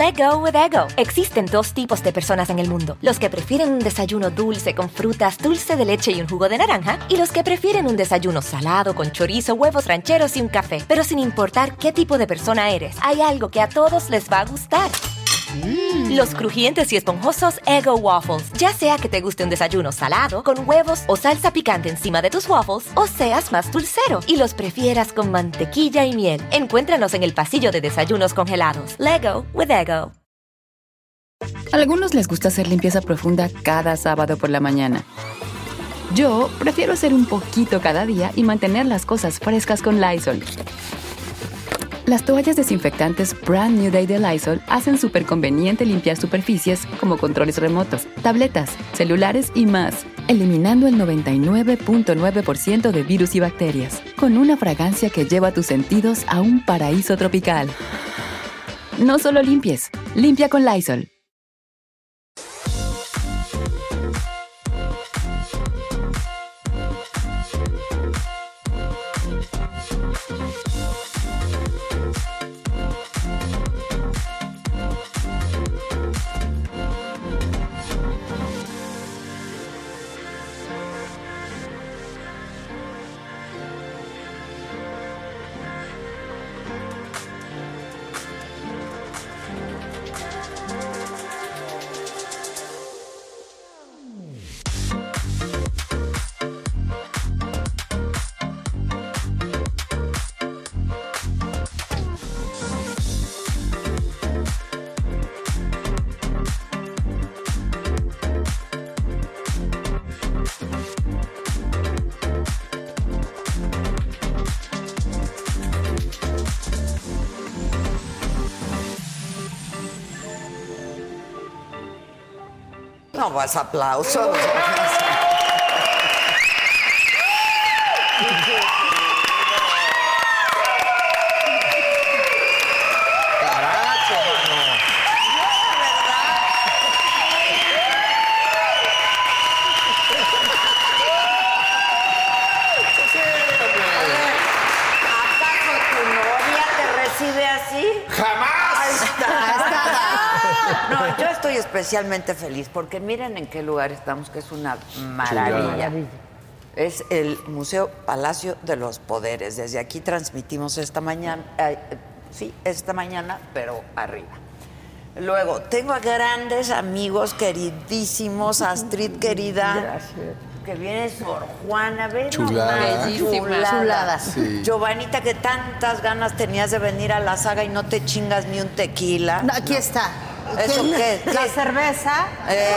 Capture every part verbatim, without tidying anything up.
Let go with Ego. Existen dos tipos de personas en el mundo. Los que prefieren un desayuno dulce con frutas, dulce de leche y un jugo de naranja. Y los que prefieren un desayuno salado con chorizo, huevos rancheros y un café. Pero sin importar qué tipo de persona eres, hay algo que a todos les va a gustar. Mm. Los crujientes y esponjosos Eggo Waffles. Ya sea que te guste un desayuno salado, con huevos o salsa picante encima de tus waffles, o seas más dulcero y los prefieras con mantequilla y miel. Encuéntranos en el pasillo de desayunos congelados. Lego with Eggo. A algunos les gusta hacer limpieza profunda cada sábado por la mañana. Yo prefiero hacer un poquito cada día y mantener las cosas frescas con Lysol. Las toallas desinfectantes Brand New Day de Lysol hacen súper conveniente limpiar superficies como controles remotos, tabletas, celulares y más, eliminando el noventa y nueve punto nueve por ciento de virus y bacterias, con una fragancia que lleva tus sentidos a un paraíso tropical. No solo limpies, limpia con Lysol. No más aplausos. Caracho, mano. ¿Acaso tu novia te recibe así? ¡Jamás! Ahí está, ahí está. No, yo estoy especialmente feliz porque miren en qué lugar estamos, que es una maravilla. Es el Museo Palacio de los Poderes. Desde aquí transmitimos esta mañana, eh, sí, esta mañana, pero arriba. Luego, tengo a grandes amigos queridísimos, Astrid querida. Gracias. Que viene Sor Juana, ven Chulada. chulada. Chulada. Sí. Giovanita, que tantas ganas tenías de venir a la saga y no te chingas ni un tequila. No, aquí está. ¿Eso qué? La ¿Qué? cerveza. Eh,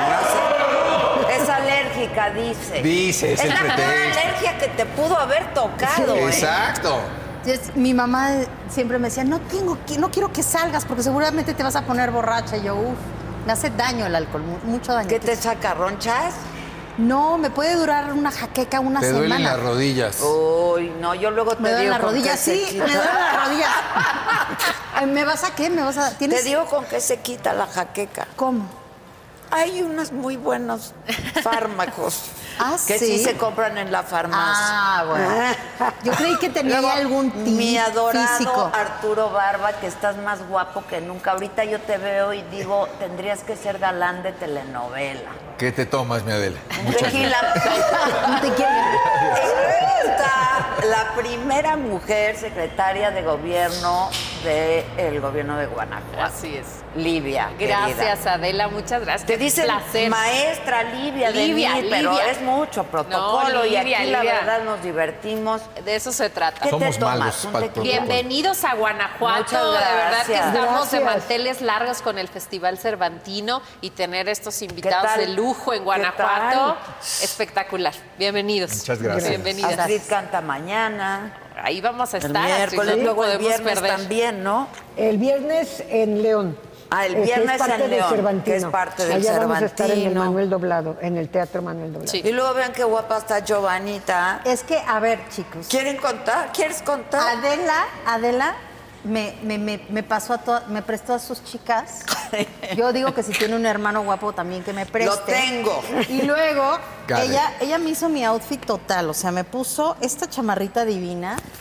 es alérgica, dice. Dice, es el la peor pretexto. alergia que te pudo haber tocado, ¿eh? Exacto. Es- mi mamá siempre me decía, no tengo, que- no quiero que salgas porque seguramente te vas a poner borracha. Y yo, uff, me hace daño el alcohol, mu- mucho daño. ¿Qué te saca, ronchas? No, me puede durar una jaqueca una Te semana. duelen las rodillas. Uy, no, yo luego te Me duelen digo las con rodillas, qué se sí, quita. me duelen las rodillas. Ay, ¿me vas a qué? ¿Me vas a...? Te ¿Tienes...? digo con qué se quita la jaqueca. ¿Cómo? Hay unos muy buenos fármacos Ah, que sí ¿sí? se compran en la farmacia. Ah, bueno. Yo creí que tenía Luego, algún tip mi adorado físico. Arturo Barba, que estás más guapo que nunca. Ahorita yo te veo y digo, tendrías que ser galán de telenovela. ¿Qué te tomas, mi Adela? Un tequila. Un tequila. Y luego está la primera mujer secretaria de gobierno del gobierno de Guanajuato. Así es. Livia, Gracias, querida. Adela, muchas gracias. Te Qué dicen placer. maestra Livia, Livia, de mí, pero Livia. es mucho protocolo No, y Livia, aquí la Livia. verdad nos divertimos. De eso se trata. ¿Qué Somos te tomas? malos ¿Un para el tequila? protocolo. Bienvenidos a Guanajuato. Muchas De verdad que gracias. estamos de Gracias. manteles largos con el Festival Cervantino y tener estos invitados tal? de lujo en ¿Qué Guanajuato. Espectacular. Bienvenidos. Muchas gracias. Bienvenidas. Astrid canta mañana, Ahí vamos a el estar. Astrid, miércoles, no luego el podemos viernes perder. también, ¿no? El viernes en León. Ah, el Eh, que viernes es parte en del León, Cervantino. que es parte del Allá vamos a estar en el Cervantino. Manuel Doblado, en el Teatro Manuel Doblado. Sí. Y luego vean qué guapa está Giovanita. Es que, a ver, chicos. ¿Quieren contar? ¿Quieres contar? Adela, Adela me, me, me, me pasó a todas, me prestó a sus chicas. Yo digo que si tiene un hermano guapo también que me preste. Lo tengo. Y luego Got it. ella, ella me hizo mi outfit total, o sea, me puso esta chamarrita divina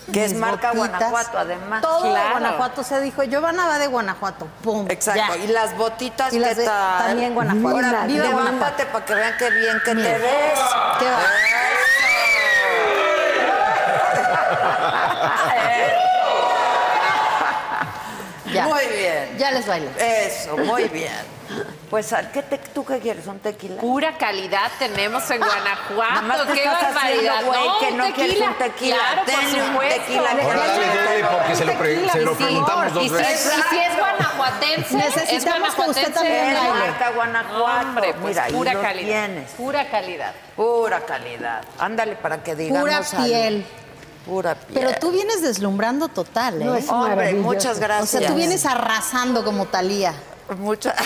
Que es mis marca botitas. Guanajuato, además. Todo de Claro. Guanajuato se dijo, Giovanna va de Guanajuato, pum. Exacto. ya. Y las botitas, Y las ¿qué de- tal? también Guanajuato. Ahora, Viva levántate para que vean qué bien que te Mira. ves. ¿Qué va? Ya. Muy bien. Ya les bailé. Eso, muy bien. Pues, ¿qué te, ¿tú qué quieres? ¿Un tequila? Pura calidad tenemos en Nada Guanajuato. más te ¡Qué estás barbaridad! haciendo, güey, que un no quieres un tequila. Claro, Denle por un supuesto. tequila. Ahora dale, dale, porque se lo, pre- se lo Y sí, preguntamos dos y si, veces. es, y si es guanajuatense, Necesitamos es que guanajuatense. usted también Es baile. marca Guanajuato. Hombre, pues Mira, ahí pura lo calidad. tienes. Pura calidad. Pura calidad. Ándale para que digamos Pura algo. piel. Pura piel. Pero tú vienes deslumbrando total, ¿eh? No, es Hombre, maravilloso. muchas O gracias. sea, tú vienes arrasando como Talía. Mucha...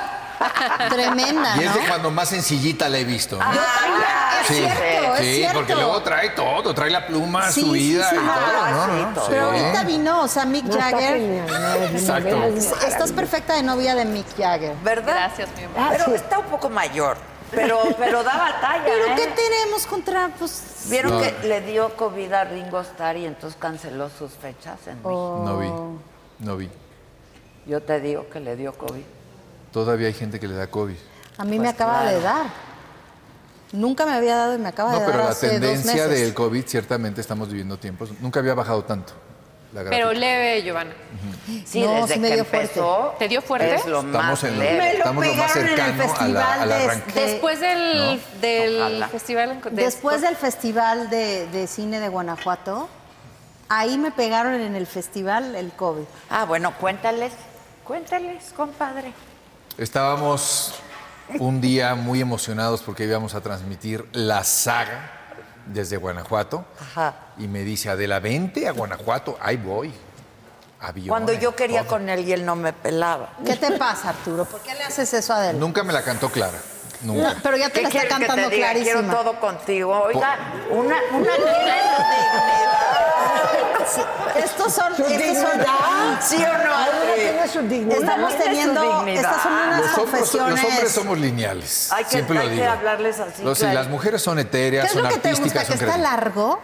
Tremenda, Y es de ¿no? cuando más sencillita la he visto. ¿no? Ah, Es Sí, cierto, es sí, cierto. porque luego trae todo, trae la pluma Sí, subida sí, sí, y no, todo. ah, No, sí, no, no. todo. Pero Sí. ahorita vino, o sea, Mick No, está Jagger. genial, no, es Exacto. maravilloso. Estás perfecta de novia de Mick Jagger. ¿Verdad? Gracias, mi amor. Ah, Pero sí. está un poco mayor. Pero, pero da batalla, ¿Pero ¿eh? qué tenemos contra, pues... ¿Vieron No. que le dio COVID a Ringo Starr y entonces canceló sus fechas en México? No vi, no vi. Yo te digo que le dio COVID. Todavía hay gente que le da COVID. A mí Pues me acaba claro. de dar. Nunca me había dado y me acaba No, de dar pero la hace tendencia dos meses. del COVID, ciertamente estamos viviendo tiempos. Nunca había bajado tanto la Pero gráfica. leve, Giovanna. Sí, No, desde sí me que dio empezó. ¿Te dio fuerte? Es lo Estamos más en lo- leve. Me lo Estamos lo más pegaron en el cercano a la- festival al de- arranque. de- Después del, del Ojalá. festival en Después del Festival de, de Cine de Guanajuato, ahí me pegaron en el festival el COVID. Ah, bueno, cuéntales. Cuéntales, compadre. Estábamos un día muy emocionados porque íbamos a transmitir la saga desde Guanajuato. Ajá. Y me dice, Adela, vente a Guanajuato. Ahí voy. Aviones, Cuando yo quería todo. con él y él no me pelaba. ¿Qué te pasa, Arturo? ¿Por qué le haces eso a él? Nunca me la cantó Clara. Nunca. No, pero ya te ¿Qué la está quieres que te cantando diga? Quiero clarísima. todo contigo. Oiga, una, una tiene su dignidad. Estos son... Su estos son dignidad. ¿Sí o no? Cada uno Adri? tiene su dignidad. Estamos Tiene su teniendo... dignidad. Estas son unas Los hombres, confesiones... los hombres somos lineales. Hay que- Siempre hay lo que digo. hablarles así, Los- sí, claro. las mujeres son ¿Qué etéreas, es son lo que te gusta? artísticas, ¿Que son está creativas. largo?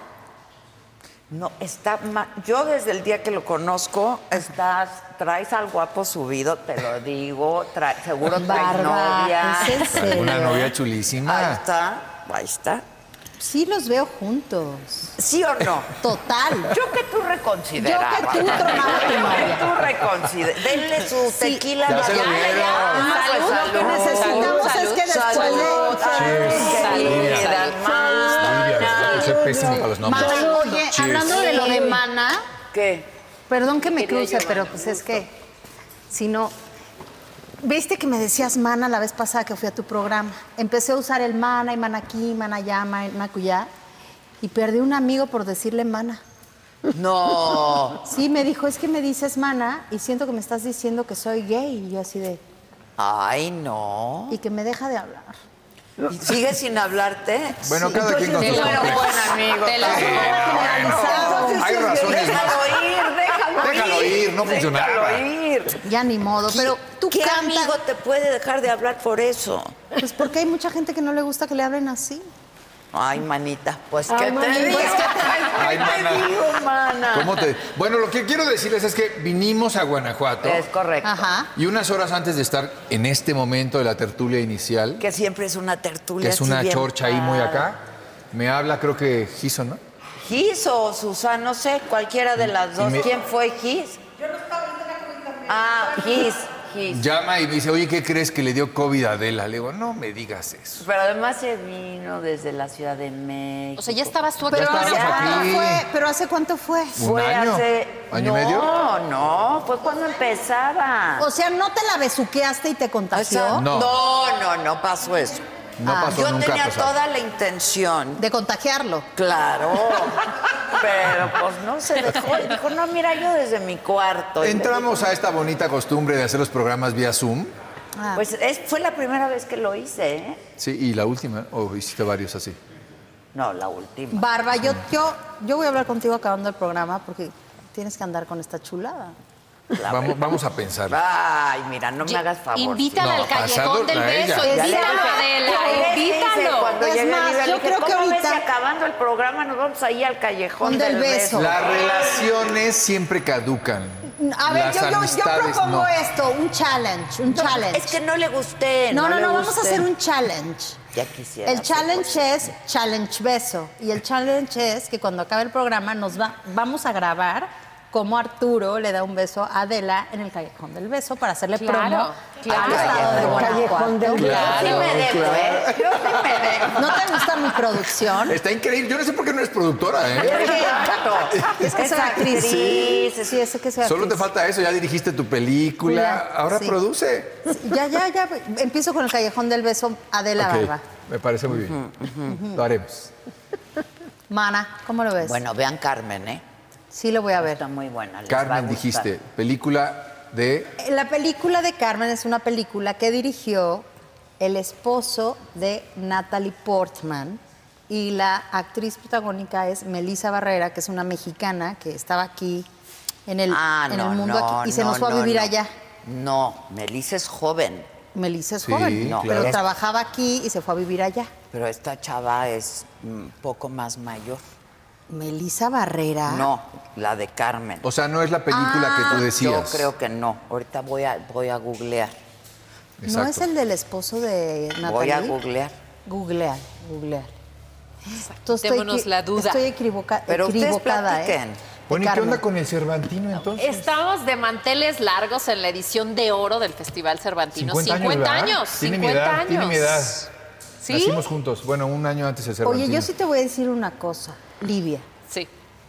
No, está ma- yo desde el día que lo conozco, estás, traes al guapo subido, te lo digo, trae- seguro traes Barba, novia. ¿es en serio? Una novia Ahí chulísima. está, ahí está. Sí los veo juntos. ¿Sí o no? Total. Yo que tú reconsiderabas. Yo que tú tronaba tu Yo que novia. tú reconsiderabas. Denle su Sí. tequila. Ya a la se lo llave, dieron. ya. Salud, Pues, lo que necesitamos salud, es que después Salud. de... Ay, querida hermana. Yo soy pésimo para los nombres. Mana, oye, Cheers. hablando de lo de Mana, ¿Qué? perdón que me Quería cruce, yo, pero Mana, pues un es que, si no... Viste que me decías Mana la vez pasada que fui a tu programa. Empecé a usar el Mana y Mana aquí, Mana allá, Mana acullá, y perdí un amigo por decirle Mana. No. Sí, me dijo, es que me dices Mana y siento que me estás diciendo que soy gay. Y yo así de... Ay, no. Y que me deja de hablar. ¿Y ¿Sigue sin hablarte? Bueno, cada quien con sus Bueno, complejos. buen amigo. Te la también. Hay razones más. Déjalo ir, déjalo ir. Déjalo ir, no funcionaba. Déjalo ir. Ya ni modo, pero tú ¿Qué cantas... amigo te puede dejar de hablar por eso? Pues porque hay mucha gente que no le gusta que le hablen así. Ay, manita, pues Ay, ¿qué te manita. digo? Pues, Ay, ¿Qué te mana. digo, mana? ¿Cómo te...? Bueno, lo que quiero decirles es que vinimos a Guanajuato Es correcto. Ajá. y unas horas antes de estar en este momento de la tertulia inicial, Que siempre es una tertulia que es así una bien chorcha ahí muy padre. acá, me habla, creo que Giso, ¿no? Gis o Susana, no sé, cualquiera de las dos. me- ¿Quién fue Gis? Yo no estaba en Ah, Gis, Gis. Llama y me dice, oye, ¿qué crees que le dio COVID a Adela? Le digo, no me digas eso. Pero además se vino desde la Ciudad de México. O sea, ya estabas tú aquí. Pero Ya ¿hace estábamos cuánto aquí. fue? ¿Pero hace cuánto fue? ¿Un Fue año? hace... ¿Año no, y medio? No, no, fue cuando empezaba. O sea, ¿no te la besuqueaste y te contagió? Esa- No. no, no, no pasó eso. No Ah. pasó, Yo nunca tenía ha pasado. toda la intención. De contagiarlo. Claro. Pero pues no se dejó. Y dijo, no, mira, yo desde mi cuarto. Y le Entramos a esta bonita costumbre de hacer los programas vía Zoom. Ah. Pues es- fue la primera vez que lo hice, ¿eh? Sí, y la última, o hiciste varios así. No, la última. Barba, yo, yo, yo voy a hablar contigo acabando el programa porque tienes que andar con esta chulada. la Vamos, verdad. vamos a pensar. Ay, mira, no me hagas favor. Invítala No, al callejón pasado, del a ella. beso, Ya le invítalo, dije, Adela, ya le dije, invítalo. Cuando Es llegué, más, le yo dije, creo que ¿cómo ves ahorita- si acabando el programa nos vamos ahí al callejón Del del, beso? beso? Las relaciones siempre caducan. A ver, Las yo, yo, yo amistades, propongo no. esto, un challenge, un No, challenge. es que no le gusté. no, no, le no, vamos a gusté. hacer un challenge. Ya quisiera. El challenge es challenge beso. Y el challenge es que cuando acabe el programa nos va, vamos a grabar cómo Arturo le da un beso a Adela en el Callejón del Beso para hacerle Claro, promo claro. al estado de El Callejón del Guanajuato. Beso. Yo sí me dejo, claro. ¿eh? Yo sí me dejo. ¿No te gusta mi producción? Está increíble. Yo no sé por qué no eres productora, ¿eh? Exacto. Es que Es soy actriz. actriz. Sí, es que soy Solo te actriz. falta eso. Ya dirigiste tu película. Ya, Ahora sí. produce. Ya, ya, ya. Empiezo con el Callejón del Beso, Adela Ok, Barba. me parece muy bien. Lo haremos. Mana, ¿cómo lo ves? Bueno, vean Carmen, ¿eh? Sí lo voy a ver. Está muy buena. les va a Carmen, gustar. dijiste, película de... La película de Carmen es una película que dirigió el esposo de Natalie Portman y la actriz protagónica es Melissa Barrera, que es una mexicana que estaba aquí en el, Ah, en no, el mundo no, aquí, y se no, nos fue a no, vivir no. allá. No, Melissa es joven, Melissa es Sí, joven, no, pero claro. trabajaba aquí y se fue a vivir allá. pero esta chava es un poco más mayor. Melissa Barrera. No, la de Carmen. O sea, no es la película que tú decías. Yo creo que no. Ahorita voy a, voy a googlear. ¿No Exacto. es el del esposo de Natalie? Voy a googlear. Googlear, googlear. Entonces, Quitémonos la duda. Estoy equivoca- Pero ustedes equivocada, ¿eh? platiquen. De Bueno, ¿y qué Carmen. onda con el Cervantino entonces? Estamos de manteles largos en la edición de oro del Festival Cervantino. cincuenta años, cincuenta ¿verdad? años. Tiene mi cincuenta edad, años. tiene mi edad. ¿Sí? Nacimos juntos. Bueno, un año antes el Cervantino. Oye, yo sí te voy a decir una cosa, Livia. Sí.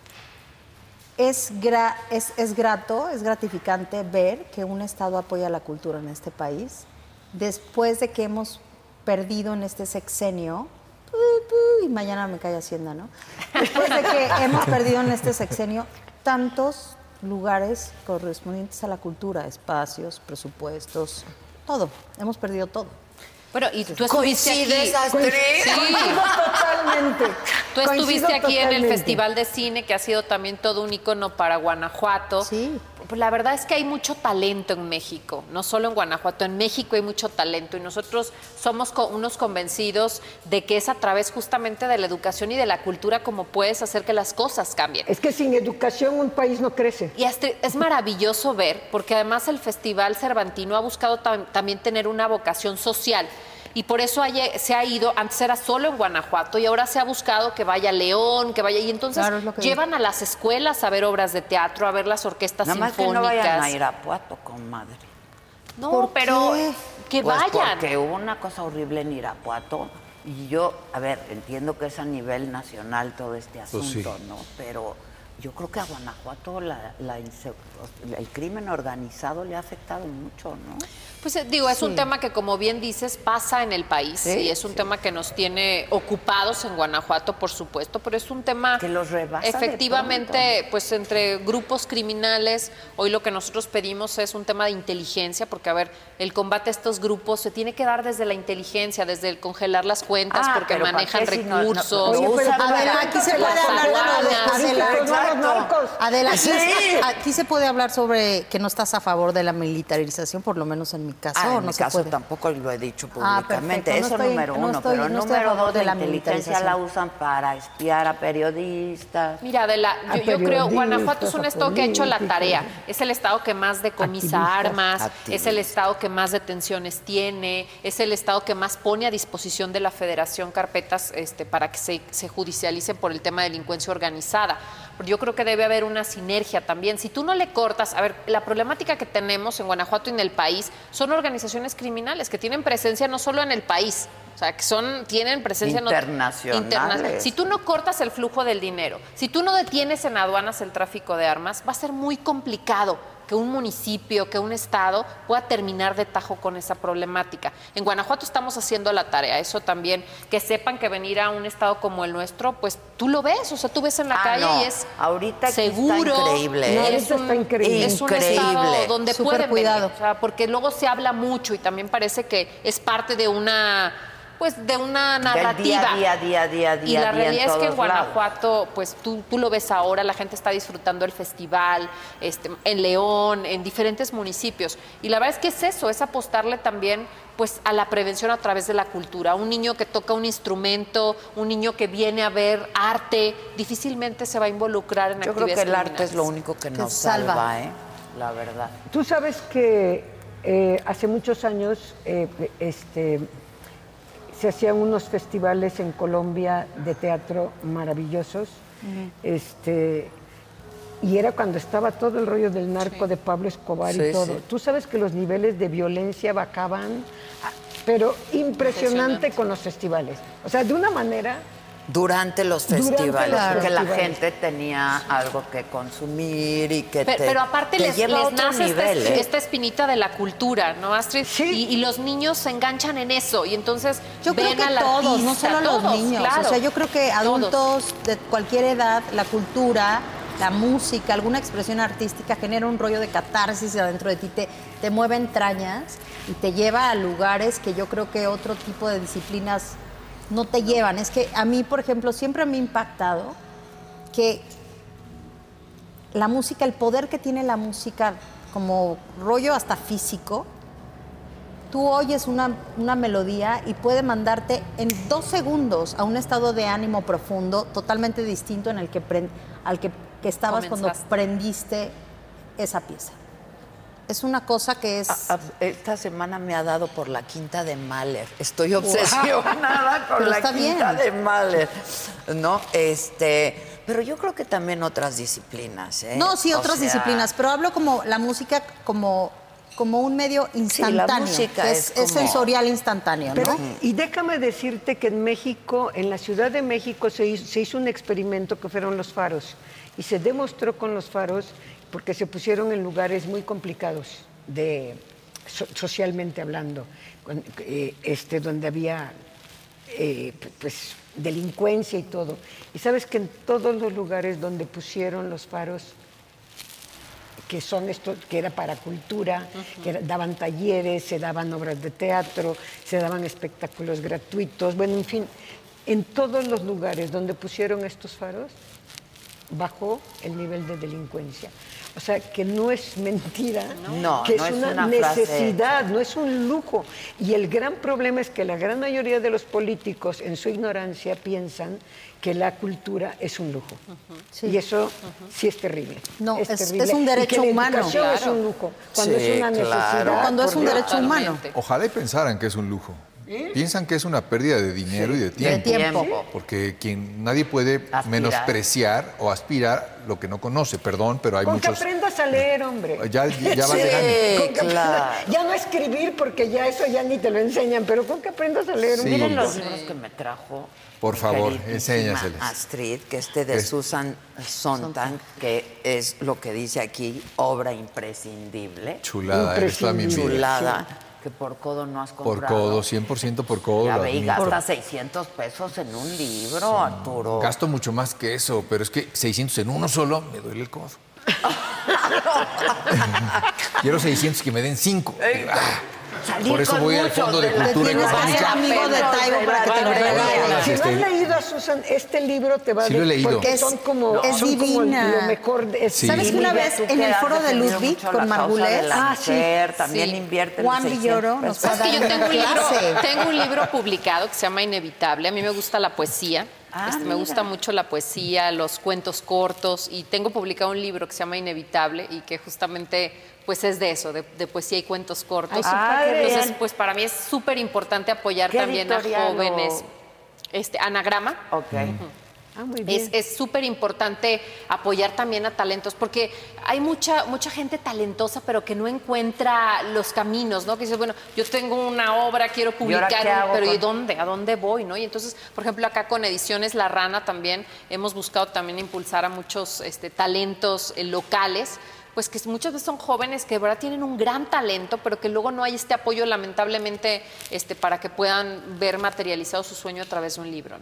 Es, gra- es, es grato, es gratificante ver que un Estado apoya la cultura en este país después de que hemos perdido en este sexenio, pu, pu, y mañana me cae Hacienda, ¿no? Después de que hemos perdido en este sexenio tantos lugares correspondientes a la cultura, espacios, presupuestos, todo. Hemos perdido todo. Bueno, y tú estuviste aquí. ¿Coincides, Astrid? Sí. Coincido totalmente. Tú Coincido estuviste aquí en el totalmente. Festival de Cine, que ha sido también todo un icono para Guanajuato. Sí. Pues la verdad es que hay mucho talento en México, no solo en Guanajuato, en México hay mucho talento y nosotros somos co- unos convencidos de que es a través justamente de la educación y de la cultura como puedes hacer que las cosas cambien. Es que sin educación un país no crece. Y Astrid, es maravilloso ver, porque además el Festival Cervantino ha buscado tam- también tener una vocación social. Y por eso hay- se ha ido, antes era solo en Guanajuato y ahora se ha buscado que vaya a León, que vaya. Y entonces Claro, es lo que llevan a las escuelas a ver obras de teatro, a ver las orquestas Nada más que sinfónicas. no vayan a Irapuato, comadre. No, ¿Por pero qué? que Pues vayan. porque hubo una cosa horrible en Irapuato. Y yo, a ver, entiendo que es a nivel nacional todo este Pues asunto, sí. ¿no? Pero yo creo que a Guanajuato la, la inse- el crimen organizado le ha afectado mucho, ¿no? Pues eh, digo, es un tema que como bien dices pasa en el país Sí, y es un sí. tema que nos tiene ocupados en Guanajuato, por supuesto, pero es un tema Que los rebasa de efectivamente, pues entre grupos criminales, hoy lo que nosotros pedimos es un tema de inteligencia, porque a ver, el combate a estos grupos se tiene que dar desde la inteligencia, desde el congelar las cuentas, Ah, porque pero ¿para manejan qué si no- no- recursos. lo Oye, pero usan para Adela, para- aquí se las puede hablar de lo de aduanas. Adela. Los nuevos Exacto. narcos. Adela, aquí, Sí. aquí se puede hablar sobre que no estás a favor de la militarización, por lo menos en mi caso. Ah, ¿o en no mi se caso puede? tampoco lo he dicho Ah, públicamente. perfecto. No Eso estoy- número no uno. estoy- pero no estoy a número favor dos, de la la inteligencia la militarización. usan para espiar a periodistas. Mira, Adela, A yo, yo creo periodistas, Guanajuato es un a estado que ha hecho la políticos. tarea. Es el estado que más decomisa Activistas. armas, es Activistas. el estado que más detenciones tiene, es el estado que más pone a disposición de la Federación carpetas este, para que se, se judicialicen por el tema de delincuencia organizada. Pero yo creo que debe haber una sinergia también. Si tú no le cortas, a ver, la problemática que tenemos en Guanajuato y en el país son organizaciones criminales que tienen presencia no solo en el país, o sea, que son, tienen presencia en ot- Internacionales. interna- Si tú no cortas el flujo del dinero, si tú no detienes en aduanas el tráfico de armas, va a ser muy complicado que un municipio, que un estado pueda terminar de tajo con esa problemática. En Guanajuato estamos haciendo la tarea, eso también, que sepan que venir a un estado como el nuestro, pues tú lo ves, o sea, tú ves en la Ah, calle no. y es Ahorita aquí está seguro, increíble, y ¿eh? es Ahorita un, está increíble. es un Increíble. estado donde Súper pueden cuidado. venir, o sea, porque luego se habla mucho y también parece que es parte de una pues de una Del narrativa. día, día, día, día, día, y la día realidad en es que en todos lados. Guanajuato, pues tú, tú lo ves ahora, la gente está disfrutando el festival, este, en León, en diferentes municipios. Y la verdad es que es eso, es apostarle también pues a la prevención a través de la cultura. Un niño que toca un instrumento, un niño que viene a ver arte, difícilmente se va a involucrar en Yo creo actividades que el arte criminales. es lo único que, Que nos salva. salva, ¿eh? La verdad. Tú sabes que eh, hace muchos años eh, este, se hacían unos festivales en Colombia de teatro maravillosos. este, y era cuando estaba todo el rollo del narco de Pablo Escobar Sí, y todo. sí. Tú sabes que los niveles de violencia bajaban, ah, pero impresionante, Impresionante. con los festivales. O sea, de una manera... Durante los Durante festivales, los porque la festivales. gente tenía algo que consumir y que Pero, te, pero aparte te les, lleva a les otro nace nivel, esta, ¿eh? esta espinita de la cultura, ¿no, Astrid? Sí. Y, y los niños se enganchan en eso y entonces Yo creo ven que al todos, no artista, solo los todos, niños. claro. O sea, yo creo que adultos Todos. de cualquier edad, la cultura, la música, alguna expresión artística genera un rollo de catarsis adentro de ti, te, te mueve entrañas y te lleva a lugares que yo creo que otro tipo de disciplinas no te llevan. Es que a mí, por ejemplo, siempre me ha impactado que la música, el poder que tiene la música como rollo hasta físico, tú oyes una, una melodía y puede mandarte en dos segundos a un estado de ánimo profundo, totalmente distinto en el que pren- al que, que estabas cuando Comenzaste. prendiste esa pieza. Es una cosa que es... A- a- Esta semana me ha dado por la quinta de Mahler. Estoy obsesionada con Pero la está quinta bien. de Mahler. ¿No? Este, pero yo creo que también otras disciplinas, ¿eh? No, sí, O otras sea, disciplinas, pero hablo como la música como, como un medio instantáneo. música que es es, es como- sensorial instantáneo, Pero, ¿no? y déjame decirte que en México, en la Ciudad de México, se hizo, se hizo un experimento que fueron los faros. Y se demostró con los faros, porque se pusieron en lugares muy complicados, de, so- socialmente hablando, con- eh, este, donde había eh, p- pues, delincuencia y todo. Y sabes que en todos los lugares donde pusieron los faros, que son esto, que era para cultura, que era- daban talleres, se daban obras de teatro, se daban espectáculos gratuitos, bueno, en fin, en todos los lugares donde pusieron estos faros, bajó el nivel de delincuencia. O sea, que no es mentira, No, que no es es una, una frase necesidad, no es un lujo. Y el gran problema es que la gran mayoría de los políticos, en su ignorancia, piensan que la cultura es un lujo. Sí. Y eso sí es terrible. No, es- terrible. es un Y que derecho la humano. educación es Claro. un lujo, cuando Sí, es una claro. necesidad. Cuando es por un Dios. derecho humano. Totalmente. Ojalá y pensaran que es un lujo. Piensan que es una pérdida de dinero y de tiempo. tiempo. Porque quien, nadie puede Aspirar. menospreciar o aspirar lo que no conoce. Perdón, pero hay Con que muchos... aprendas a leer, hombre. Ya, ya vas Sí. dejando. Con que claro. aprendas- Ya no escribir, porque ya eso ya ni te lo enseñan, pero con que aprendas a leer. Sí. hombre. Miren los libros que me trajo. Por mi favor, queridísima enséñaseles. Astrid, que este de Es- Susan Sontag, que es lo que dice aquí, obra imprescindible. Chulada, eres toda mi envidia. Chulada, que por codo no has Por comprado. codo, cien por ciento por codo. Ya lo ve, y admito. gasta seiscientos pesos en un libro, Arturo. Gasto mucho más que eso, pero es que seiscientos en uno solo me duele el codo. Quiero seiscientos que me den cinco. Salir Por eso con voy al muchos Fondo de de la- Cultura Tienes que ser Económica. amigo de Taibo para que te lo regale. Hola, Si no este- has leído a Susan, este libro te va a Sí lo he leído. porque Es- son como, es son como divina. lo mejor. De, es Sí. ¿Sabes que una Mira, vez tú en que el has foro de defendido Ludwig mucho con la causa Margules? de la Ah, sí. mujer, también Sí. invierte Juan seiscientos Villoro nos pesos. va a Es que yo dar tengo un, libro, clase. tengo un libro publicado que se llama Inevitable. A mí me gusta la poesía. Ah, Este, me mira. gusta mucho la poesía, los cuentos cortos. Y tengo publicado un libro que se llama Inevitable y que justamente pues es de eso, de, de poesía y cuentos cortos. Ay, súper Entonces, bien. pues para mí es súper importante apoyar ¿Qué también a editorial jóvenes. o- Este, Anagrama. Ok. Ah, muy bien. Es es súper importante apoyar también a talentos, porque hay mucha mucha gente talentosa, pero que no encuentra los caminos, ¿no? Que dices, bueno, yo tengo una obra, quiero ¿Y ahora publicar, qué hago pero ¿y con- dónde? ¿A dónde voy? ¿No? Y entonces, por ejemplo, acá con Ediciones La Rana también hemos buscado también impulsar a muchos este, talentos eh, locales, pues que muchas veces son jóvenes que de verdad tienen un gran talento, pero que luego no hay este apoyo, lamentablemente, este, para que puedan ver materializado su sueño a través de un libro, ¿no?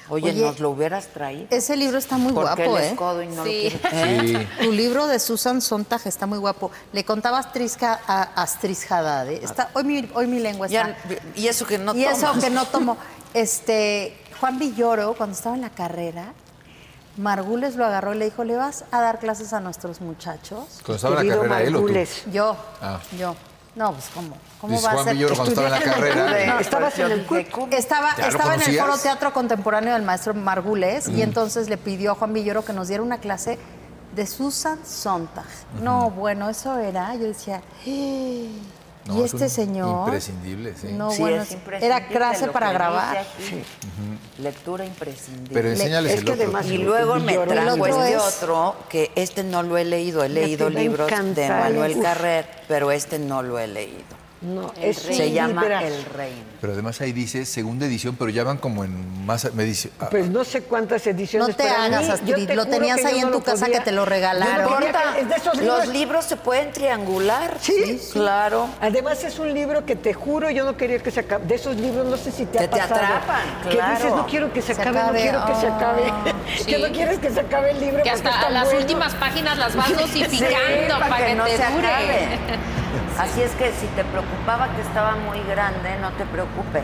Oye, Oye, ¿nos lo hubieras traído? Ese libro está muy Porque guapo, él ¿eh? es codo y no Sí. lo quiere. Sí. Tu libro de Susan Sontag está muy guapo. Le contaba Astrid, a Astrid Haddad, ¿eh? Está, hoy, mi, hoy mi lengua está... Ya, y eso que no Y tomas. eso que no tomo. Este, Juan Villoro, cuando estaba en la carrera, Margules lo agarró y le dijo, ¿le vas a dar clases a nuestros muchachos? Cuando estaba en la Querido carrera él o tú. Margules. Yo, Ah. yo. No, pues ¿cómo? ¿Cómo Dice va a Juan ser? Villoro cuando estaba en la Estudié carrera. No, Estabas en el Yo dije, C U T. ¿cómo? Estaba, ¿Ya lo estaba en el conocías? Foro Teatro Contemporáneo del maestro Margules y entonces le pidió a Juan Villoro que nos diera una clase de Susan Sontag. No, bueno, eso era, yo decía, "Eh, No, y es este un señor... imprescindible, sí. No, Sí, bueno, es imprescindible era clase lo para que grabar. dice aquí. Lectura imprescindible. Pero enséñales Es el que otro. además- Y luego me Villoro. trajo El otro este es- otro, que este no lo he leído. He Ya te leído va a libros de encantar. Manuel Uf. Carrer, pero este no lo he leído. No, El es un Se llama librazo. El Reino. Pero además ahí dice segunda edición, pero ya van como en más... Me dice, ah, Pues no sé cuántas ediciones. No te pero a mí, hagas, yo Astrid, te lo juro tenías que ahí yo en no tu lo casa podía. que te lo Yo no regalaron. podía Importa, que- es de esos libros- los libros se pueden triangular. Sí, claro. Además es un libro que te juro yo no quería que se acabe. De esos libros no sé si te Que ha te pasado. atrapan, Que claro. dices no quiero que se, Se acabe, acabe, no quiero que se ah. acabe. Sí. Que no quieres que se acabe el libro Que porque hasta está las bueno. últimas páginas las vas dosificando Sí, para, que, no te se dure. acabe. Así es que si te preocupaba que estaba muy grande, no te preocupes.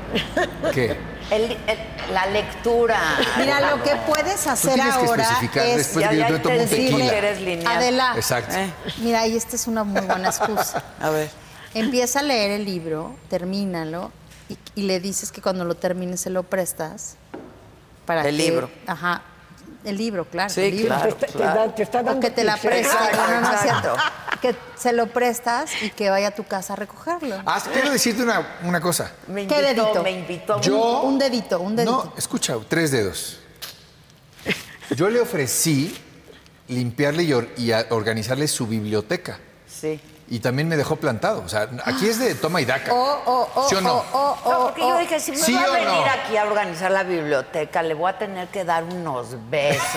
¿qué? El- el- la lectura. Mira, lo que puedes hacer tienes que ahora especificar es... después Ya, que yo ya te tomo un entendí tequila. que eres lineal. Adela, Exacto. Eh, mira, y esta es una muy buena excusa. a ver. Empieza a leer el libro, termínalo y, y le dices que cuando lo termines se lo prestas para El que- libro. Ajá, el libro, claro. Sí, el libro. claro. Te, está- te da- te está O dando que te la tips, ¿eh? preste. Exacto, No, no, no es exacto. cierto. Que se lo prestas y que vaya a tu casa a recogerlo. Ah, quiero decirte una, una cosa. Me ¿Qué invitó, dedito? me invitó. Yo- Un dedito, un dedito. No, escucha, tres dedos. Yo le ofrecí limpiarle y, or- y a- organizarle su biblioteca. Sí. Y también me dejó plantado. O sea, aquí es de toma y daca. Oh, oh, oh, ¿Sí o no? oh, oh, No, oh, porque yo oh. dije, si me ¿Sí va a o venir no? aquí a organizar la biblioteca, le voy a tener que dar unos besos.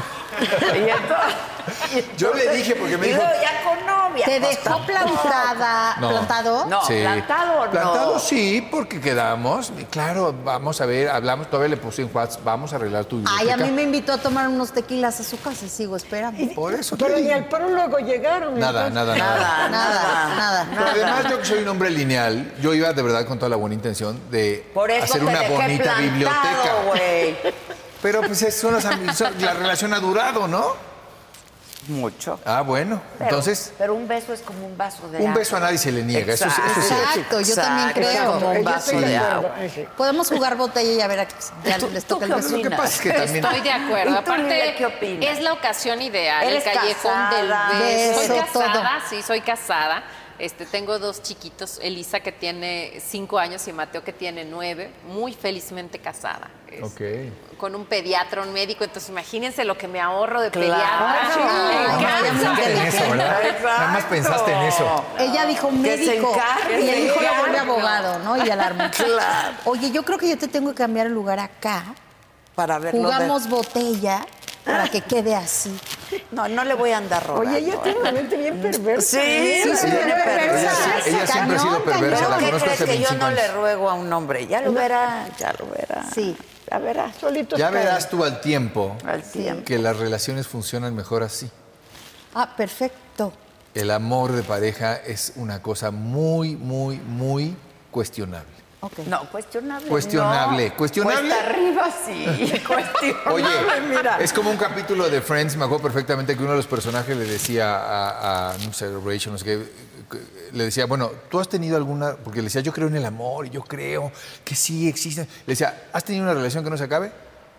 y entonces, y Yo le entonces- dije, porque me y dijo- luego ya con novia. ¿Te pues, dejó tampoco. plantada, No. plantado? No, plantado o no. Plantado sí, porque quedamos. Y claro, vamos a ver, hablamos, todavía le puse en WhatsApp, vamos a arreglar tu Ay, biblioteca. a mí me invitó a tomar unos tequilas a su casa y sigo esperando. Por eso te Pero ni digo. al prólogo llegaron. Nada, entonces. nada, nada. Nada, Nada, nada. Pero además yo que soy un hombre lineal, yo iba de verdad con toda la buena intención de Por eso hacer te una dejé bonita plantado, biblioteca. güey. Pero pues es- son las ambi- son- la relación ha durado, ¿no? Mucho. Ah, bueno. Pero- Entonces, Pero un beso es como un vaso de un agua. beso a nadie se le niega. Eso es, eso es Exacto. cierto. Exacto, yo también Exacto, creo. es como un Yo vaso estoy de de acuerdo, agua. eh, sí. Podemos jugar botella y a ver a ya ¿Tú- les tú toca el qué beso. Lo que pasa es que también... Estoy de acuerdo. ¿Y tú, Aparte, Lilia, qué opinas? es la ocasión ideal, Eres el callejón del casada. beso. Soy Beso, casada, sí, soy casada. Este, tengo dos chiquitos, Elisa que tiene cinco años y Mateo que tiene nueve, muy felizmente casada. Es- Ok. Con un pediatra, un médico, entonces imagínense lo que me ahorro de Claro. pediatra. Sí. Me Ay, encanta. ya me Pensaste en eso, ¿verdad? Exacto. Nada más pensaste en eso. Ella dijo Que se médico encargue, y el hijo se lo vuelve encargue. abogado, ¿no? Y alarma. Claro. Oye, yo creo que yo te tengo que cambiar el lugar acá. Para verlo. Jugamos botella para que quede así. de- No, no le voy a andar rogando. Oye, ella tiene ¿eh? una mente bien perversa. Sí, ¿eh? sí, sí, sí, viene viene perversa. perversa. Ella siempre ha sido Cañón, perversa, ¿Pero la qué conozco crees hace que yo veinticinco no le años. ruego a un hombre? Ya lo verá, ya lo verá. Sí. Ya verá. Solitos Ya caen. verás tú al tiempo Al tiempo. que las relaciones funcionan mejor así. Ah, perfecto. El amor de pareja es una cosa muy, muy, muy cuestionable. Ok. No, cuestionable. Cuestionable, no. ¿cuestionable? Cuesta arriba, sí. Cuestionable. Oye, mira. es como un capítulo de Friends, me acuerdo perfectamente que uno de los personajes le decía a, a, no sé, Rachel, no sé qué, le decía, bueno, ¿tú has tenido alguna...? Porque le decía, yo creo en el amor, y yo creo que sí existe. Le decía, ¿has tenido una relación que no se acabe?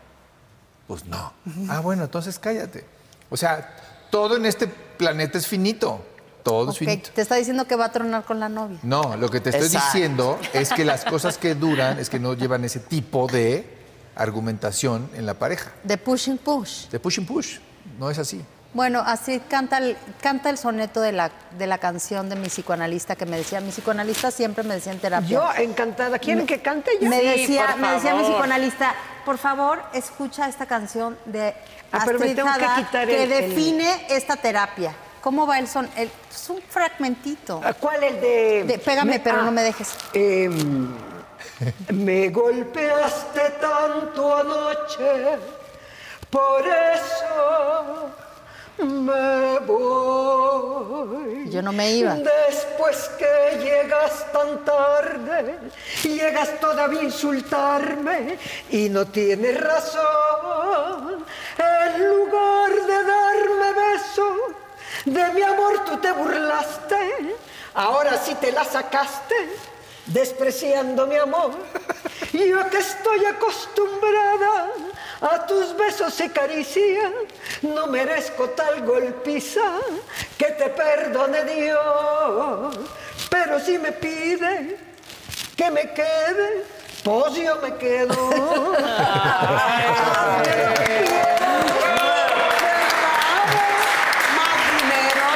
Pues no. Ah, bueno, entonces cállate. O sea, todo en este planeta es finito. Todo es Ok, finito. te está diciendo que va a tronar con la novia. No, lo que te estoy Exacto. diciendo es que las cosas que duran es que no llevan ese tipo de argumentación en la pareja. De push and push. De push and push. No es así. Bueno, así canta el, canta el soneto de la, de la canción de mi psicoanalista que me decía, mi psicoanalista siempre me decía en terapia. Yo encantada. ¿Quieren que cante yo? Me Sí, decía, por me decía mi favor. psicoanalista, por favor, escucha esta canción de Ah, pero me Astrid tengo que Haddad quitar que el- el- define esta terapia. ¿Cómo va el son? El- es un fragmentito. ¿A ¿Cuál el de...? De- pégame, pero ah, no me dejes. eh, Me golpeaste tanto anoche, por eso me voy. Yo no me iba. Después que llegas tan tarde, llegas todavía a insultarme y no tienes razón. En lugar de darme beso, de mi amor tú te burlaste. Ahora sí te la sacaste, despreciando mi amor. Yo que estoy acostumbrada a tus besos y caricias, no merezco tal golpiza, que te perdone Dios. Pero si me pide que me quede, pues yo me quedo. ¡Más dinero!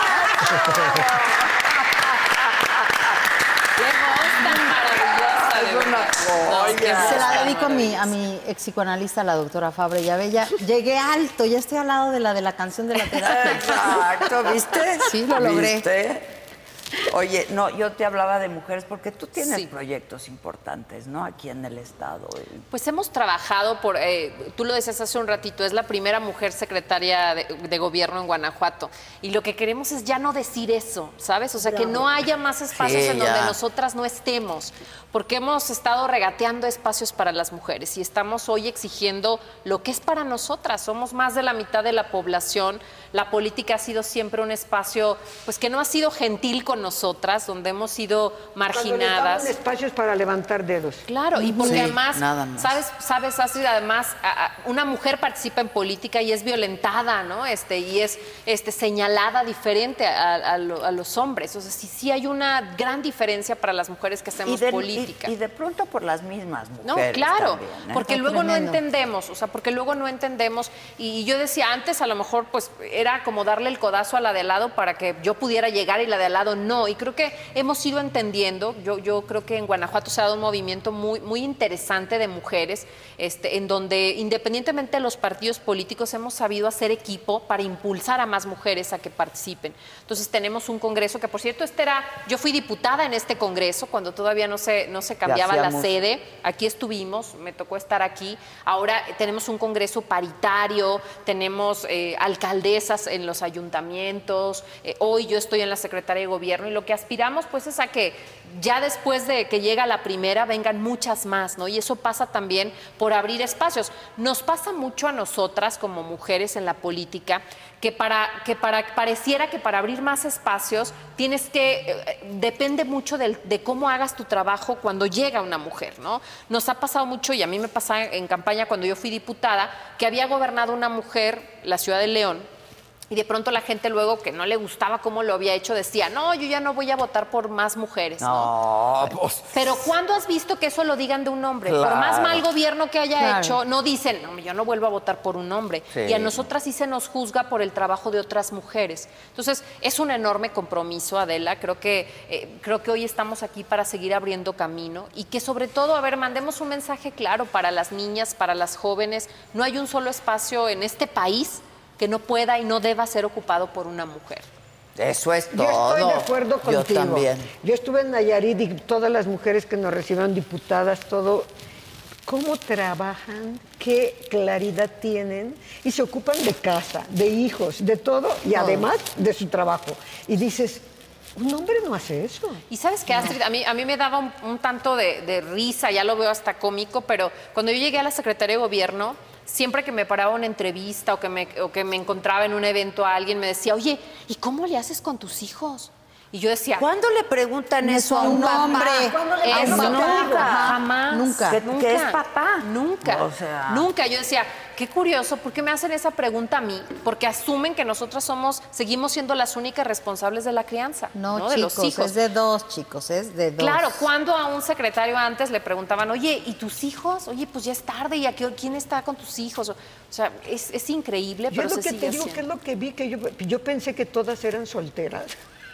Se la dedico a mi, a mi ex psicoanalista, la doctora Fabre Yabella. Llegué alto, ya estoy al lado de la de la canción de la terapia. Exacto, ¿viste? Sí, lo logré. ¿Viste? Oye, no, yo te hablaba de mujeres porque tú tienes Sí. proyectos importantes, ¿no? Aquí en el Estado. Pues hemos trabajado por, eh, tú lo decías hace un ratito, es la primera mujer secretaria de, de gobierno en Guanajuato. Y lo que queremos es ya no decir eso, ¿sabes? O sea, que no haya más espacios Sí, en donde ya. nosotras no estemos. Porque hemos estado regateando espacios para las mujeres y estamos hoy exigiendo lo que es para nosotras. Somos más de la mitad de la población. La política ha sido siempre un espacio, pues que no ha sido gentil con nosotras, donde hemos sido Cuando marginadas. necesitaban espacios para levantar dedos. Claro, y porque Sí, además, nada más. sabes, sabes, Astrid, además, a- a- una mujer participa en política y es violentada, ¿no? Este, y es este, señalada diferente a, a lo- a los hombres. O sea, sí, sí hay una gran diferencia para las mujeres que hacemos de, política. y- y de pronto por las mismas mujeres. No, claro, también, ¿eh? porque Está luego no tremendo. entendemos, o sea, porque luego no entendemos. Y yo decía antes, a lo mejor, pues era como darle el codazo a la de al lado para que yo pudiera llegar y la de al lado no. Y creo que hemos ido entendiendo. Yo, yo creo que en Guanajuato se ha dado un movimiento muy, muy interesante de mujeres, este, en donde independientemente de los partidos políticos hemos sabido hacer equipo para impulsar a más mujeres a que participen. Entonces tenemos un congreso que, por cierto, este era, yo fui diputada en este congreso cuando todavía no se, no se cambiaba la hacíamos- sede. Aquí estuvimos, me tocó estar aquí. Ahora tenemos un congreso paritario, tenemos eh, alcaldesas en los ayuntamientos. Eh, hoy yo estoy en la Secretaría de Gobierno y lo que aspiramos pues es a que ya después de que llega la primera vengan muchas más, ¿no? Y eso pasa también por abrir espacios. Nos pasa mucho a nosotras como mujeres en la política que para que para pareciera que para abrir más espacios tienes que eh, depende mucho del- de cómo hagas tu trabajo cuando llega una mujer, ¿no? Nos ha pasado mucho y a mí me pasaba en campaña cuando yo fui diputada que había gobernado una mujer la ciudad de León. Y de pronto la gente luego que no le gustaba cómo lo había hecho decía, no, yo ya no voy a votar por más mujeres, ¿no? No, pues. Pero ¿cuándo has visto que eso lo digan de un hombre? Por Claro. más mal gobierno que haya Claro. hecho, no dicen, no, yo no vuelvo a votar por un hombre. Sí. Y a nosotras sí se nos juzga por el trabajo de otras mujeres. Entonces, es un enorme compromiso, Adela. Creo que, eh, creo que hoy estamos aquí para seguir abriendo camino y que sobre todo, a ver, mandemos un mensaje claro para las niñas, para las jóvenes. No hay un solo espacio en este país que no pueda y no deba ser ocupado por una mujer. Eso es Yo todo. estoy de acuerdo contigo. Yo también. Yo estuve en Nayarit y todas las mujeres que nos recibieron diputadas, todo, cómo trabajan, qué claridad tienen y se ocupan de casa, de hijos, de todo y además de su trabajo. Y dices, un hombre no hace eso. Y sabes que, Astrid, a mí, a mí me daba un, un tanto de, de risa, ya lo veo hasta cómico, pero cuando yo llegué a la Secretaría de Gobierno, siempre que me paraba una entrevista o que me, o que me encontraba en un evento a alguien, me decía, oye, ¿y cómo le haces con tus hijos? Y yo decía, ¿Cuándo le preguntan eso a un papá? hombre? ¿Cuándo le es preguntan nunca, algo? jamás. Nunca. ¿Que- nunca. que es papá? Nunca. O sea. Nunca. Yo decía, qué curioso, ¿por qué me hacen esa pregunta a mí? Porque asumen que nosotras somos, seguimos siendo las únicas responsables de la crianza, No, ¿no? De chicos, los hijos. es de dos, chicos, es de dos. Claro, cuando a un secretario antes le preguntaban, oye, ¿y tus hijos? Oye, pues ya es tarde, ¿y a qué, quién está con tus hijos? O sea, es, es increíble, Yo pero lo se que sigue te digo que es haciendo. lo que vi, que yo, yo pensé que todas eran solteras.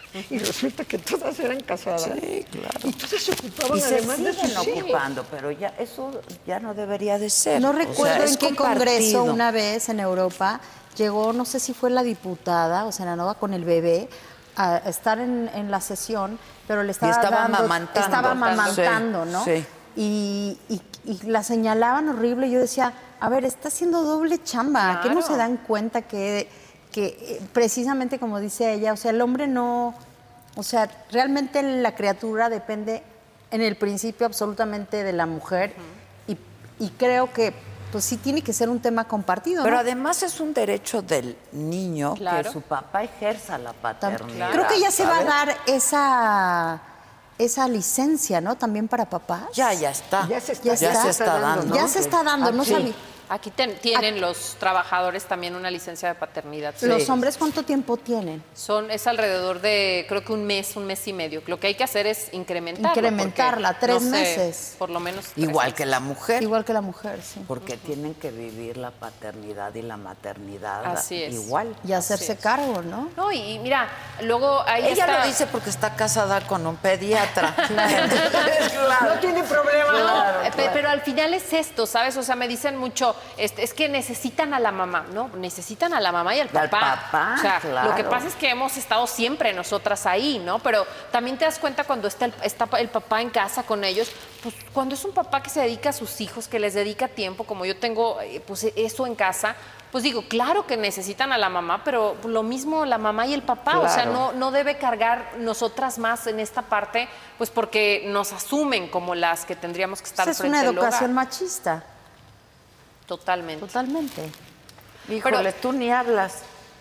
Y resulta que todas eran casadas. Sí, claro. Y todas se ocupaban Y se además de siguen sus hijos. ocupando, pero ya eso ya no debería de ser. No O sea, recuerdo es en qué compartido. congreso una vez en Europa llegó, no sé si fue la diputada o senadora con el bebé, a estar en, en la sesión, pero le estaba, estaba dando- amamantando. estaba Sí, amamantando, ¿no? sí. y, y, y la señalaban horrible. Y yo decía, a ver, está haciendo doble chamba. ¿Qué no se dan cuenta que, que precisamente como dice ella, o sea, el hombre no... O sea, realmente la criatura depende en el principio absolutamente de la mujer uh-huh. y, y creo que pues sí tiene que ser un tema compartido, Pero ¿no? además es un derecho del niño claro. que su papá ejerza la paternidad. Creo que ya se ¿sabes? va a dar esa, esa licencia, ¿no? También para papás. Ya, ya está. Ya se está, Ya ya está. se está dando. ¿no? Ya se está dando, no Aquí, sabía. aquí ten- tienen los trabajadores también una licencia de paternidad. ¿Los Sí. hombres cuánto tiempo tienen? Son, es alrededor de, creo que un mes, un mes y medio. Lo que hay que hacer es incrementarla. Incrementarla, porque, tres no sé, meses. por lo menos tres Igual meses. que la mujer. Igual que la mujer, sí. Porque tienen que vivir la paternidad y la maternidad Así es. igual. Y hacerse es. cargo, ¿no? No, y, y mira, luego ahí Ella está... lo dice porque está casada con un pediatra. No tiene problema. No, Claro, eh, pe- claro. pero al final es esto, ¿sabes? O sea, me dicen mucho, este, es que necesitan a la mamá, ¿no? Necesitan a la mamá y al Y al papá. papá, o sea, claro. lo que pasa es que hemos estado siempre nosotras ahí, ¿no? Pero también te das cuenta cuando está el, está el papá en casa con ellos, pues cuando es un papá que se dedica a sus hijos, que les dedica tiempo, como yo tengo eh, pues eso en casa, pues digo, claro que necesitan a la mamá, pero lo mismo la mamá y el papá, o sea, Claro. no, no debe cargar nosotras más en esta parte, pues porque nos asumen como las que tendríamos que estar Esa es frente una al educación hogar. machista, Totalmente. totalmente. Híjole, Pero- tú ni hablas.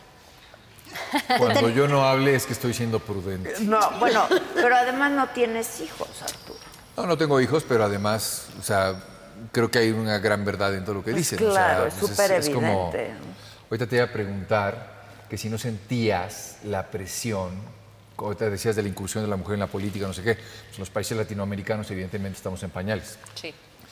Cuando yo no hable es que estoy siendo prudente. No, bueno, pero además no tienes hijos, Arturo. No, no tengo hijos, pero además, o sea, creo que hay una gran verdad en todo lo que Pues dicen. claro, o es sea, pues súper es como- evidente. ahorita te iba a preguntar que si no sentías la presión, ahorita decías de la incursión de la mujer en la política, no sé qué, pues en los países latinoamericanos evidentemente estamos en pañales, Sí.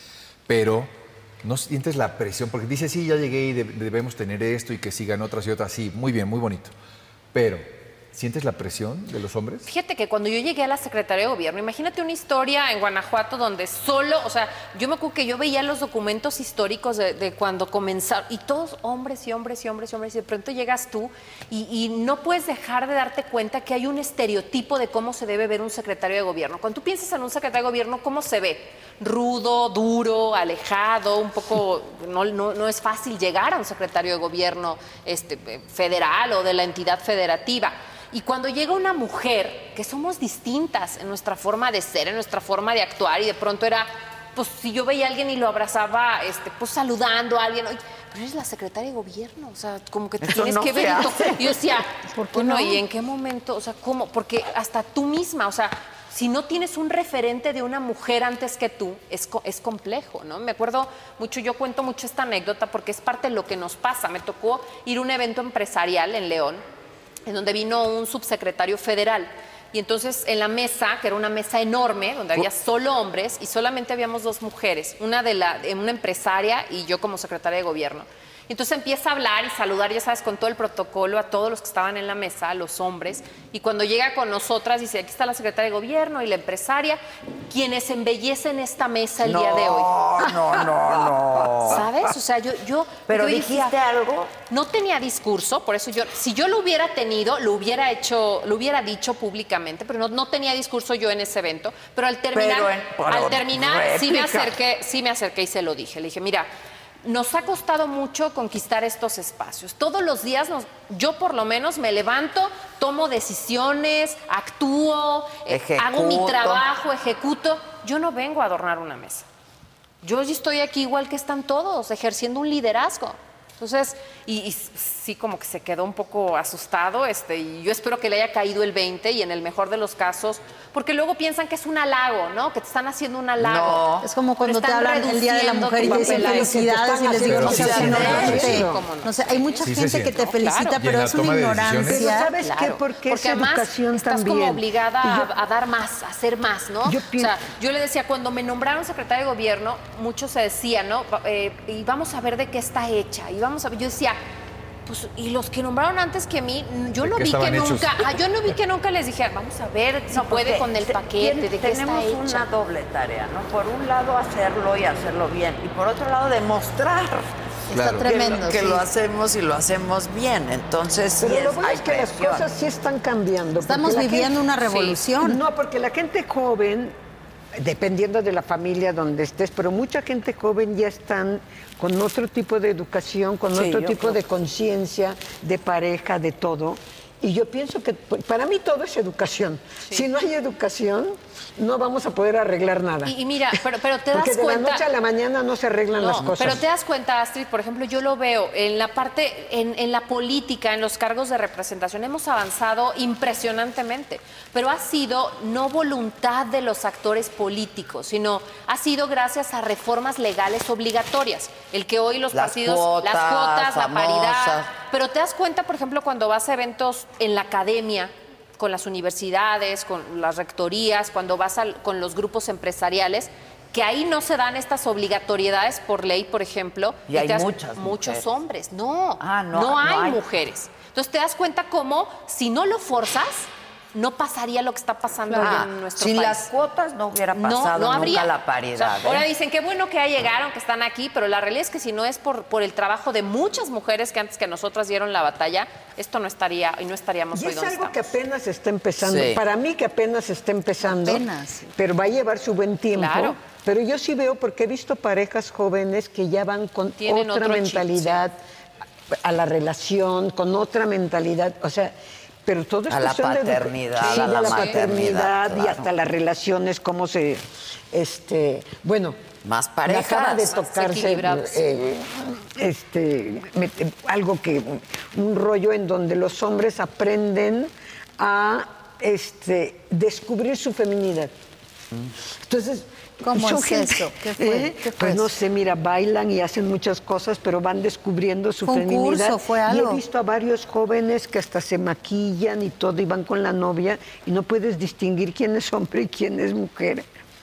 pero no sientes la presión, porque dices, sí, ya llegué y de- debemos tener esto y que sigan otras y otras, sí, muy bien, muy bonito, pero ¿sientes la presión de los hombres? Fíjate que cuando yo llegué a la Secretaría de Gobierno, imagínate una historia en Guanajuato donde solo, o sea, yo me acuerdo que yo veía los documentos históricos de, de cuando comenzaron, y todos hombres y hombres y hombres y hombres, y de pronto llegas tú y, y no puedes dejar de darte cuenta que hay un estereotipo de cómo se debe ver un secretario de Gobierno. Cuando tú piensas en un secretario de Gobierno, ¿cómo se ve? Rudo, duro, alejado, un poco, no, no, no es fácil llegar a un secretario de Gobierno este, federal o de la entidad federativa. Y cuando llega una mujer, que somos distintas en nuestra forma de ser, en nuestra forma de actuar, y de pronto era, pues si yo veía a alguien y lo abrazaba, este, pues saludando a alguien, oye, pero eres la secretaria de Gobierno, o sea, como que te Eso tienes no que se ver. y to- hace. Y yo decía, ¿Por qué bueno, no? ¿y en qué momento? O sea, ¿cómo? Porque hasta tú misma, o sea, si no tienes un referente de una mujer antes que tú, es, co- es complejo, ¿no? Me acuerdo mucho, yo cuento mucho esta anécdota porque es parte de lo que nos pasa. Me tocó ir a un evento empresarial en León, en donde vino un subsecretario federal. Y entonces en la mesa, que era una mesa enorme, donde había solo hombres y solamente habíamos dos mujeres, una de la, de una empresaria y yo como secretaria de Gobierno. Y entonces empieza a hablar y saludar, ya sabes, con todo el protocolo a todos los que estaban en la mesa, a los hombres. Y cuando llega con nosotras, dice, aquí está la secretaria de Gobierno y la empresaria, quienes embellecen esta mesa el no, día de hoy. No, no, no. ¿Sabes? O sea, yo... yo ¿Pero yo dijiste decía, algo? no tenía discurso, por eso yo, si yo lo hubiera tenido, lo hubiera hecho, lo hubiera dicho públicamente, pero no, no tenía discurso yo en ese evento. Pero al terminar, Pero en- por al terminar, sí me réplica. acerqué, sí me acerqué y se lo dije. Le dije, mira, nos ha costado mucho conquistar estos espacios. Todos los días, nos, yo por lo menos me levanto, tomo decisiones, actúo, eh, hago mi Ejecuto. trabajo, ejecuto. Yo no vengo a adornar una mesa. Yo estoy aquí igual que están todos, ejerciendo un liderazgo. Entonces, y, y sí como que se quedó un poco asustado, este, y yo espero que le haya caído el veinte y en el mejor de los casos, porque luego piensan que es un halago, ¿no? Que te están haciendo un halago. No. Es como cuando Pero te están hablan el Día de la reduciendo Mujer y tu te dicen papel ahí. felicidades y les digo, no Pero sí seas se siente. ignorante. Sí, cómo no. No sé, hay mucha Sí se gente que siente. te felicita, claro. Y en pero la es una toma de ignorancia. decisiones- Pero ¿sabes qué? Claro, Porque es además educación estás también. como obligada Y a, yo- a dar más, a hacer más, ¿no? Yo O pienso- sea, yo le decía, cuando me nombraron secretaria de Gobierno, muchos se decían, ¿no? Va- eh, y vamos a ver de qué está hecha. Y vamos a ver, yo decía, pues, y los que nombraron antes que mí, yo ¿De no qué vi que estaban hechos? nunca, ah, yo no vi que nunca les dije, vamos a ver si puede Porque con el te- paquete, tien- de qué está tenemos hecha. una doble tarea, ¿no? Por un lado hacerlo y hacerlo bien, y por otro lado demostrar Claro. Está tremendo. que, lo, que sí. lo hacemos y lo hacemos bien. Entonces, sí Pero lo es, bueno hay es que las presión. cosas sí están cambiando. Estamos porque la viviendo gente- una revolución. No, porque la gente joven dependiendo de la familia donde estés, pero mucha gente joven ya están con otro tipo de educación, con Sí, otro yo tipo creo de que- conciencia, de pareja, de todo. Y yo pienso que para mí todo es educación. Sí. Si no hay educación, no vamos a poder arreglar nada. Y, y mira, pero, pero te Porque das de cuenta... la noche a la mañana no se arreglan No, las cosas. pero te das cuenta, Astrid, por ejemplo, yo lo veo en la parte, en, en la política, en los cargos de representación, hemos avanzado impresionantemente, pero ha sido no voluntad de los actores políticos, sino ha sido gracias a reformas legales obligatorias. El que hoy los Las partidos, cuotas las cuotas, la famosas. paridad, pero te das cuenta, por ejemplo, cuando vas a eventos en la academia, con las universidades, con las rectorías, cuando vas al- con los grupos empresariales, que ahí no se dan estas obligatoriedades por ley, por ejemplo. Y hay te das- muchas Muchos mujeres. hombres. No, Ah, no, no, no hay, hay. mujeres. Entonces te das cuenta cómo, si no lo forzas, no pasaría lo que está pasando hoy Ah, en nuestro sin país. las cuotas no hubiera No, pasado no nunca habría. la O paridad. sea, ahora ¿eh? dicen qué bueno que ya llegaron, que están aquí, pero la realidad es que si no es por, por el trabajo de muchas mujeres que antes que nosotras dieron la batalla, esto no estaría y no estaríamos Y hoy es donde algo que estamos. apenas está empezando. Sí. Para mí que apenas está empezando. Apenas. Pero va a llevar su buen tiempo. Claro. Pero yo sí veo, porque he visto parejas jóvenes que ya van con Tienen otra otro chip, mentalidad a la relación, con otra mentalidad. O sea, pero todo es A la cuestión de edu- paternidad, sí, a de la la maternidad, paternidad y claro. hasta las relaciones, cómo se, este, bueno, Más me parejas. acaba de Más tocarse equilibrados. eh, este, me- algo que, un rollo en donde los hombres aprenden a este, descubrir su feminidad. Entonces, ¿Cómo son es gente, eso? ¿Qué fue? ¿eh? ¿Qué fue Pues no eso? sé, mira, bailan y hacen muchas cosas, pero van descubriendo su Fue un feminidad. curso, fue Y algo. he visto a varios jóvenes que hasta se maquillan y todo, y van con la novia, y no puedes distinguir quién es hombre y quién es mujer.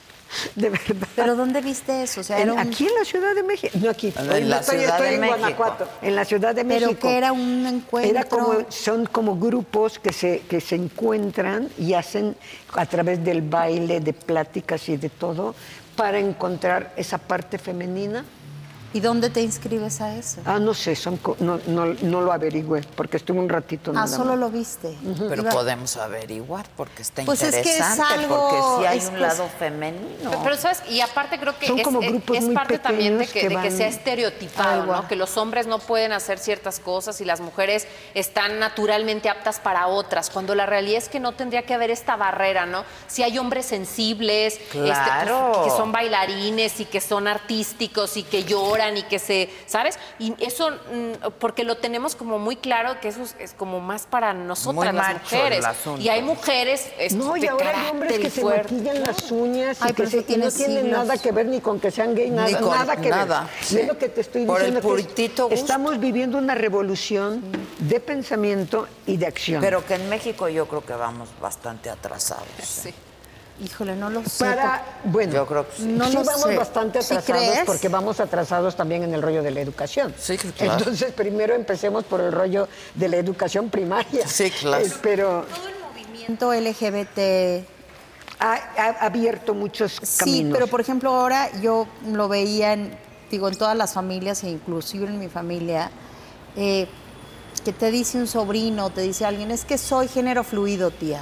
De verdad. ¿Pero dónde viste eso? O sea, En- era un- Aquí en la Ciudad de México. No aquí. En Hoy la estoy, Ciudad estoy de en México. Guanajuato. En la Ciudad de Pero México. que era un encuentro. Era como, son como grupos que se, que se encuentran y hacen a través del baile, de pláticas y de todo, para encontrar esa parte femenina. ¿Y dónde te inscribes a eso? Ah, no sé, son, co- no, no, no lo averigüé, porque estuve un ratito Ah, nada solo más. lo viste. Pero Iba- podemos averiguar porque está Pues es que es interesante, algo- porque sí hay es un que lado es- femenino. Pero, pero, ¿sabes? Y aparte creo que Son es, como es- grupos es muy parte también de pequeños que, que de que van- sea estereotipado, Algo. ¿no? Que los hombres no pueden hacer ciertas cosas y las mujeres están naturalmente aptas para otras, cuando la realidad es que no tendría que haber esta barrera, ¿no? Si hay hombres sensibles, este, pues, Claro. que son bailarines y que son artísticos y que lloran y que se, ¿sabes? Y eso, mm, porque lo tenemos como muy claro que eso es, es como más para nosotras, Muy las macho mujeres. el asunto. Y hay mujeres este, No, y de ahora hay hombres carácter que y se fuerte. maquillan las uñas Ay, y que pero se- eso y no tiene tienen siglos. nada que ver ni con que sean gay, nada, Ni con nada que nada, ver. sí. Es lo que te estoy Por el diciendo. que es- puritito gusto. estamos viviendo una revolución de pensamiento y de acción. Pero que en México yo creo que vamos bastante atrasados. ¿eh? Sí. Híjole, no lo sé. Para, bueno, Yo creo que sí. No sí lo vamos sé. bastante ¿Sí atrasados crees? porque vamos atrasados también en el rollo de la educación. Sí, claro. Entonces, primero empecemos por el rollo de la educación primaria. Sí, claro. Eh, pero Todo el movimiento L G B T. ha, ha abierto muchos Sí, caminos. pero por ejemplo ahora yo lo veía en, digo, en todas las familias e inclusive en mi familia, eh, que te dice un sobrino, te dice alguien, es que soy género fluido, tía.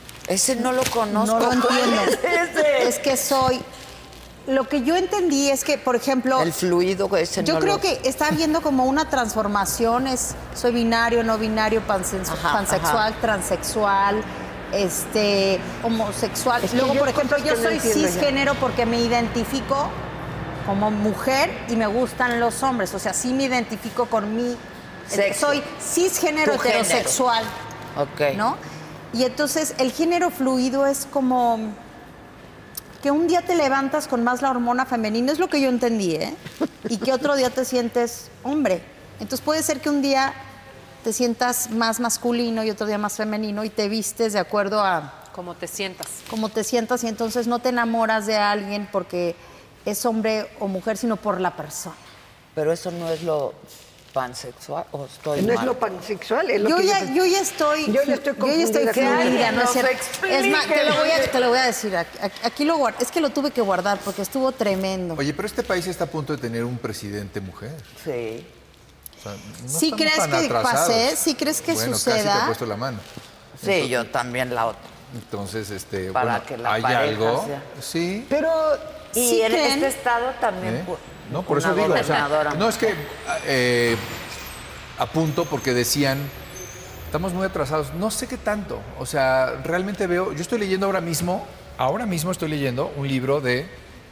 Ese no lo conozco. No lo entiendo. ¿Cuál es ese? Es que soy... Lo que yo entendí es que, por ejemplo... El fluido ese Yo no creo lo- que está habiendo como una transformación, es soy binario, no binario, pansen- Ajá, pansexual, transexual, este, homosexual. Es que Luego, yo por hay ejemplo, cosas yo que no soy entiendo ya. cisgénero porque me identifico como mujer y me gustan los hombres, o sea, sí me identifico con mi Sexo. soy cisgénero Tu género. heterosexual, Ok. ¿no? Y entonces el género fluido es como que un día te levantas con más la hormona femenina, es lo que yo entendí, ¿eh? Y que otro día te sientes hombre. Entonces puede ser que un día te sientas más masculino y otro día más femenino y te vistes de acuerdo a Como te sientas. cómo te sientas y entonces no te enamoras de alguien porque es hombre o mujer, sino por la persona. Pero eso no es lo pansexual o estoy no mal. es lo pansexual, es lo Yo que ya, yo, yo ya estoy. Yo ya estoy yo ya estoy confundida. Que fluida, alguien no es nos cierto. explique. Es más, te lo voy a, te lo voy a decir. Aquí, aquí lo guard- es que lo tuve que guardar porque estuvo tremendo. Oye, pero este país está a punto de tener un presidente mujer. Sí. O sea, no ¿Sí estamos crees tan que atrasados. pase? ¿Sí crees que bueno, casi te suceda? he puesto la mano. Sí, yo también la otra. Entonces, este, Para bueno, que la hay pareja algo. sea. Sí. Pero Y sí en creen- este estado también. ¿Eh? pu- No, por una eso digo, o sea, gobernadora. no es que eh, apunto porque decían, estamos muy atrasados, no sé qué tanto, o sea, realmente veo, yo estoy leyendo ahora mismo, ahora mismo estoy leyendo un libro de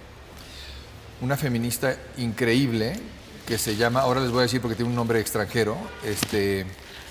una feminista increíble que se llama, ahora les voy a decir porque tiene un nombre extranjero, este,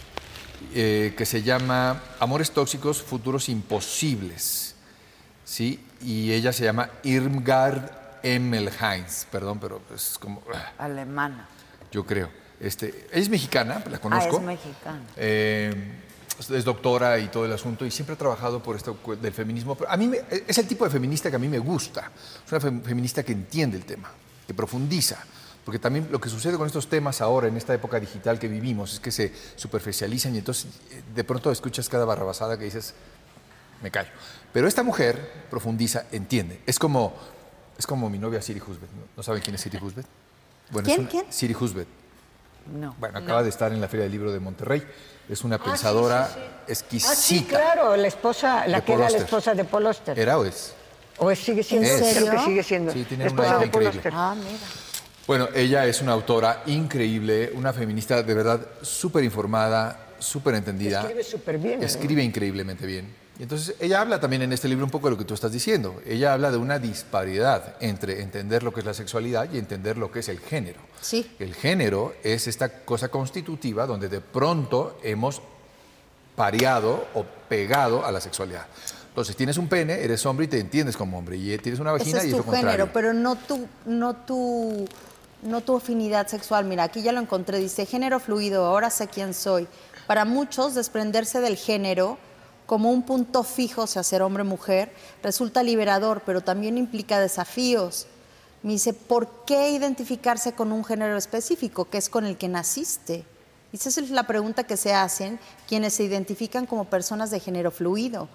eh, que se llama Amores tóxicos, futuros imposibles, ¿sí? Y ella se llama Irmgard Emmelheinz, perdón, pero es como, Alemana. yo creo. Este, ella es mexicana, la conozco. Ah, es mexicana. Eh, es doctora y todo el asunto y siempre ha trabajado por esto cu- del feminismo. Pero a mí me- es el tipo de feminista que a mí me gusta. Es una fem- feminista que entiende el tema, que profundiza. Porque también lo que sucede con estos temas ahora, en esta época digital que vivimos, es que se superficializan y entonces eh, de pronto escuchas cada barrabasada que dices, me callo. Pero esta mujer profundiza, entiende. Es como, es como mi novia Siri Husbeth. ¿No, ¿No saben quién es Siri Husbeth? Bueno, ¿Quién, es una- quién? Siri Husbeth. No. Bueno, acaba de estar en la Feria del Libro de Monterrey. Es una pensadora exquisita. Ah, sí, claro, la esposa, la De que Paul era la Auster. esposa de Paul Auster. ¿Era o es? ¿O es- sigue siendo? ¿En Creo serio? que sigue siendo. Sí, tiene la una esposa hija de Paul increíble. Auster. Ah, mira. Bueno, ella es una autora increíble, una feminista de verdad súper informada, súper entendida. Escribe súper bien, ¿no? Escribe increíblemente bien. Y entonces ella habla también en este libro un poco de lo que tú estás diciendo. Ella habla de una disparidad entre entender lo que es la sexualidad y entender lo que es el género. Sí. El género es esta cosa constitutiva donde de pronto hemos pareado o pegado a la sexualidad. Entonces tienes un pene, eres hombre y te entiendes como hombre. Y tienes una vagina Ese y es es tu lo género, contrario. pero no tu, no tu, no tu afinidad sexual. Mira, aquí ya lo encontré. Dice, género fluido, ahora sé quién soy. Para muchos, desprenderse del género como un punto fijo, o sea, ser hombre o mujer, resulta liberador, pero también implica desafíos. Me dice, ¿por qué identificarse con un género específico, que es con el que naciste? Y esa es la pregunta que se hacen quienes se identifican como personas de género fluido.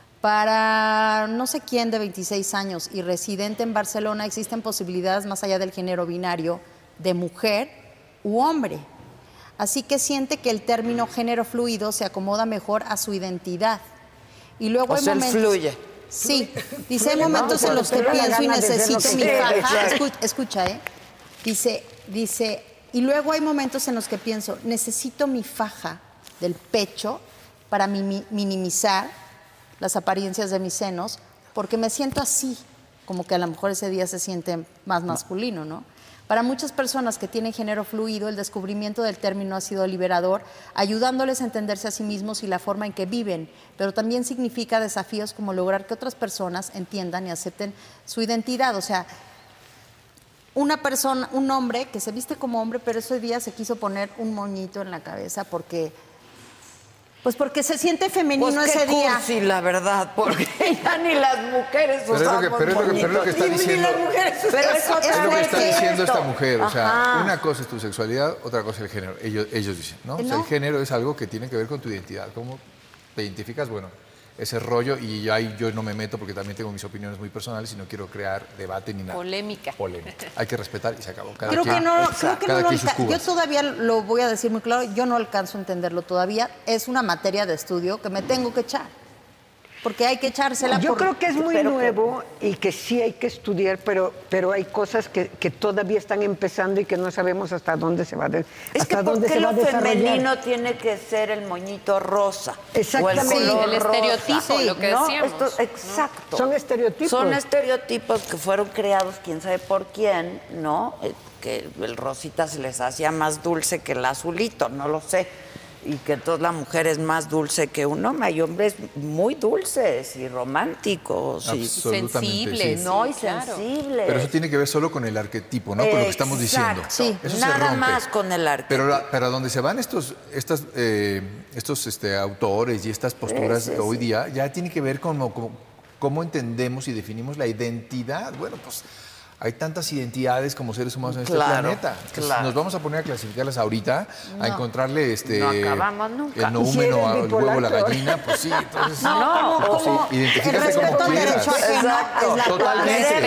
Para no sé quién de veintiséis años y residente en Barcelona existen posibilidades más allá del género binario de mujer u hombre. Así que siente que el término género fluido se acomoda mejor a su identidad. Y luego O hay sea, él momentos... fluye. Sí, dice, hay Fluye, momentos ¿no? en los que Cuando te da la pienso y gana de ser lo necesito que mi quieres. faja. Exacto. Escu- Escucha, ¿eh? Dice, dice, y luego hay momentos en los que pienso, necesito mi faja del pecho para mi- minimizar las apariencias de mis senos, porque me siento así, como que a lo mejor ese día se siente más masculino, ¿no? Para muchas personas que tienen género fluido, el descubrimiento del término ha sido liberador, ayudándoles a entenderse a sí mismos y la forma en que viven, pero también significa desafíos como lograr que otras personas entiendan y acepten su identidad. O sea, una persona, un hombre que se viste como hombre, pero ese día se quiso poner un moñito en la cabeza porque... Pues porque se siente femenino Pues ese qué día. cursi, la verdad, porque ya ni las mujeres Pero es lo que- usamos pero es lo que- pero es lo que está moñitos. Ni- ni diciendo- las mujeres Pero usamos es otra Es lo que vez está que diciendo esto. esta mujer, o sea, Ajá. una cosa es tu sexualidad, otra cosa es el género. Ellos, ellos dicen, ¿no? O sea, ¿No? el género es algo que tiene que ver con tu identidad. ¿Cómo te identificas? Bueno, ese rollo y ahí yo no me meto porque también tengo mis opiniones muy personales y no quiero crear debate ni nada. Polémica. Polémica. Hay que respetar y se acabó. Cada Creo quien, que no, creo que cada no lo quien sus alca- Yo cubas. todavía lo voy a decir muy claro, yo no alcanzo a entenderlo todavía. Es una materia de estudio que me tengo que echar. Porque hay que echársela Yo por- creo que es muy pero- nuevo y que sí hay que estudiar, pero, pero hay cosas que, que todavía están empezando y que no sabemos hasta dónde se va a, de- Es que hasta ¿por dónde qué se va a lo desarrollar. femenino tiene que ser el moñito rosa? Exactamente. O el color Sí, el estereotipo, rosa. lo que ¿no? decíamos, Esto- ¿no? exacto. Son estereotipos. Son estereotipos que fueron creados quién sabe por quién, ¿no? Eh, Que el rosita se les hacía más dulce que el azulito, no lo sé. Y que entonces la mujer es más dulce que un hombre. Hay hombres muy dulces y románticos. Y, Absolutamente, sensibles. sí. no, y Sí, claro. sensibles. Pero eso tiene que ver solo con el arquetipo, ¿no? Con lo que estamos diciendo. Exacto. Sí. Eso se Nada rompe. más con el arquetipo. Pero, la- pero a donde se van estos, estas, eh, estos este, autores y estas posturas Sí, sí, hoy sí. día, ya tiene que ver con cómo, cómo entendemos y definimos la identidad. Bueno, pues hay tantas identidades como seres humanos en este Claro, planeta. Entonces, claro. nos vamos a poner a clasificarlas ahorita, a encontrarle este, No acabamos nunca. el Y si noúmeno, eres al bipolar, huevo, la peor. gallina, pues sí. Entonces, No, pues sí, como el identifícate respeto como al quieras. derecho ajeno Exacto. es la Totalmente. clave. Querer ver Respeto.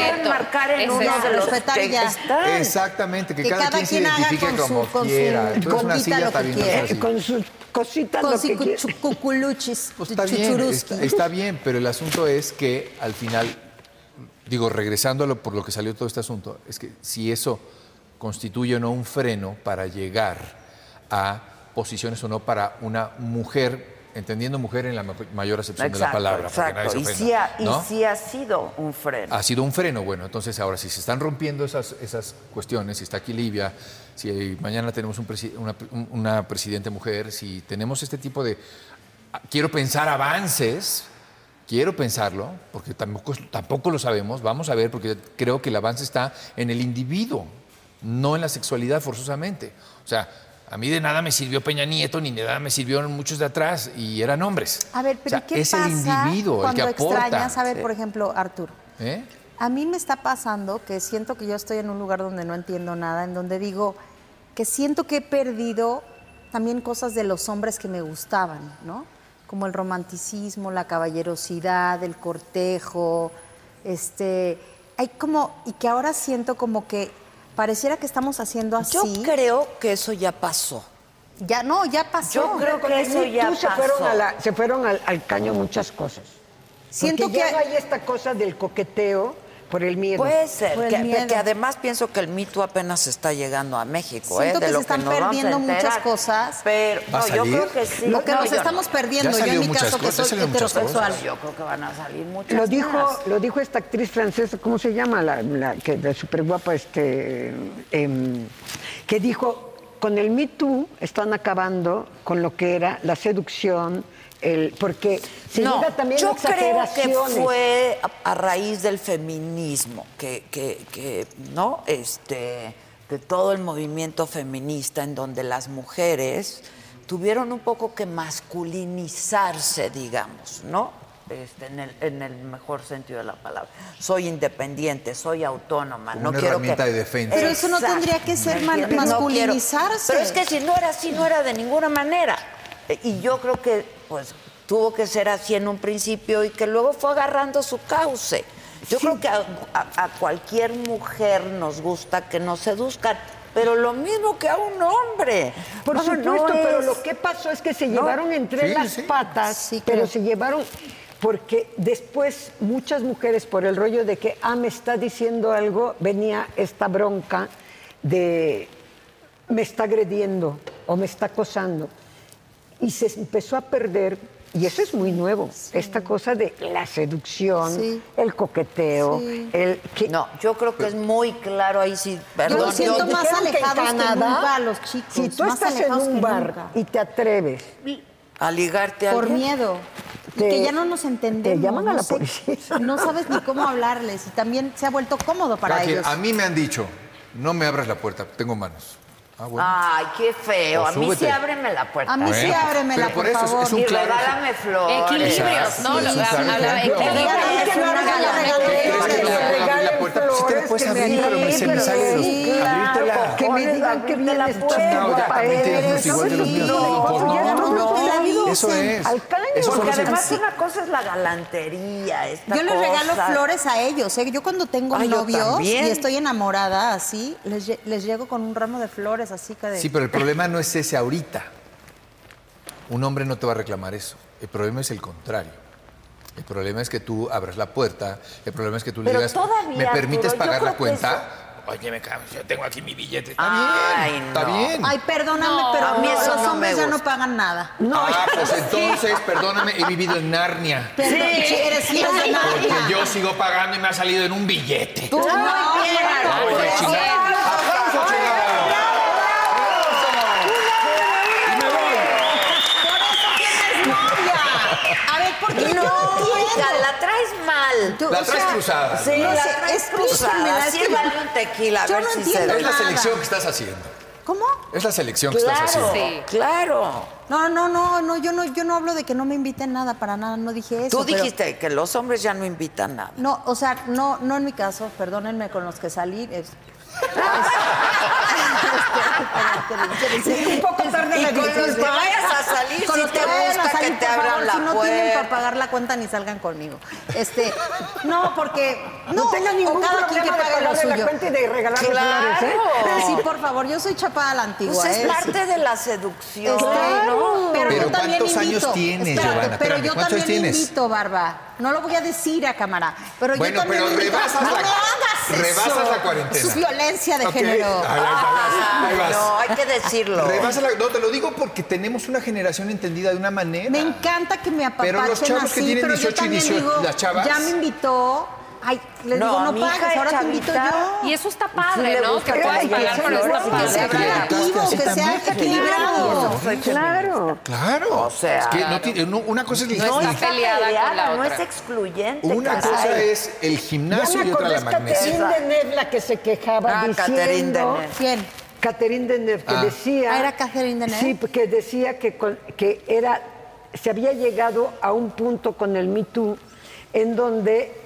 enmarcar en Es uno eso. de los Respetar que ya. están. Exactamente, que, Que cada, cada quien se quien haga identifique con su- como con su quiera. Entonces una bombita silla lo está que bien. quiera. así. Eh, con sus cositas Con lo su que quiere. cuchu- cuculuchis, Pues está bien, chuchuruski. está, está bien, pero el asunto es que al final, digo, regresando a lo, por lo que salió todo este asunto, es que si eso constituye o no un freno para llegar a posiciones o no para una mujer, entendiendo mujer en la ma- mayor acepción de la palabra, para que nadie exacto. se Y ofenda, sí, ha, ¿no? y sí ha sido un freno. Ha sido un freno, bueno, entonces ahora si se están rompiendo esas, esas cuestiones, si está aquí Livia, si mañana tenemos un presi- una, un- una presidente mujer, si tenemos este tipo de, quiero pensar avances, quiero pensarlo, porque tampoco, tampoco lo sabemos, vamos a ver, porque creo que el avance está en el individuo, no en la sexualidad forzosamente. O sea, a mí de nada me sirvió Peña Nieto, ni de nada me sirvieron muchos de atrás, y eran hombres. A ver, pero O sea, ¿qué es pasa el individuo el que cuando aporta. extrañas? A ver, por ejemplo, Arturo. ¿Eh? A mí me está pasando que siento que yo estoy en un lugar donde no entiendo nada, en donde digo que siento que he perdido también cosas de los hombres que me gustaban, ¿no? Como el romanticismo, la caballerosidad, el cortejo, este, hay como, y que ahora siento como que pareciera que estamos haciendo así. Yo creo que eso ya pasó. Ya, no, ya pasó. Yo creo que eso ya Tú se pasó. fueron, a la- se fueron al, al caño muchas cosas. Siento Porque que ya no hay esta cosa del coqueteo por el miedo. Puede ser, Por el que, miedo. que además pienso que el Me Too apenas está llegando a México. Siento ¿eh? De que lo se están nos vamos a perdiendo muchas enterar. cosas. Pero ¿Va a no, yo salir? creo que sí. Lo que No, nos yo estamos no. perdiendo, Ya yo en salió mi muchas caso que cosas, ya soy salieron muchas heterosexual. cosas. Yo creo que van a salir muchas Lo dijo, más. lo dijo esta actriz francesa, ¿cómo se llama? La, la que de súper guapa, este, em, que dijo, con el Me Too están acabando con lo que era la seducción, el, porque se No, llega también a yo creo que exageraciones. fue a, a raíz del feminismo, que, que, que, ¿no? Este, de todo el movimiento feminista en donde las mujeres tuvieron un poco que masculinizarse, digamos, ¿no? Este, en, el, en el mejor sentido de la palabra. Soy independiente, soy autónoma. Como no una quiero herramienta que... de defensa. Pero eso no tendría que ser ¿Me ma- entiendes? No quiero- masculinizarse. Pero es que si no era así, no era de ninguna manera. Eh, Y yo creo que pues tuvo que ser así en un principio y que luego fue agarrando su cauce. Yo creo que a, a- a cualquier mujer nos gusta que nos seduzcan, pero lo mismo que a un hombre. Por No, supuesto, no pero es- lo que pasó es que se llevaron entre Sí, las sí. patas, Sí, pero creo. se llevaron, porque después muchas mujeres, por el rollo de que, ah, me está diciendo algo, venía esta bronca de, me está agrediendo o me está acosando. Y se empezó a perder, y eso es muy nuevo, esta cosa de la seducción, Sí. el coqueteo, Sí. el... Que, No, yo creo que es muy claro ahí sí, Yo perdón. lo siento yo- más dijeron que en alejados que Canadá, nunca los chicos. si tú más estás en alejados un que bar nunca. y te atreves, a ligarte a Por alguien. miedo. Y Te- que ya no nos entendemos. te llaman a no la sé, policía. No sabes ni cómo hablarles y también se ha vuelto cómodo para Cada quien- ellos. a mí me han dicho, no me abras la puerta, tengo manos. Ah, bueno. Ay, qué feo. O a mí sí súbete. ábreme la puerta. A mí sí Bueno, ábremela, pero por por eso es- favor. es un Y claro regálame flores. Equilibrios, ¿no? Sí, Lo- sí, habla- claro. habla- Pero equilibrios. regálame flores, no regálame regalen flores. Es que no puedo abrir la regalen puerta. Sí te la flores, puedes que me abrir, pero me- se me alegro. sale de los... Sí, Abrírtela. que me digan que Abrírtela, vienes pues. tan No, ya, guapa también eres. tienes igual de los míos. No, No, ya no, no, no, la dicen. Eso es. Al caño. Eso Porque solo se- además una cosa es la galantería, esta Yo les regalo cosa. flores a ellos. ¿eh? Yo cuando tengo Ay, yo novios también. y estoy enamorada así, les, lle- les llego con un ramo de flores así que de... Sí, pero el problema no es ese ahorita. Un hombre no te va a reclamar eso. El problema es el contrario. El problema es que tú abras la puerta. El problema es que tú le Pero digas, todavía, ¿me permites Arturo, yo pagar creo la que cuenta? Oye, me cago, yo tengo aquí mi billete. Está Ay, bien, está no. bien. Ay, perdóname, No, pero a mí no, eso los no hombres me ya no gusta. pagan nada. Ah, pues entonces, perdóname, he vivido en Narnia. Perdón, si eres hija de nadie. Porque yo sigo pagando y me ha salido en un billete. Tú muy bien, Arturo. Oye, chingada. ¡Aplauso, chingada! Y me voy. Por eso tienes novia. A ver, ¿por qué No, no hija, entiendo? la traes mal. Tú, La o traes sea, cruzada. Sí, No la sé, traes explícamela, cruzada. es Sí, que vale yo- un tequila, a yo ver no si entiendo se Es la nada. selección que estás haciendo. ¿Cómo? Es la selección que estás Claro, haciendo. Sí. claro. No, no, no, no, yo no, yo no hablo de que no me inviten nada, para nada, no dije eso. Tú pero- dijiste que los hombres ya no invitan nada. No, o sea, no, no en mi caso, perdónenme con los que salí. es- es- Un poco tarde Y la con los dices, que vayas a salir, Con si los te que vayan a gusta salir, que te por favor, abran la si no tienen puerta. para pagar la cuenta, ni salgan conmigo. Este, no, porque... No, No tengas ningún o cada quien que problema de pague lo pagarle la suyo. cuenta y de regalarle Claro. flores, ¿eh? Sí, por favor, yo soy chapada a la antigua. Pues es ¿eh? parte de la seducción, Este, ¿no? Pero, Pero yo también ¿cuántos años invito. tienes, Espérate, Giovanna? Pero Espérame, yo ¿cuántos también tienes? invito, Barba. No lo voy a decir a cámara. Pero Bueno, yo también pero invito. rebasas no la- me hagas eso. rebasas la cuarentena. Eso es violencia de Ok. género. Ahí vas, ahí Ay, vas. no, hay que decirlo. Rebasa la- no, te lo digo porque tenemos una generación entendida de una manera. Me encanta que me apapachen Pero los chavos que así, tienen pero dieciocho y yo también dieciocho, digo, las chavas. ya me invitó. Ay, les No, digo, no mi hija pagues, es ahora te invito chavita. yo. Y eso está Sí padre, le ¿no? gusta Que puedas que pagar haya por esta flores y que padre. sea Sí, creativo, así que sea también. equilibrado. Claro. Claro. O sea, es que no tiene- no, una cosa es el No No está está peleada peleada, con la no otra. es excluyente. Una caray. cosa es el Ya gimnasio me y otra acordé, la es Catherine magnesia. Deneuve la que se quejaba Ah, Catherine diciendo... Deneuve. ¿Quién? Catherine Deneuve, que Ah. decía... Ah, ¿era Catherine Deneuve? Sí, que decía que, con- que era, se había llegado a un punto con el Me Too en donde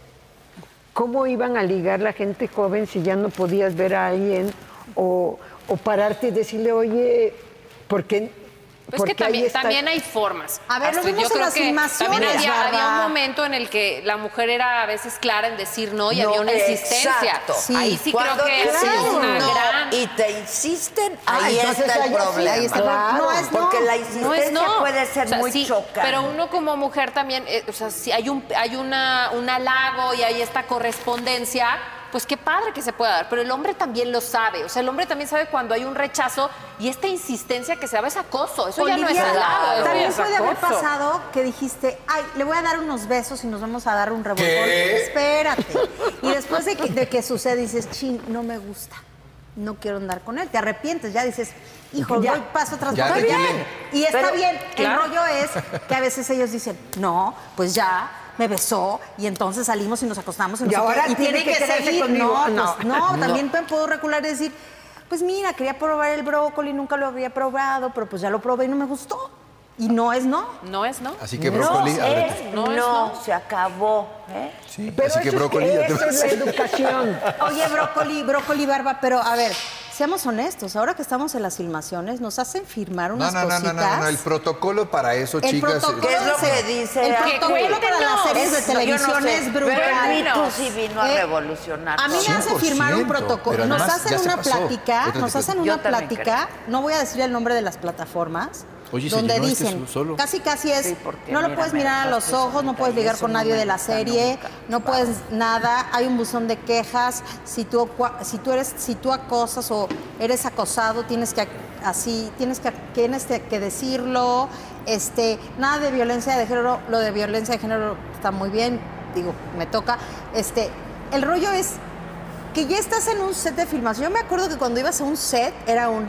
cómo iban a ligar la gente joven si ya no podías ver a alguien o, o pararte y decirle, oye, ¿por qué? Pues por que qué ahí también, está? también hay formas. A ver, lo Astrid, vimos yo en creo las que filmaciones, también había, Bárbara. había un momento en el que la mujer era a veces clara en decir no y No, había una insistencia. exacto. Sí. Ahí sí Cuando creo que dices es una no gran... y te insisten, Ah, ahí entonces está el ahí sí, problema. ahí está el problema. No es no. Porque la No insistencia es no. puede ser O sea, muy sí, chocante. pero uno como mujer también, eh, o sea, si hay un hay una un halago y hay esta correspondencia, pues qué padre que se pueda dar. Pero el hombre también lo sabe. O sea, el hombre también sabe cuando hay un rechazo y esta insistencia que se da es acoso. Eso ya no es Olivia, halago. eso ya también es puede haber acoso. pasado que dijiste, ay, le voy a dar unos besos y nos vamos a dar un revolcón. ¿Qué? Espérate. Y después de que, de que sucede, dices, chin, no me gusta. No quiero andar con él. Te arrepientes, ya dices, hijo, Ya. doy paso tras Ya paso. te Está bien. quieren. Y está Pero, bien. claro. El rollo es que a veces ellos dicen, no, pues ya. Me besó y entonces salimos y nos acostamos y, no Y sé qué, ahora y tiene tiene que que quedarse seguir. conmigo. No, pues, No. no, también me puedo recular y decir, pues mira, quería probar el brócoli, nunca lo había probado, pero pues ya lo probé y no me gustó. Y no es no. No es no. Así que no brócoli, es, ábrete. no, No es no. se acabó. ¿eh? Sí, Pero así que eso es brócoli que ya te esa vas. es la educación. Oye, brócoli, brócoli, barba, pero a ver, seamos honestos, ahora que estamos en las filmaciones, nos hacen firmar No, unas no, no, no, cositas. no, no, el protocolo para eso, El chicas. protocolo ¿Qué es lo se- que dice? El Ah, protocolo para las series de Es- no, yo no televisión sé, es pero brutal. el Me Too sí vino a Eh, revolucionar A mí me todo. hacen firmar un cien por ciento, protocolo. pero Nos además hacen ya se una pasó. plática, Ahorita nos te hacen cuento. una Yo también plática, no voy a decir el nombre de las plataformas, Oye, se donde llenó este dicen, solo. casi casi es, Sí, porque no lo mira, puedes me mirar a los dejaste ojos, no solita puedes y ligar eso con no nadie me de la gusta serie, nunca. no puedes nada, hay un buzón de quejas, si tú cua- si tú eres si tú acosas o eres acosado, tienes que así, tienes que tienes que que decirlo, este, nada de violencia de género, lo de violencia de género está muy bien, digo, me toca, este, el rollo es que ya estás en un set de filmación. Yo me acuerdo que cuando ibas a un set era un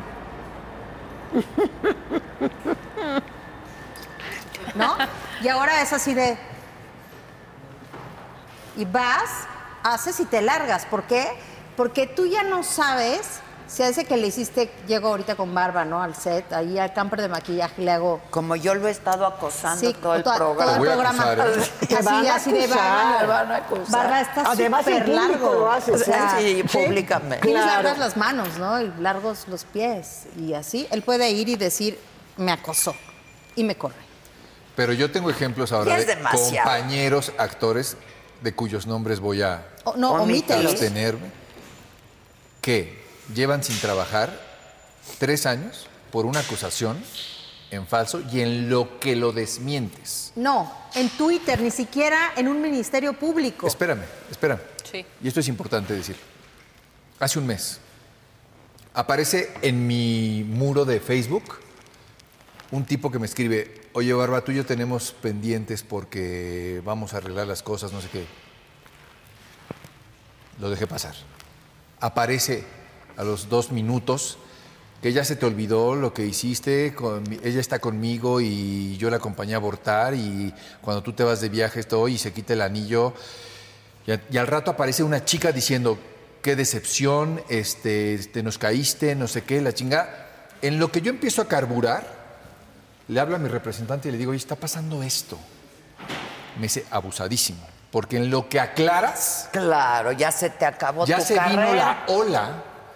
¿no? Y ahora es así de... Y vas, haces y te largas. ¿Por qué? Porque tú ya no sabes si a ese que le hiciste, llego ahorita con barba, ¿no? Al set, ahí al camper de maquillaje le hago... Como yo lo he estado acosando todo el toda- programa. todo el Te voy a programa. acusar, ¿eh? Te van Así, a así de acusar, barba. te van a acusar. Barba está Además, en súper público largo. lo haces, O sea, sí, públicamente. Tienes Claro. largas las manos, ¿no? Y largos los pies. Y así, él puede ir y decir, me acosó. Y me corre. Pero yo tengo ejemplos ahora Ya es de demasiado. compañeros actores de cuyos nombres voy a O- no, Omítelos. omítelos. abstenerme, que llevan sin trabajar tres años por una acusación en falso y en lo que lo desmientes. No, en Twitter, ni siquiera en un ministerio público. Espérame, espérame. Sí. Y esto es importante decir. Hace un mes aparece en mi muro de Facebook un tipo que me escribe, oye, Barba, tú y yo tenemos pendientes porque vamos a arreglar las cosas, no sé qué. Lo dejé pasar. Aparece a los dos minutos que ya se te olvidó lo que hiciste, con mi- ella está conmigo y yo la acompañé a abortar y cuando tú te vas de viaje estoy y se quita el anillo. Y, a- y al rato aparece una chica diciendo, qué decepción, este, este, nos caíste, no sé qué, la chinga. En lo que yo empiezo a carburar, le hablo a mi representante y le digo, oye, está pasando esto. Me dice, abusadísimo. Porque en lo que aclaras, Claro, ya se te acabó ya tu se carrera. vino la ola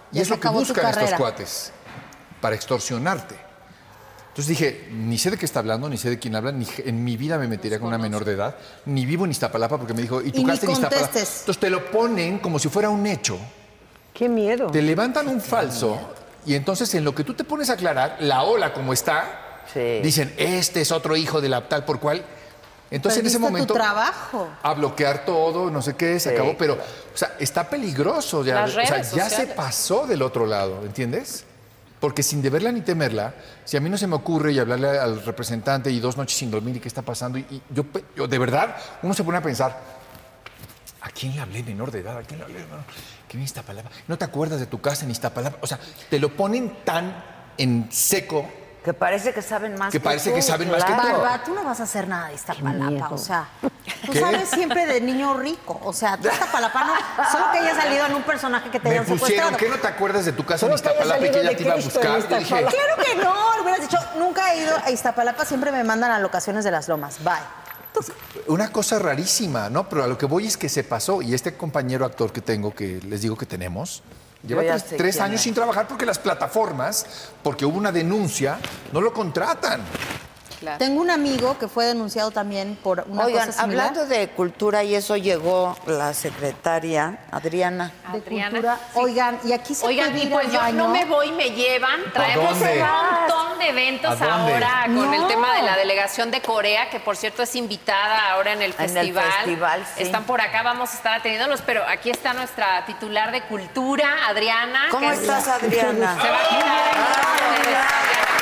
Y Ya es se lo que acabó tu buscan estos carrera. cuates, para extorsionarte. Entonces dije, ni sé de qué está hablando, ni sé de quién habla, ni en mi vida me metería con una menor de edad, ni vivo en Iztapalapa, porque me dijo, ¿y tu Y ni casa en Iztapalapa? contestes. Entonces te lo ponen como si fuera un hecho, Qué miedo. te levantan un falso, y entonces en lo que tú te pones a aclarar, la ola como está, Sí. dicen, este es otro hijo de la tal por cual. Entonces en ese Perdiste momento... tu trabajo. A bloquear todo, no sé qué, se Sí, acabó, pero, o sea, está peligroso ya. Las O sea, redes ya se sociales. pasó del otro lado, ¿entiendes? Porque sin deberla ni temerla, si a mí no se me ocurre y hablarle al representante y dos noches sin dormir y qué está pasando, y, y yo, pe- yo, de verdad, uno se pone a pensar, ¿a quién le hablé menor de edad? ¿A quién le hablé? No, ¿qué en Iztapalapa? ¿No te acuerdas de tu casa en Iztapalapa? O sea, te lo ponen tan en seco Que parece que saben más Que que parece tú, que saben más que claro. tú. Barba, tú no vas a hacer nada de Iztapalapa, o sea, tú ¿Qué? sabes siempre de niño rico, o sea, tú Iztapalapa no, solo que haya salido en un personaje que te me hayan pusieron, secuestrado. ¿qué no te acuerdas de tu casa en Solo que haya Iztapalapa y que salido ella de te iba a Cristo en buscar? Yo dije, Iztapalapa. Claro que no, le hubieras dicho, nunca he ido a Iztapalapa, siempre me mandan a locaciones de las lomas, bye. una cosa rarísima, ¿no? Pero a lo que voy es que se pasó. Y este compañero actor que tengo, que les digo que tenemos, lleva Yo ya tres, sé tres quién años es. sin trabajar porque las plataformas, porque hubo una denuncia, no lo contratan. Claro. Tengo un amigo que fue denunciado también por una Oigan, cosa similar. hablando de cultura y eso, llegó la secretaria Adriana. de Adriana, cultura. sí. Oigan, y aquí se Oigan, puede y ir pues al yo baño. no me voy, me llevan. Traemos dónde? un montón de eventos ¿A dónde? ahora con No. el tema de la delegación de Corea, que por cierto es invitada ahora en el En el festival. festival, sí. Están por acá, vamos a estar atendiéndolos, pero aquí está nuestra titular de cultura, Adriana. ¿Cómo que es- estás, Adriana? Se va a quitar.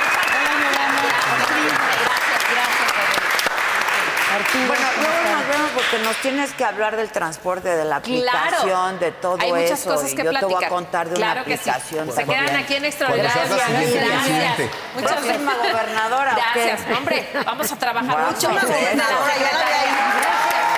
Bueno, luego nos vemos porque nos tienes que hablar del transporte, de la aplicación, Claro. de todo Hay muchas eso. cosas y que yo te voy a platicar. contar de Claro una que sí. aplicación. Se quedan también. aquí en Extra. Cuando seas la Gracias, siguiente gracias. presidente. Muchas Próxima gobernadora, ¿o qué? Gracias. Hombre, vamos a trabajar Wow, mucho más sí, desde la eso. secretaría.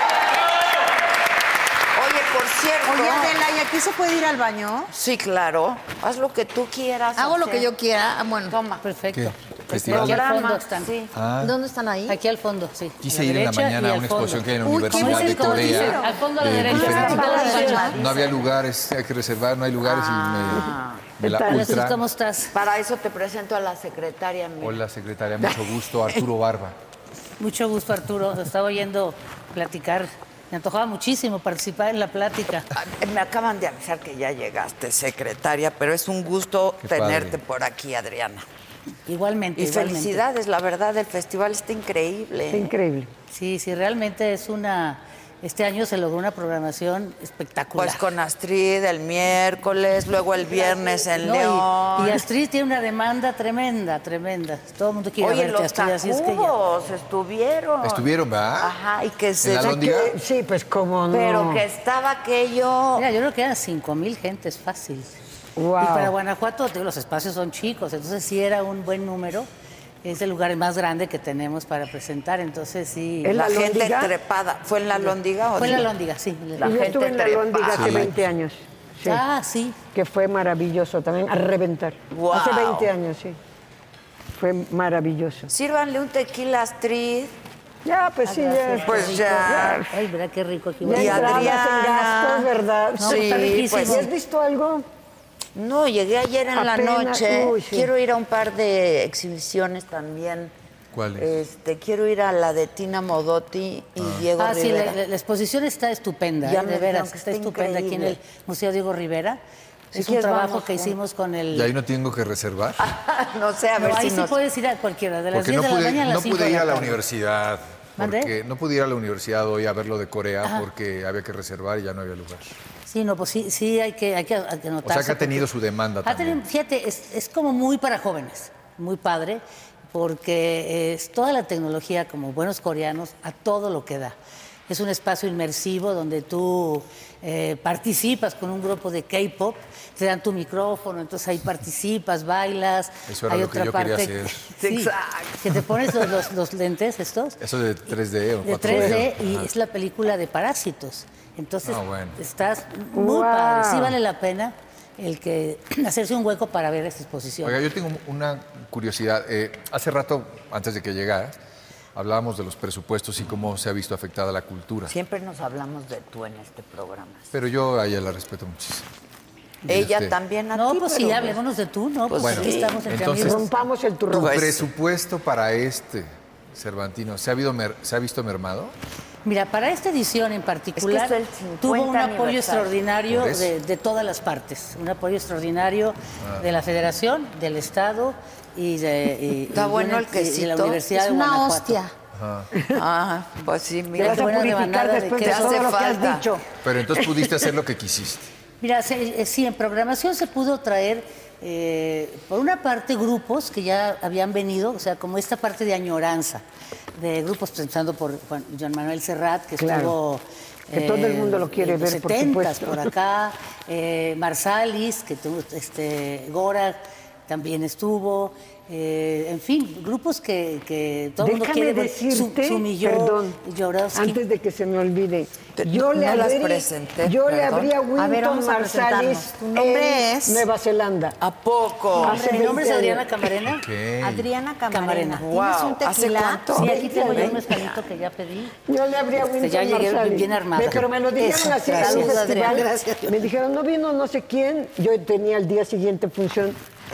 Oye, por cierto. Oye, Adela, ¿y aquí se puede ir al baño? Sí, claro. Haz lo que tú quieras. Hago lo hacer. que yo quiera. Ah, bueno. Toma. Perfecto. ¿Qué? ¿Festival? Aquí al Programa, fondo están. sí. Ah, ¿Dónde están ahí? Aquí al fondo, sí. quise A ir en la derecha mañana y a al una fondo. exposición que hay en la Uy, Universidad ¿cómo es de el todo Corea. dinero? Al fondo a la de derecha. diferentes- Al fondo a la derecha. No había lugares, hay que reservar, no hay lugares y me, me la Hola, ultra. ¿cómo estás? Para eso te presento a la secretaria. mira. Hola, secretaria, mucho gusto. Arturo Barba. Mucho gusto, Arturo. Te estaba oyendo platicar. Me antojaba muchísimo participar en la plática. Ah, Me acaban de avisar que ya llegaste, secretaria, pero es un gusto Qué tenerte padre. por aquí, Adriana. Igualmente, Y igualmente. felicidades, la verdad, el festival está increíble. Está increíble. Sí, sí, realmente es una... Este año se logró una programación espectacular. Pues con Astrid el miércoles, luego el viernes en No, y- León. Y, Astrid tiene una demanda tremenda, tremenda. Todo el mundo quiere Oye, verte, los Astrid, así es que ya. Tacubos estuvieron. Estuvieron, ¿verdad? Ajá, y que se... ¿En la Lóndiga? Que- sí, pues cómo no. Pero que estaba aquello... Mira, yo creo que eran cinco mil gentes, fácil. Wow. Y para Guanajuato, te digo, los espacios son chicos, entonces sí era un buen número. Es el lugar más grande que tenemos para presentar, entonces sí. ¿En La la gente Lóndiga? trepada. ¿Fue en la Lóndiga o Fue en la no? Lóndiga, sí. La Y yo gente estuve en la trepada. Lóndiga hace Sí. veinte años. Sí. Ah, sí. Que fue maravilloso también, a reventar. Wow. Hace veinte años, sí. Fue maravilloso. Sírvanle un tequila, Astrid. Ya, pues sí, ya. Pues ya. Ay, ¿verdad qué rico aquí? Ya Y entradas en Adriana. gastos, ¿verdad? No, Sí, está riquísimo. pues ¿Y has visto algo? no, llegué ayer en la Apenas, noche. uy, sí. Quiero ir a un par de exhibiciones también. ¿Cuáles? Este, quiero ir a la de Tina Modotti y Diego Ah, sí, Rivera. la, la- la exposición está estupenda, Ya ¿eh? me de dijeron veras, que está está estupenda aquí en el increíble. Museo Diego Rivera. Si Es un quieres, trabajo vamos que juntos. hicimos con el... Y ahí no tengo que reservar. no sé, a No, ver ahí si sí nos... puedes ir a cualquiera, de las Porque diez no de la pude, mañana a las no cinco pude de ir la a la tarde. universidad. ¿Mande? Porque no pude ir a la universidad hoy a ver lo de Corea porque había que reservar y ya no había lugar. Sí, no, pues sí, sí hay que, hay que, hay que O anotarse. sea que ha tenido porque- su demanda Ha también. tenido- fíjate, es, es como muy para jóvenes, muy padre, porque es toda la tecnología, como buenos coreanos, a todo lo que da. Es un espacio inmersivo donde tú eh, participas con un grupo de K-pop, te dan tu micrófono, entonces ahí participas, bailas. Eso era hay lo que otra yo quería parte, hacer. sí, Exacto. que te pones los, los- los lentes estos Eso de tres D o de cuatro tres D. D y Ajá. es la película de Parásitos. Entonces, Ah, bueno. estás muy Wow. padre. Sí vale la pena el que hacerse un hueco para ver esta exposición. Oiga, yo tengo una curiosidad. Eh, hace rato, antes de que llegara, hablábamos de los presupuestos y cómo se ha visto afectada la cultura. Siempre nos hablamos de tú en este programa. Pero yo a ella la respeto muchísimo. Ella Este, también a No, ti, pues pero, sí, hablemos de tú, ¿no? Pues Bueno, aquí estamos entre entonces- amigos. Rompamos el turrón. Tu Pues- presupuesto para este Cervantino, ¿se ha, habido mer- ¿se ha visto mermado? Mira, para esta edición en particular Es que es el cincuenta tuvo un apoyo aniversario. extraordinario Por eso. de, de todas las partes, un apoyo extraordinario de la Federación, del Estado y de, y- Está y de bueno una- el y de quesito. la Universidad Es de una Guanajuato. hostia. Ah, pues sí, Te mira. vas a buena purificar rebanada de después de, queso. todo Te hace lo que falta. has dicho. Pero entonces pudiste hacer lo que quisiste. Mira, se- eh, sí, en programación se pudo traer, eh, por una parte, grupos que ya habían venido, o sea, como esta parte de añoranza, de grupos pensando por Juan, Joan Manuel Serrat, que Claro. estuvo... Que todo el mundo lo quiere en los ver, por setentas, supuesto. por acá, eh, Marsalis, que tuvo, este, Gora también estuvo, eh, en fin, grupos que, que todo el mundo Déjame quiere ver. Su- decirte, Sumilló, perdón, Llorowski. antes de que se me olvide, Te- yo le no las abrí- presenté, yo le perdón. abrí a A ver, Winton vamos a Marsalis presentarnos. Tu nombre en es- Nueva Zelanda. ¿A poco? Hace Mi nombre es veinte Adriana años. Camarena. Ok. Adriana Camarena. Camarena. ¿Tienes Wow, un ¿hace tequila? cuánto? Sí, aquí tengo yo un veinte mezcalito que ya pedí. Yo le abrí a Este, Winton ya llegué Marsalis. bien armada. Me- Pero me lo dijeron Eso, así en gracias, un festival. Adriana, gracias. Me dijeron, no vino no sé quién. Yo tenía el día siguiente función.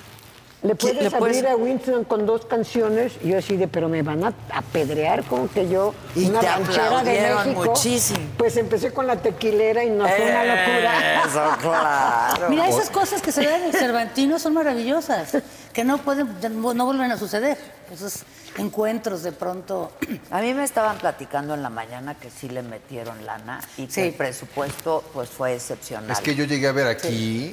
¿Le ¿Quién- puedes le puedes- abrir a Winston con dos canciones? Y yo así de, pero me van a apedrear como que yo, Y una te ranchera de aplaudieron México. muchísimo. Pues empecé con la tequilera y no fue una locura. Eso, claro. Mira, esas cosas que se dan en el Cervantino son maravillosas, que no pueden, ya no no vuelven a suceder. Esos encuentros de pronto. A mí me estaban platicando en la mañana que sí le metieron lana y que Sí. el presupuesto pues fue excepcional. Es que yo llegué a ver aquí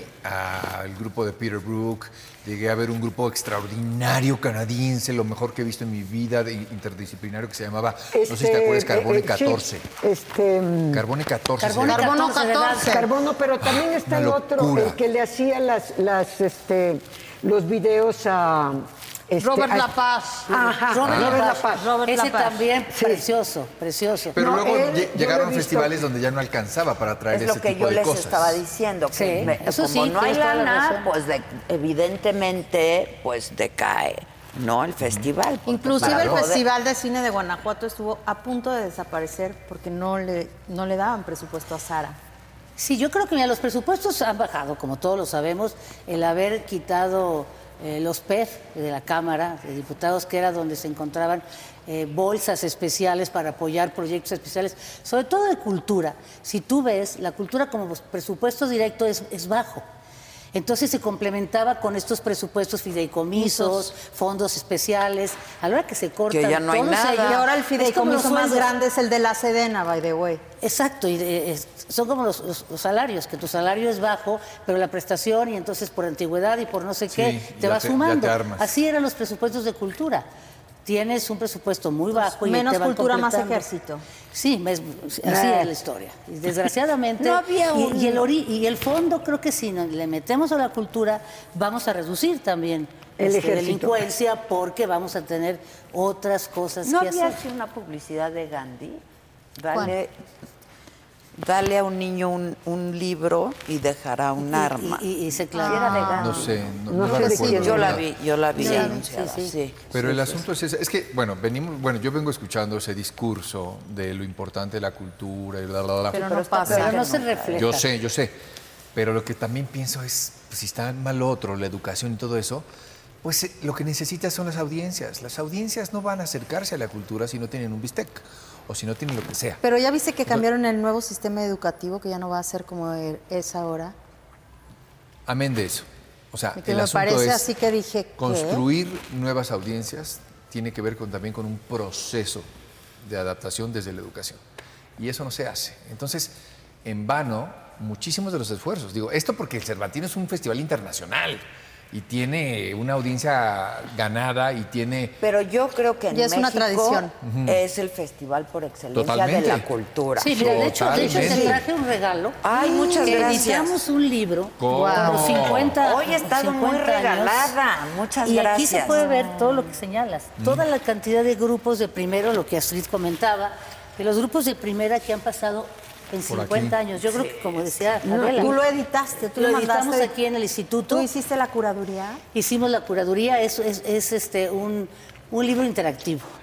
al grupo de Peter Brook, llegué a ver un grupo extraordinario canadiense, lo mejor que he visto en mi vida, de interdisciplinario, que se llamaba, no sé si te acuerdas, Carbone eh, eh, sí, catorce. este, mm, Carbone catorce. se Carbono llama. Carbono catorce de catorce. danza. Carbono, pero también está el Una otro, locura. el que le hacía las, las, este, los videos a... este, Robert a- La Paz. Ajá, Robert Robert La La Paz. Paz. Robert Ese La Paz. también, Sí. precioso, precioso. Pero No, luego él, lle- yo lo llegaron he visto. festivales donde ya no alcanzaba para traer Es lo ese que tipo yo de les cosas. estaba diciendo, que Sí, me- eso como sí, no hay tienes toda la lana, razón. pues de- evidentemente pues decae, ¿no? El festival. porque Inclusive para el poder- Festival de Cine de Guanajuato estuvo a punto de desaparecer porque no le, no le daban presupuesto a Sara. Sí, yo creo que mira, los presupuestos han bajado, como todos lo sabemos, el haber quitado eh, los P E F de la Cámara de Diputados, que era donde se encontraban eh, bolsas especiales para apoyar proyectos especiales, sobre todo de cultura. Si tú ves, la cultura como presupuesto directo es, es bajo. Entonces se complementaba con estos presupuestos fideicomisos, fondos especiales, a la hora que se cortan Que ya no hay todos nada. ellos, Y ahora el es como fideicomiso los más sueldos. grande es el de la Sedena, by the way. Exacto, y eh, es- son como los, los- los salarios, que tu salario es bajo, pero la prestación y entonces por antigüedad y por no sé qué, Sí, te ya va te- ya sumando. te armas. Así eran los presupuestos de cultura. Tienes un presupuesto muy bajo y menos te van cultura, más completando. ejército. Sí, es- así Eh. es la historia. Y desgraciadamente, No había y- un- y, el ori- y el fondo creo que si no- le metemos a la cultura, vamos a reducir también El este, ejército. delincuencia porque vamos a tener otras cosas ¿No que había hacer. así una publicidad de Gandhi? Dale, dale a un niño un, un libro y dejará un Y- arma. Y, y- y se claviera de ganas. No sé, no, No no la sé de recuerdo. quién. Yo la nada. vi, yo la vi Sí, anunciada, sí, sí. sí. Pero el asunto es ese. Es que, bueno, venimos, bueno, yo vengo escuchando ese discurso de lo importante de la cultura y bla, bla, bla. Pero pero no está pasa. Pero no se refleja. Yo sé, yo sé. Pero lo que también pienso es, pues, si está mal otro, la educación y todo eso, pues eh, lo que necesitas son las audiencias. Las audiencias no van a acercarse a la cultura si no tienen un bistec o si no tienen lo que sea. Pero ya viste que cambiaron el nuevo sistema educativo, que ya no va a ser como el- es ahora. Amén de eso. O sea, Y que el me asunto parece es así que dije, ¿qué? construir nuevas audiencias tiene que ver con, también con un proceso de adaptación desde la educación. Y eso no se hace. Entonces, en vano, muchísimos de los esfuerzos. Digo, esto porque el Cervantino es un festival internacional y tiene una audiencia ganada y tiene... Pero yo creo que en Ya es una México tradición. es el festival por excelencia Totalmente. de la cultura. Sí, mira, de hecho, de hecho te Totalmente. traje un regalo. Ay, muchas que gracias. Editamos un libro ¿Cómo? por cincuenta Hoy he estado muy cincuenta años. regalada. Muchas y gracias. aquí se puede ver todo lo que señalas. Toda la cantidad de grupos de primero, lo que Astrid comentaba, de los grupos de primera que han pasado en Por cincuenta aquí. años. Yo creo que, como decía No, Adela, tú lo editaste, tú lo lo editamos mandaste. aquí en el instituto. ¿Tú hiciste la curaduría? Hicimos la curaduría, es, es, es, este, un, un libro interactivo.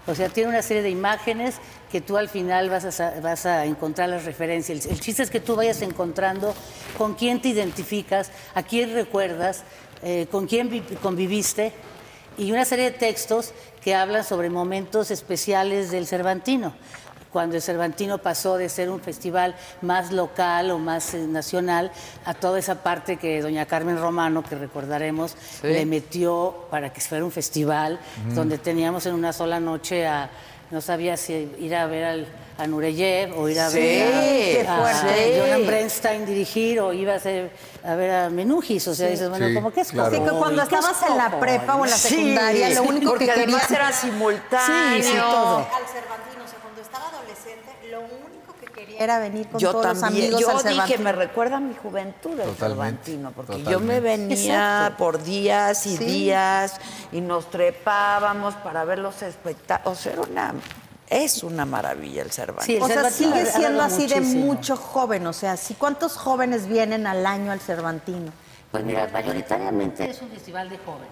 O sea, tiene una serie de imágenes que tú al final vas a, vas a encontrar las referencias. El, el chiste es que tú vayas encontrando con quién te identificas, a quién recuerdas, eh, con quién conviviste, y una serie de textos que hablan sobre momentos especiales del Cervantino. Cuando el Cervantino pasó de ser un festival más local o más eh, nacional a toda esa parte que doña Carmen Romano, que recordaremos, sí. le metió para que fuera un festival, mm. donde teníamos en una sola noche a, no sabía si ir a ver al, a Nureyev o ir a sí, ver a, a, sí. a Jonan Bernstein dirigir o iba a, ser, a ver a Menujis. O sea, sí. dices, bueno, sí, como que es claro. Sí, que cuando estabas en la prepa o en la secundaria, sí, lo único porque que querías... además era simultáneo. Sí, sí, todo. Al Cervantino, o sea, cuando estaba adolescente, lo único que quería era venir con yo todos también, los amigos yo al dije, Cervantino. me recuerda a mi juventud el Totalmente, Cervantino, porque totalmente. yo me venía Exacto. por días y Sí. días y nos trepábamos para ver los espectáculos. O sea, era una, es una maravilla el Cervantino. Sí, el O sea, Cervantino sigue ha siendo dado así de muchísimo. mucho joven. O sea, ¿sí? ¿Cuántos jóvenes vienen al año al Cervantino? Pues mira, mayoritariamente es un festival de jóvenes.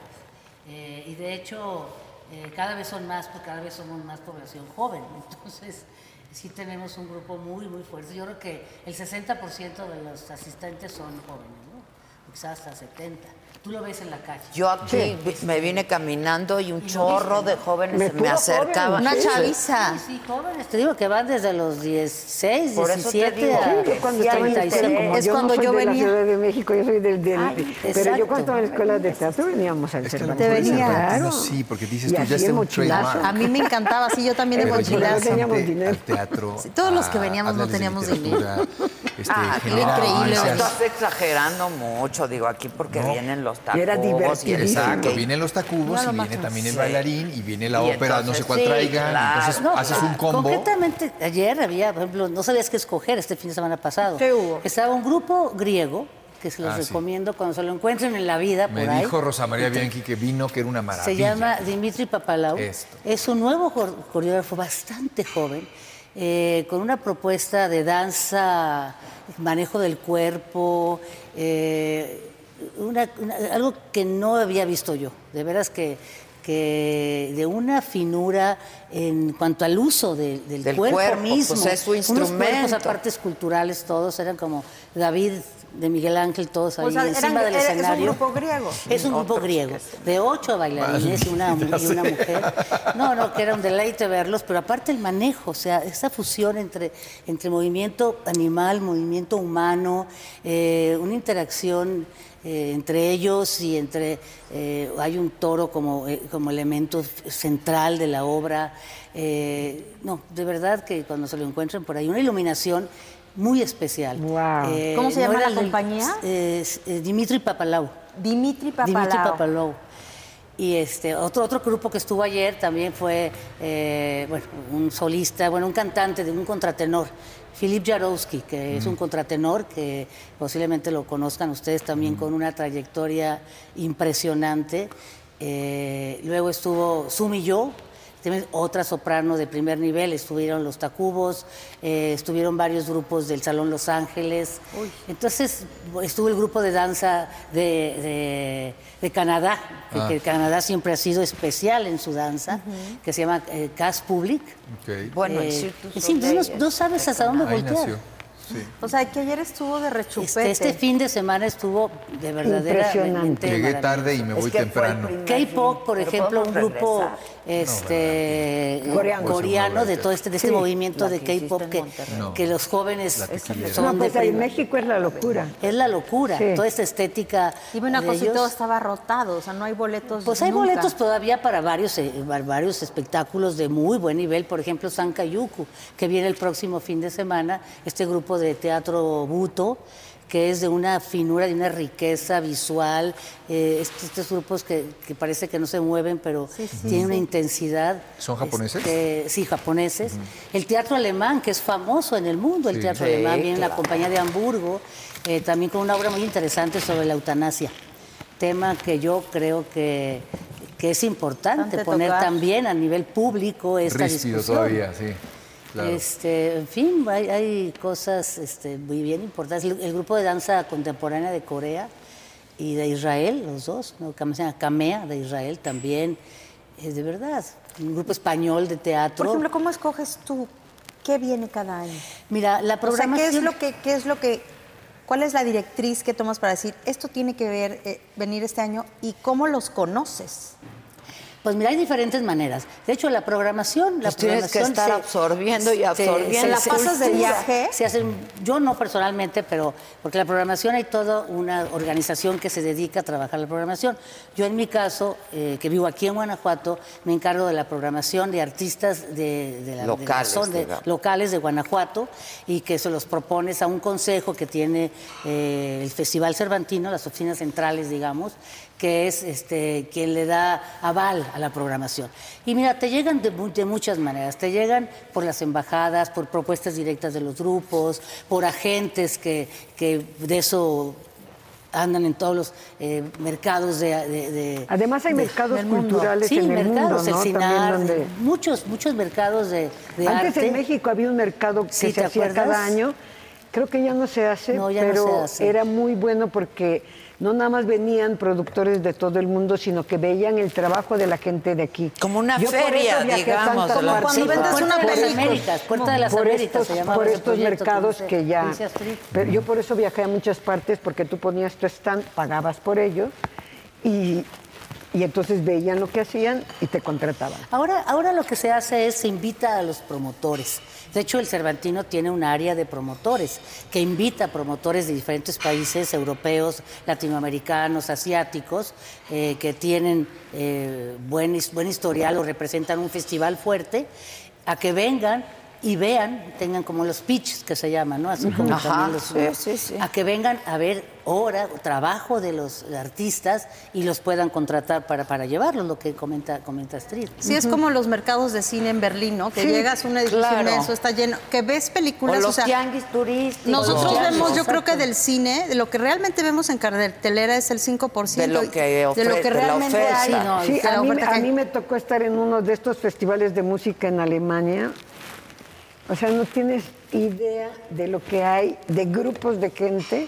Eh, y de hecho, eh, cada vez son más, pues cada vez somos más población joven. Entonces, sí tenemos un grupo muy, muy fuerte. Yo creo que el sesenta por ciento de los asistentes son jóvenes, ¿no? Quizás hasta setenta por ciento. Tú lo ves en la calle. Yo aquí vi- me vine caminando y un chorro de jóvenes Me se me puro acercaban. Una Sí. chaviza. Sí, sí, jóvenes. Te digo que van desde los dieciséis, Por eso te diecisiete digo, a sí, Yo cuando Sí, estaba en la hay escuela, interés. como Es yo cuando no soy yo de venía. la Ciudad de México, yo soy del... del Ay, pero yo exacto. cuando estaba en la escuela de teatro veníamos al Es que a lo Cervantino. mejor el venía. Cervantino sí, porque dices Y tú, así ya está el un mochilazo. trademark. A mí me encantaba, sí, yo también de Pero llevar mochilazo. teníamos gente dinero. al teatro. Sí, todos los que a veníamos no hablarles de teníamos literatura, Este, Ah, genera increíble, no, risas. estás exagerando mucho, digo, aquí porque No. vienen los Y era tacubos y el divertidísimo. Exacto, skate. vienen los tacubos No, lo y viene máximo. también el Sí. bailarín y viene la Y ópera, no entonces, sé cuál sí, traigan, claro. entonces No, haces un combo. Concretamente, ayer había, por ejemplo, no sabías qué escoger este fin de semana pasado. ¿Qué hubo? Estaba un grupo griego, que se los Ah, sí. recomiendo cuando se lo encuentren en la vida, Me por ahí. dijo Rosa María Bianchi que vino, que era una maravilla. Se llama Dimitri Papalau. Esto. Es un nuevo cor- coreógrafo bastante joven, eh, con una propuesta de danza, manejo del cuerpo, eh, una- una- algo que no había visto yo. De veras que, que de una finura en cuanto al uso de- del, Del cuerpo, cuerpo, mismo. pues es su Unos cuerpos instrumento. aparte esculturales todos, eran como David de Miguel Ángel, todos ahí O sea, encima eran- del era- escenario. es un grupo griego. Es un grupo Otros griego, que sí. de ocho bailarines y una, y una mujer. No, no, que era un deleite verlos, pero aparte el manejo, o sea, esa fusión entre, entre movimiento animal, movimiento humano, eh, una interacción eh, entre ellos y entre... eh, hay un toro como, eh, como elemento central de la obra. Eh, no, de verdad que cuando se lo encuentren por ahí, una iluminación muy especial. Guau. Eh, ¿Cómo se llama era la el del- compañía? es, eh, Dimitri Papalau. Dimitri Papalau. Dimitri Papalau. Y este, otro, otro grupo que estuvo ayer también fue eh, bueno, un solista, bueno, un cantante, de un contratenor, Filip Jarowski, que es un contratenor que posiblemente lo conozcan ustedes también con una trayectoria impresionante. Eh, luego estuvo Sumi Yo, también otra soprano de primer nivel, estuvieron los Tacubos, eh, estuvieron varios grupos del Salón Los Ángeles. Entonces estuvo el grupo de danza de, de- de Canadá, que, Ah. que Canadá siempre ha sido especial en su danza, que se llama eh, Cas Public. Ok. Bueno, Eh, el Cirque du sí, entonces Soleil no, no es sabes de hasta dónde Ahí voltear. nació. Sí. O sea, que ayer estuvo de rechupete. Este, este fin de semana estuvo de verdaderamente Impresionante. Llegué maravilloso. tarde y me Es voy que fue el temprano. primer K-pop, fin, por pero ejemplo, un podemos grupo regresar. este, Coreano. coreano de todo este, de este Sí. movimiento La de que hiciste K-pop en que, Monterrey. No. que los jóvenes La tequilera. son No, pues de ahí en prima. México es la locura. Es la locura, Sí. toda esta estética. Dime una de cosa, y ellos. todo estaba rotado, o sea, no hay boletos. Pues hay nunca. boletos todavía para varios, eh, va- varios espectáculos de muy buen nivel, por ejemplo Sankayuku, que viene el próximo fin de semana, este grupo de teatro Buto, que es de una finura, de una riqueza visual, eh, estos, estos grupos que, que parece que no se mueven, pero tienen una intensidad. ¿Son japoneses? este, sí, japoneses. El teatro alemán, que es famoso en el mundo, el Sí. teatro Sí, alemán, viene en la claro. compañía de Hamburgo, eh, también con una obra muy interesante sobre la eutanasia, tema que yo creo que, que es importante Importante poner tocar. también a nivel público esta Ríspido discusión. todavía, sí. Claro. Este, en fin, hay, hay cosas este, muy bien importantes. El, el grupo de danza contemporánea de Corea y de Israel, los dos, ¿no? Se llama Kamea de Israel también. eh, de verdad, un grupo español de teatro. Por ejemplo, ¿cómo escoges tú qué viene cada año? Mira, la programación... O sea, ¿qué es lo que, qué es lo que, cuál es la directriz que tomas para decir, esto tiene que ver, eh, venir este año, y cómo los conoces? Pues mira, hay diferentes maneras. De hecho, la programación... Pues la tienes programación que estar se, absorbiendo y absorbiendo. Se, ¿La se, pasas de se, viaje? Se hacen, yo no personalmente, pero porque la programación hay toda una organización que se dedica a trabajar la programación. Yo en mi caso, eh, que vivo aquí en Guanajuato, me encargo de la programación de artistas de, de la, locales, de la zona, de, locales de Guanajuato, y que se los propones a un consejo que tiene eh, el Festival Cervantino, las oficinas centrales, digamos, que es este, quien le da aval a la programación. Y mira, te llegan de, de muchas maneras. Te llegan por las embajadas, por propuestas directas de los grupos, por agentes que, que de eso andan en todos los eh, mercados de, de, de... Además hay de, mercados culturales sí, en el mercados, mundo, ¿no? el Cinar, donde... muchos, muchos mercados de, de Antes arte. en México había un mercado que ¿Sí, se hacía acuerdas? cada año. Creo que ya no se hace, no, ya pero no se hace. Era muy bueno porque no nada más venían productores de todo el mundo, sino que veían el trabajo de la gente de aquí. Como una Yo feria, digamos. Como Como cuando vendes una Puerta de las película. Américas, Puerta de las por Américas estos, se llamaba por ese estos proyecto, mercados dice- que ya... dice Astrid. Pero yo por eso viajé a muchas partes, porque tú ponías tu stand, pagabas por ello, y, y entonces veían lo que hacían y te contrataban. Ahora, ahora lo que se hace es se invita a los promotores. De hecho, el Cervantino tiene un área de promotores que invita a promotores de diferentes países europeos, latinoamericanos, asiáticos, eh, que tienen eh, buen, buen historial o representan un festival fuerte, a que vengan y vean, tengan como los pitches que se llaman, ¿no? Así como Ajá, también los... sí, sí, sí. A que vengan a ver hora, trabajo de los artistas y los puedan contratar para, para llevarlos, lo que comenta, comenta Astrid. Sí, es como los mercados de cine en Berlín, ¿no? Que Sí, llegas a un edificio claro. inmenso, está lleno, que ves O películas, los o sea, tianguis turísticos. nosotros Los vemos, yo tianguis, creo que exacto. del cine, de lo que realmente vemos en cartelera es el cinco por ciento De lo que de ofre- lo que de la realmente oferta. hay. No, Sí, de la a mí, oferta que a hay. mí me tocó estar en uno de estos festivales de música en Alemania. O sea, no tienes idea de lo que hay, de grupos de gente.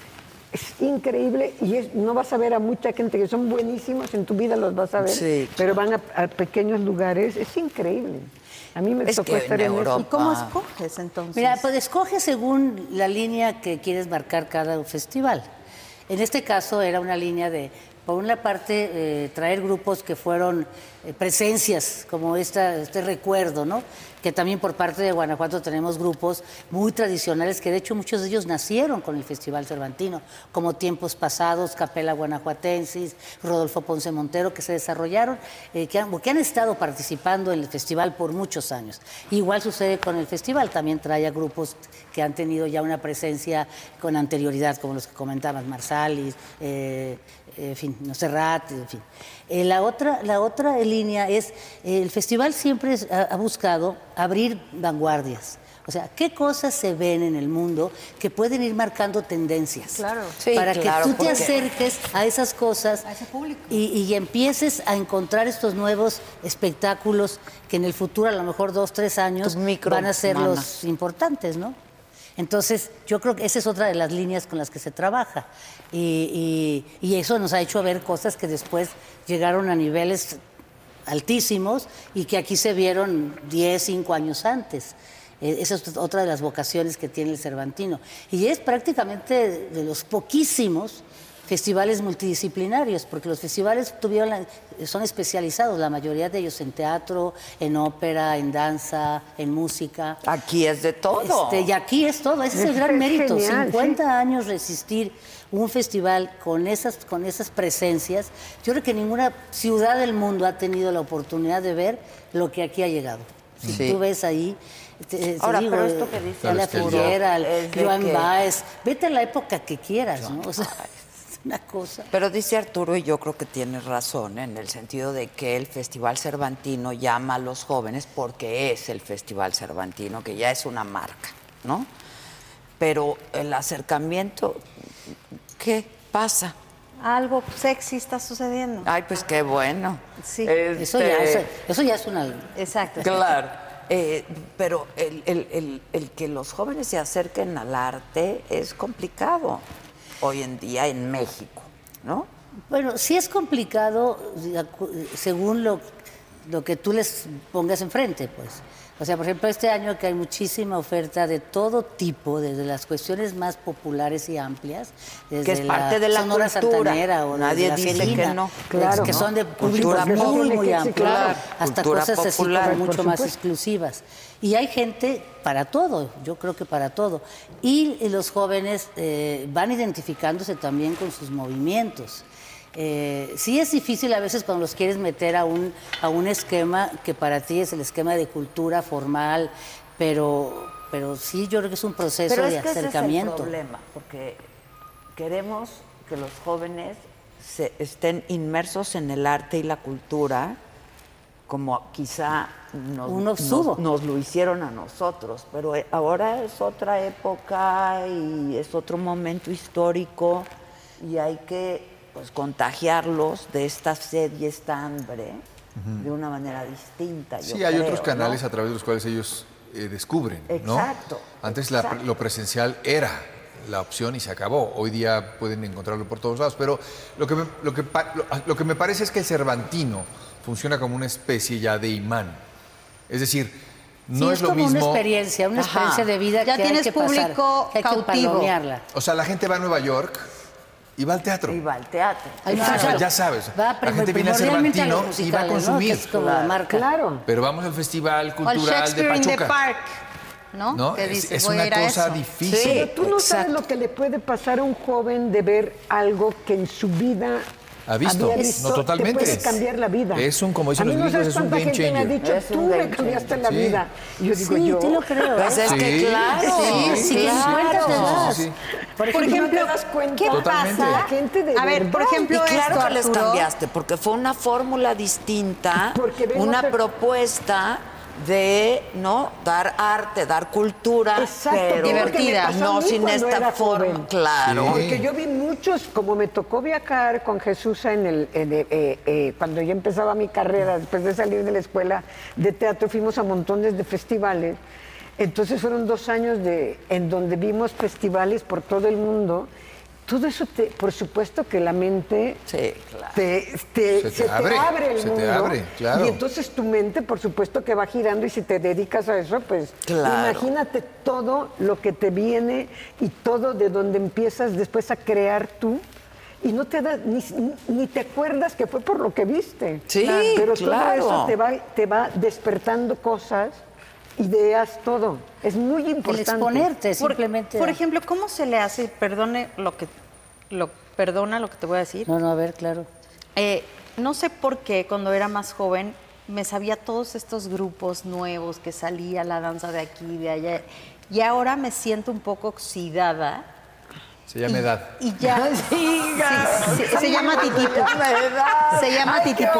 Es increíble y es- no vas a ver a mucha gente que son buenísimos, en tu vida los vas a ver, Sí, pero van a, a pequeños lugares. Es increíble. A mí me Es tocó que estar en en, Europa- ¿Y cómo Ah. escoges entonces? Mira, pues escoge según la línea que quieres marcar cada festival. En este caso era una línea de, por una parte, eh, traer grupos que fueron eh, presencias, como esta, este recuerdo, ¿no? Que también por parte de Guanajuato tenemos grupos muy tradicionales, que de hecho muchos de ellos nacieron con el Festival Cervantino, como Tiempos Pasados, Capela Guanajuatensis, Rodolfo Ponce Montero, que se desarrollaron, eh, que, han, que han estado participando en el festival por muchos años. Igual sucede con el festival, también trae a grupos que han tenido ya una presencia con anterioridad, como los que comentabas, Marsalis, eh, en fin, no Serrat, en fin. Eh, la otra, la otra línea es, eh, el festival siempre es- ha, ha buscado abrir vanguardias. O sea, ¿qué cosas se ven en el mundo que pueden ir marcando tendencias? Claro. Sí, para claro, que tú te porque- acerques a esas cosas A ese público. y, y empieces a encontrar estos nuevos espectáculos que en el futuro, a lo mejor dos, tres años, Tu micro, van a ser mana. los importantes, ¿no? Entonces, yo creo que esa es otra de las líneas con las que se trabaja. Y, y- y eso nos ha hecho ver cosas que después llegaron a niveles altísimos y que aquí se vieron diez, cinco años antes. Eh, esa es otra de las vocaciones que tiene el Cervantino. Y es prácticamente de los poquísimos festivales multidisciplinarios, porque los festivales tuvieron la- son especializados, la mayoría de ellos en teatro, en ópera, en danza, en música. Aquí es de todo. Este, y aquí es todo, ese es el Es- gran es mérito, genial, cincuenta años resistir un festival con esas, con esas presencias. Yo creo que ninguna ciudad del mundo ha tenido la oportunidad de ver lo que aquí ha llegado. Si Sí. tú ves ahí, te, te Ahora, digo, pero esto que dice a la Arturo Figuera, es de Joan que- Baez, vete a la época que quieras, ¿no? O sea, es una cosa. Pero dice Arturo, y yo creo que tiene razón, en el sentido de que el Festival Cervantino llama a los jóvenes porque es el Festival Cervantino, que ya es una marca, ¿no? Pero el acercamiento, ¿qué pasa? Algo sexy está sucediendo. Ay, pues qué bueno. Sí. Eso, ya Este, es, eso ya es una... Exacto. Claro. Eh, pero el, el- el- el que los jóvenes se acerquen al arte es complicado hoy en día en México, ¿no? Bueno, sí es complicado, según lo, lo que tú les pongas enfrente, pues. O sea, por ejemplo, este año que hay muchísima oferta de todo tipo, desde las cuestiones más populares y amplias, desde que es parte la de la Sonora cultura. Santanera o Nadie desde la dice Celina, que no. Claro, que ¿no? son de públicos Cultura muy, pop. muy Sí, amplios, claro. hasta Cultura cosas así popular, como mucho por más supuesto. exclusivas. Y hay gente para todo, yo creo que para todo. Y, y los jóvenes eh, van identificándose también con sus movimientos. Eh, sí es difícil a veces cuando los quieres meter a un, a un esquema que para ti es el esquema de cultura formal, pero, pero sí yo creo que es un proceso Pero es de que acercamiento. Ese es el problema, porque queremos que los jóvenes se estén inmersos en el arte y la cultura, como quizá nos, Uno nos, subo. nos lo hicieron a nosotros, pero ahora es otra época y es otro momento histórico y hay que pues contagiarlos de esta sed y esta hambre uh-huh. de una manera distinta. Sí, yo hay creo, otros canales ¿no? a través de los cuales ellos eh, descubren, ¿no? Exacto. Antes exacto. La, lo presencial era la opción y se acabó. Hoy día pueden encontrarlo por todos lados, pero lo que me, lo que, lo, lo que me parece es que el Cervantino funciona como una especie ya de imán. Es decir, no sí, es, es lo como mismo. una experiencia, una Ajá. experiencia de vida Ya que tienes hay que público pasar, que hay cautivo. que palomearla. O sea, la gente va a Nueva York y va al teatro. Y va al teatro. Ay, Claro. O sea, ya sabes, Va la gente viene al primordialmente Cervantino los y va a musicales, ¿no? consumir. Que es como la marca. Claro. Pero vamos al Festival O al Cultural de Shakespeare in the Pachuca. Park, ¿no? ¿No? Que Es, dices, es voy a una ir a cosa eso. difícil. Sí. Pero tú no sabes Exacto. lo que le puede pasar a un joven de ver algo que en su vida ¿Ha visto? había visto. No, totalmente. Te puede cambiar la vida. Es un, como dicen a mí los no gringos, sabes es un cuánta game gente me ha changer. dicho, Es un tú game me cambiaste la Sí. vida. Y yo digo, Sí, yo... te lo creo. Pues es Sí. que claro. Sí, sí, claro. te das. Sí, sí, sí. Por Por ejemplo, ejemplo, ¿no te das cuenta? ¿qué Totalmente. pasa? La gente de A ver, por verdad. ejemplo, Y claro esto, que les Arturo, cambiaste, porque fue una fórmula distinta, Porque vemos una el- propuesta de no dar arte, dar cultura, Exacto, pero divertida. porque me pasó a no mí sin cuando esta era forma. joven. Claro. Sí. Porque yo vi muchos, como me tocó viajar con Jesús en el, en el- eh, eh, cuando yo empezaba mi carrera, después de salir de la escuela de teatro, fuimos a montones de festivales. Entonces fueron dos años de, en donde vimos festivales por todo el mundo. Todo eso, te, por supuesto que la mente Sí, claro. te, te- Se te se te abre, abre el se te mundo. abre, claro. Y entonces tu mente, por supuesto que va girando y si te dedicas a eso, pues Claro. imagínate todo lo que te viene y todo de donde empiezas después a crear tú. Y no te das, ni, ni te acuerdas que fue por lo que viste. Sí, Pero claro. todo eso te va, te va despertando cosas, ideas, todo. Es muy El importante. exponerte, Por, simplemente. por ejemplo, ¿cómo se le hace, perdone lo que, lo, perdona lo que te voy a decir? No, no, a ver, claro. Eh, no sé por qué cuando era más joven me sabía todos estos grupos nuevos que salía la danza de aquí, de allá, y ahora me siento un poco oxidada. Se llama edad. Y ya. Sí, sí, se llama titipu. Se llama titipu.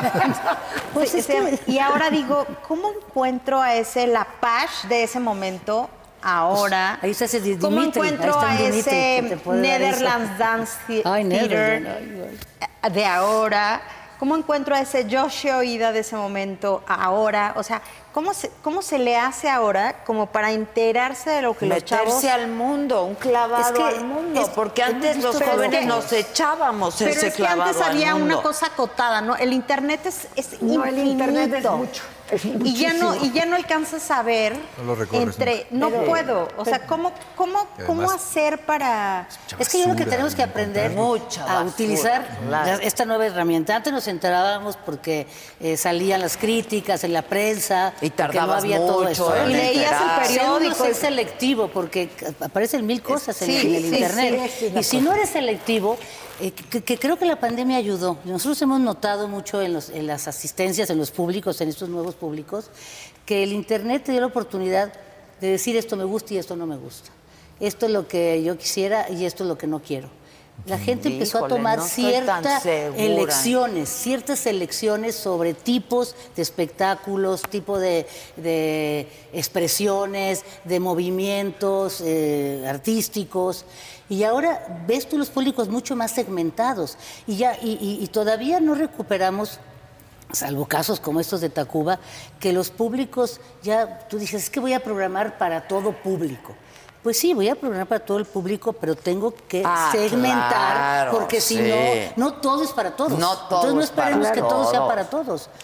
Pues Se- es se que- llama- Y ahora digo, ¿cómo encuentro a ese Lapache de ese momento ahora? Ahí está ese Di- ¿Cómo Dimitri, encuentro ahí está a el Dimitri que ese te puede dar Netherlands eso. Dance The- Ay, Theater Netherlands, ay, de ahora? ¿Cómo encuentro a ese Joshua Oida de ese momento ahora? O sea, ¿cómo se, cómo se le hace ahora como para enterarse de lo que los chavos... Meterse al mundo, un clavado Es que al mundo, es- porque hemos antes los visto jóvenes que- nos echábamos Pero ese es que clavado antes al había mundo. una cosa acotada, ¿no? El internet es, es No, el infinito. internet es mucho, es y ya no muchísimo. y ya no alcanzas a ver No lo recorres entre nunca. no puedo, o sea, cómo cómo Y cómo además- hacer para Es que yo creo que basura, tenemos que aprender Mucha a basura, utilizar claro. la- esta nueva herramienta. Antes nos enterábamos porque eh, salían las críticas en la prensa, Y porque no tardabas había todo mucho esto. en Y leías el enterarte. periódico. Ser selectivo porque aparecen mil cosas en, Sí, en el sí, internet. sí, es una y si no eres selectivo, eh, que, que creo que la pandemia ayudó. Nosotros hemos notado mucho en, los- en las asistencias, en los públicos, en estos nuevos públicos, que el internet te dio la oportunidad de decir esto me gusta y esto no me gusta. Esto es lo que yo quisiera y esto es lo que no quiero. La gente empezó a Híjole, tomar no estoy tan ciertas segura. elecciones, ciertas elecciones sobre tipos de espectáculos, tipo de, de expresiones, de movimientos eh, artísticos. Y ahora ves tú los públicos mucho más segmentados. Y, ya, y, y- y todavía no recuperamos, salvo casos como estos de Tacuba, que los públicos ya, tú dices, es que voy a programar para todo público. Pues sí, voy a programar para todo el público, pero tengo que Ah, segmentar, claro, porque si sí. no, no todo es para todos. No todo Entonces no es para esperemos que todo sea todos. para todos.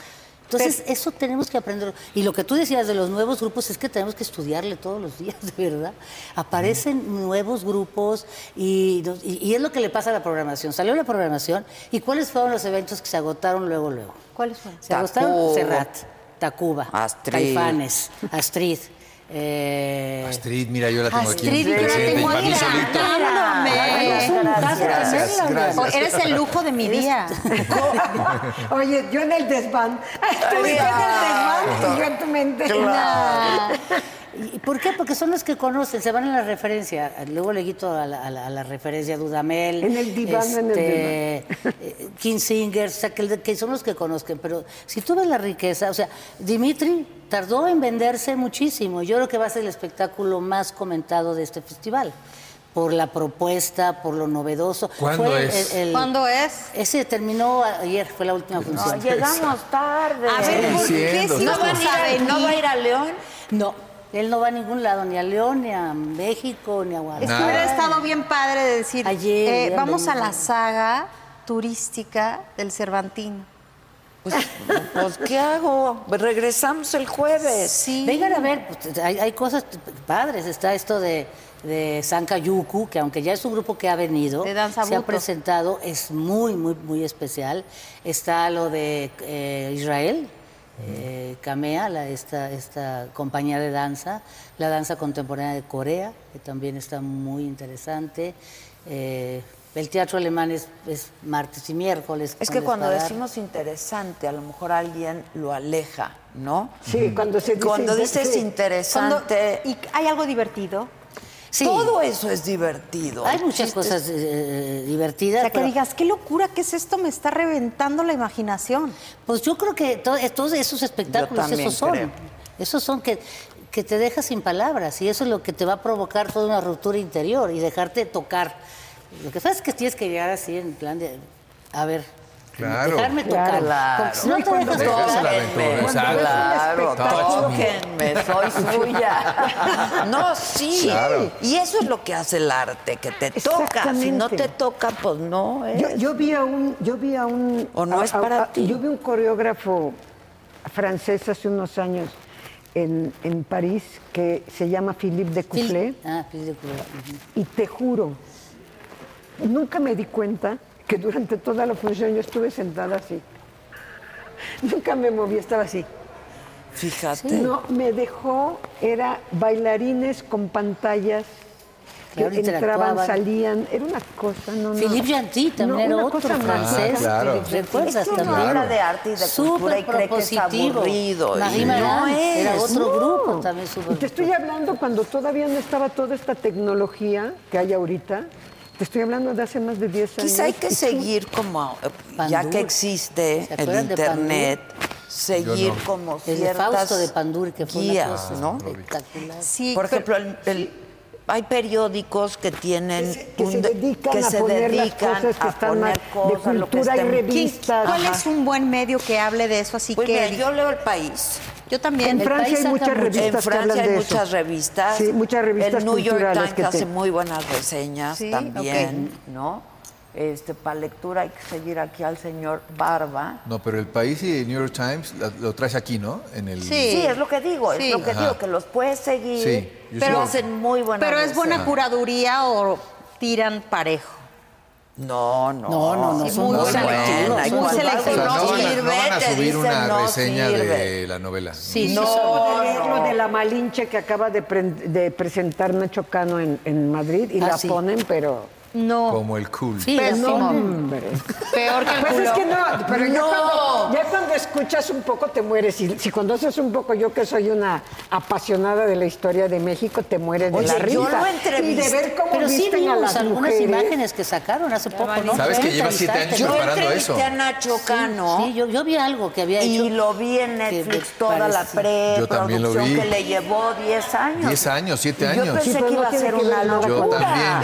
Entonces, Pero, eso tenemos que aprender. Y lo que tú decías de los nuevos grupos es que tenemos que estudiarle todos los días, de verdad. Aparecen mm. nuevos grupos y, y, y es lo que le pasa a la programación. Salió la programación y ¿cuáles fueron los eventos que se agotaron luego, luego? ¿Cuáles fueron? Se agotaron Serrat, Tacuba, Astrid. Caifanes, Astrid. Eh... Astrid, mira, yo la tengo Astrid, aquí yo la tengo para mí solito. Gracias, gracias. Eres el lujo de mi día. Oye, yo en el desván. Estuviste en el desván y yo en tu mente. Claro. ¿Y por qué? Porque son los que conocen, se van a la referencia. Luego le quito a la, a la, a la referencia Dudamel. En el diván, este, en el diván. King Singers, o sea, que, que son los que conozcan. Pero si tú ves la riqueza, o sea, Dimitri tardó en venderse muchísimo. Yo creo que va a ser el espectáculo más comentado de este festival. Por la propuesta, por lo novedoso. ¿Cuándo fue es? El, el, ¿Cuándo es? Ese terminó ayer, fue la última función. No, llegamos tarde. A ver, ¿por qué si ¿No, no, van a ir a, ¿No va a ir a León? No. Él no va a ningún lado, ni a León, ni a México, ni a Guadalajara. Es que hubiera estado bien padre de decir, Ayer, eh, vamos a la venido. saga turística del Cervantino. Pues, pues, ¿qué hago? Regresamos el jueves. Sí. Vengan a ver, pues, hay, hay cosas padres. Está esto de, de Sankayuku, que aunque ya es un grupo que ha venido, De danza se ha buto. presentado, es muy, muy, muy especial. Está lo de eh, Israel. Eh, Kamea, la, esta, esta compañía de danza, la danza contemporánea de Corea, que también está muy interesante. Eh, el teatro alemán es, es martes y miércoles. Es que cuando decimos interesante, a lo mejor alguien lo aleja, ¿no? Sí, cuando se dice Cuando dices sí. interesante... Cuando- ¿Y hay algo divertido? Sí. Todo eso es divertido. Hay muchas Chistes. cosas eh, O divertidas. sea, que pero- digas, qué locura, ¿qué es esto? Me está reventando la imaginación. Pues yo creo que to- todos esos espectáculos, Yo también esos son. creo. Esos son que, que te dejas sin palabras y eso es lo que te va a provocar toda una ruptura interior y dejarte tocar. Lo que pasa es que tienes que llegar así en plan de, a ver, Claro. dejarme tocar. Claro. Porque si no te Cuando dejas ves- tocar, la aventura, Tóquenme, exacto. claro, Touch me. tóquenme, soy suya. No, sí. Claro. Y eso es lo que hace el arte, que te toca. Si no te toca, pues no es. Yo, yo vi a un, yo vi a un, ¿O no a- es a- para a- ti? Yo vi un coreógrafo francés hace unos años en, en París que se llama Philippe de Coufflet. Ah, Philippe de Coufflet, ujú. Y te juro, nunca me di cuenta que durante toda la función yo estuve sentada así. Nunca me moví, estaba así. Fíjate. No, me dejó, era bailarines con pantallas que Claro, entraban, interactuaban. salían, era una cosa, no, no. Philippe Gentil también No, era una otro cosa francés. mágica. claro. Philippe, ¿recuerdas Es que uno también? habla de arte y de cultura y Súper cree que es propositivo. aburrido. y Marie no Maran es. era otro No. grupo también súper. Y te estoy hablando cuando todavía no estaba toda esta tecnología que hay ahorita. Te estoy hablando de hace más de diez años. Quizá hay que Y tú- seguir como, eh, ya Pandur. que existe ¿Se el acuerdan de internet, seguir Yo no. como El de ciertas Fausto de Pandur, que fue guías, una cosa ¿no? espectacular. Sí, Por pero- ejemplo, el- el- hay periódicos que tienen Que se, que un se de- dedican que a se poner las dedican cosas que a están poner más cosas, de lo que cultura y estén- revistas. ¿Cuál Ajá. es un buen medio que hable de eso? Así Pues que mira, yo leo El País. yo también. En El Francia país hay saca muchas mucho. revistas En que Francia hablan hay de muchas eso. revistas. Sí, muchas revistas El New York culturales Times que te- hace muy buenas reseñas Sí, también, ¿no? Este, para lectura hay que seguir aquí al señor Barba. No, pero el País y el New York Times la- lo traes aquí, ¿no? En el... Sí. Sí, es lo que digo, Sí. es lo que Ajá. digo, que los puedes seguir, Sí, yo pero sí. hacen muy buenas Pero es buena reseñas. curaduría o tiran parejo. No, no. No, no, no, Sí, son muy muy buena. selectivos. Y Muy cuando selectivos. O sea, algo no, no van a, sirve, no van a te subir dicen una no reseña sirve. de la novela. Sí, No, sí, Acabo de leer no. lo de la Malinche que acaba de, pre- de presentar Nacho Cano en, en Madrid y Ah, la sí. ponen, pero... No. Como el cool. Sí, Pero así No, no. hombre. Peor que el Pues culo. es que no, pero ya, No. cuando, ya cuando escuchas un poco te mueres. Y si conoces un poco, yo que soy una apasionada de la historia de México, te mueres de Oye, la yo risa. lo Y entrevisté. de ver cómo Pero sí visten a vimos las algunas mujeres. imágenes que sacaron hace poco, ¿no? ¿Sabes que Fue lleva siete años interesante. Yo preparando entrevisté eso? a Nacho Cano Sí, yo, yo vi algo que había hecho. y lo vi en que Netflix me toda la pareció- Yo también lo preproducción vi. que le llevó diez años. diez años, siete Y Yo años. pensé Sí, pero que no iba a tiene ser que ver una nada locura. Yo también.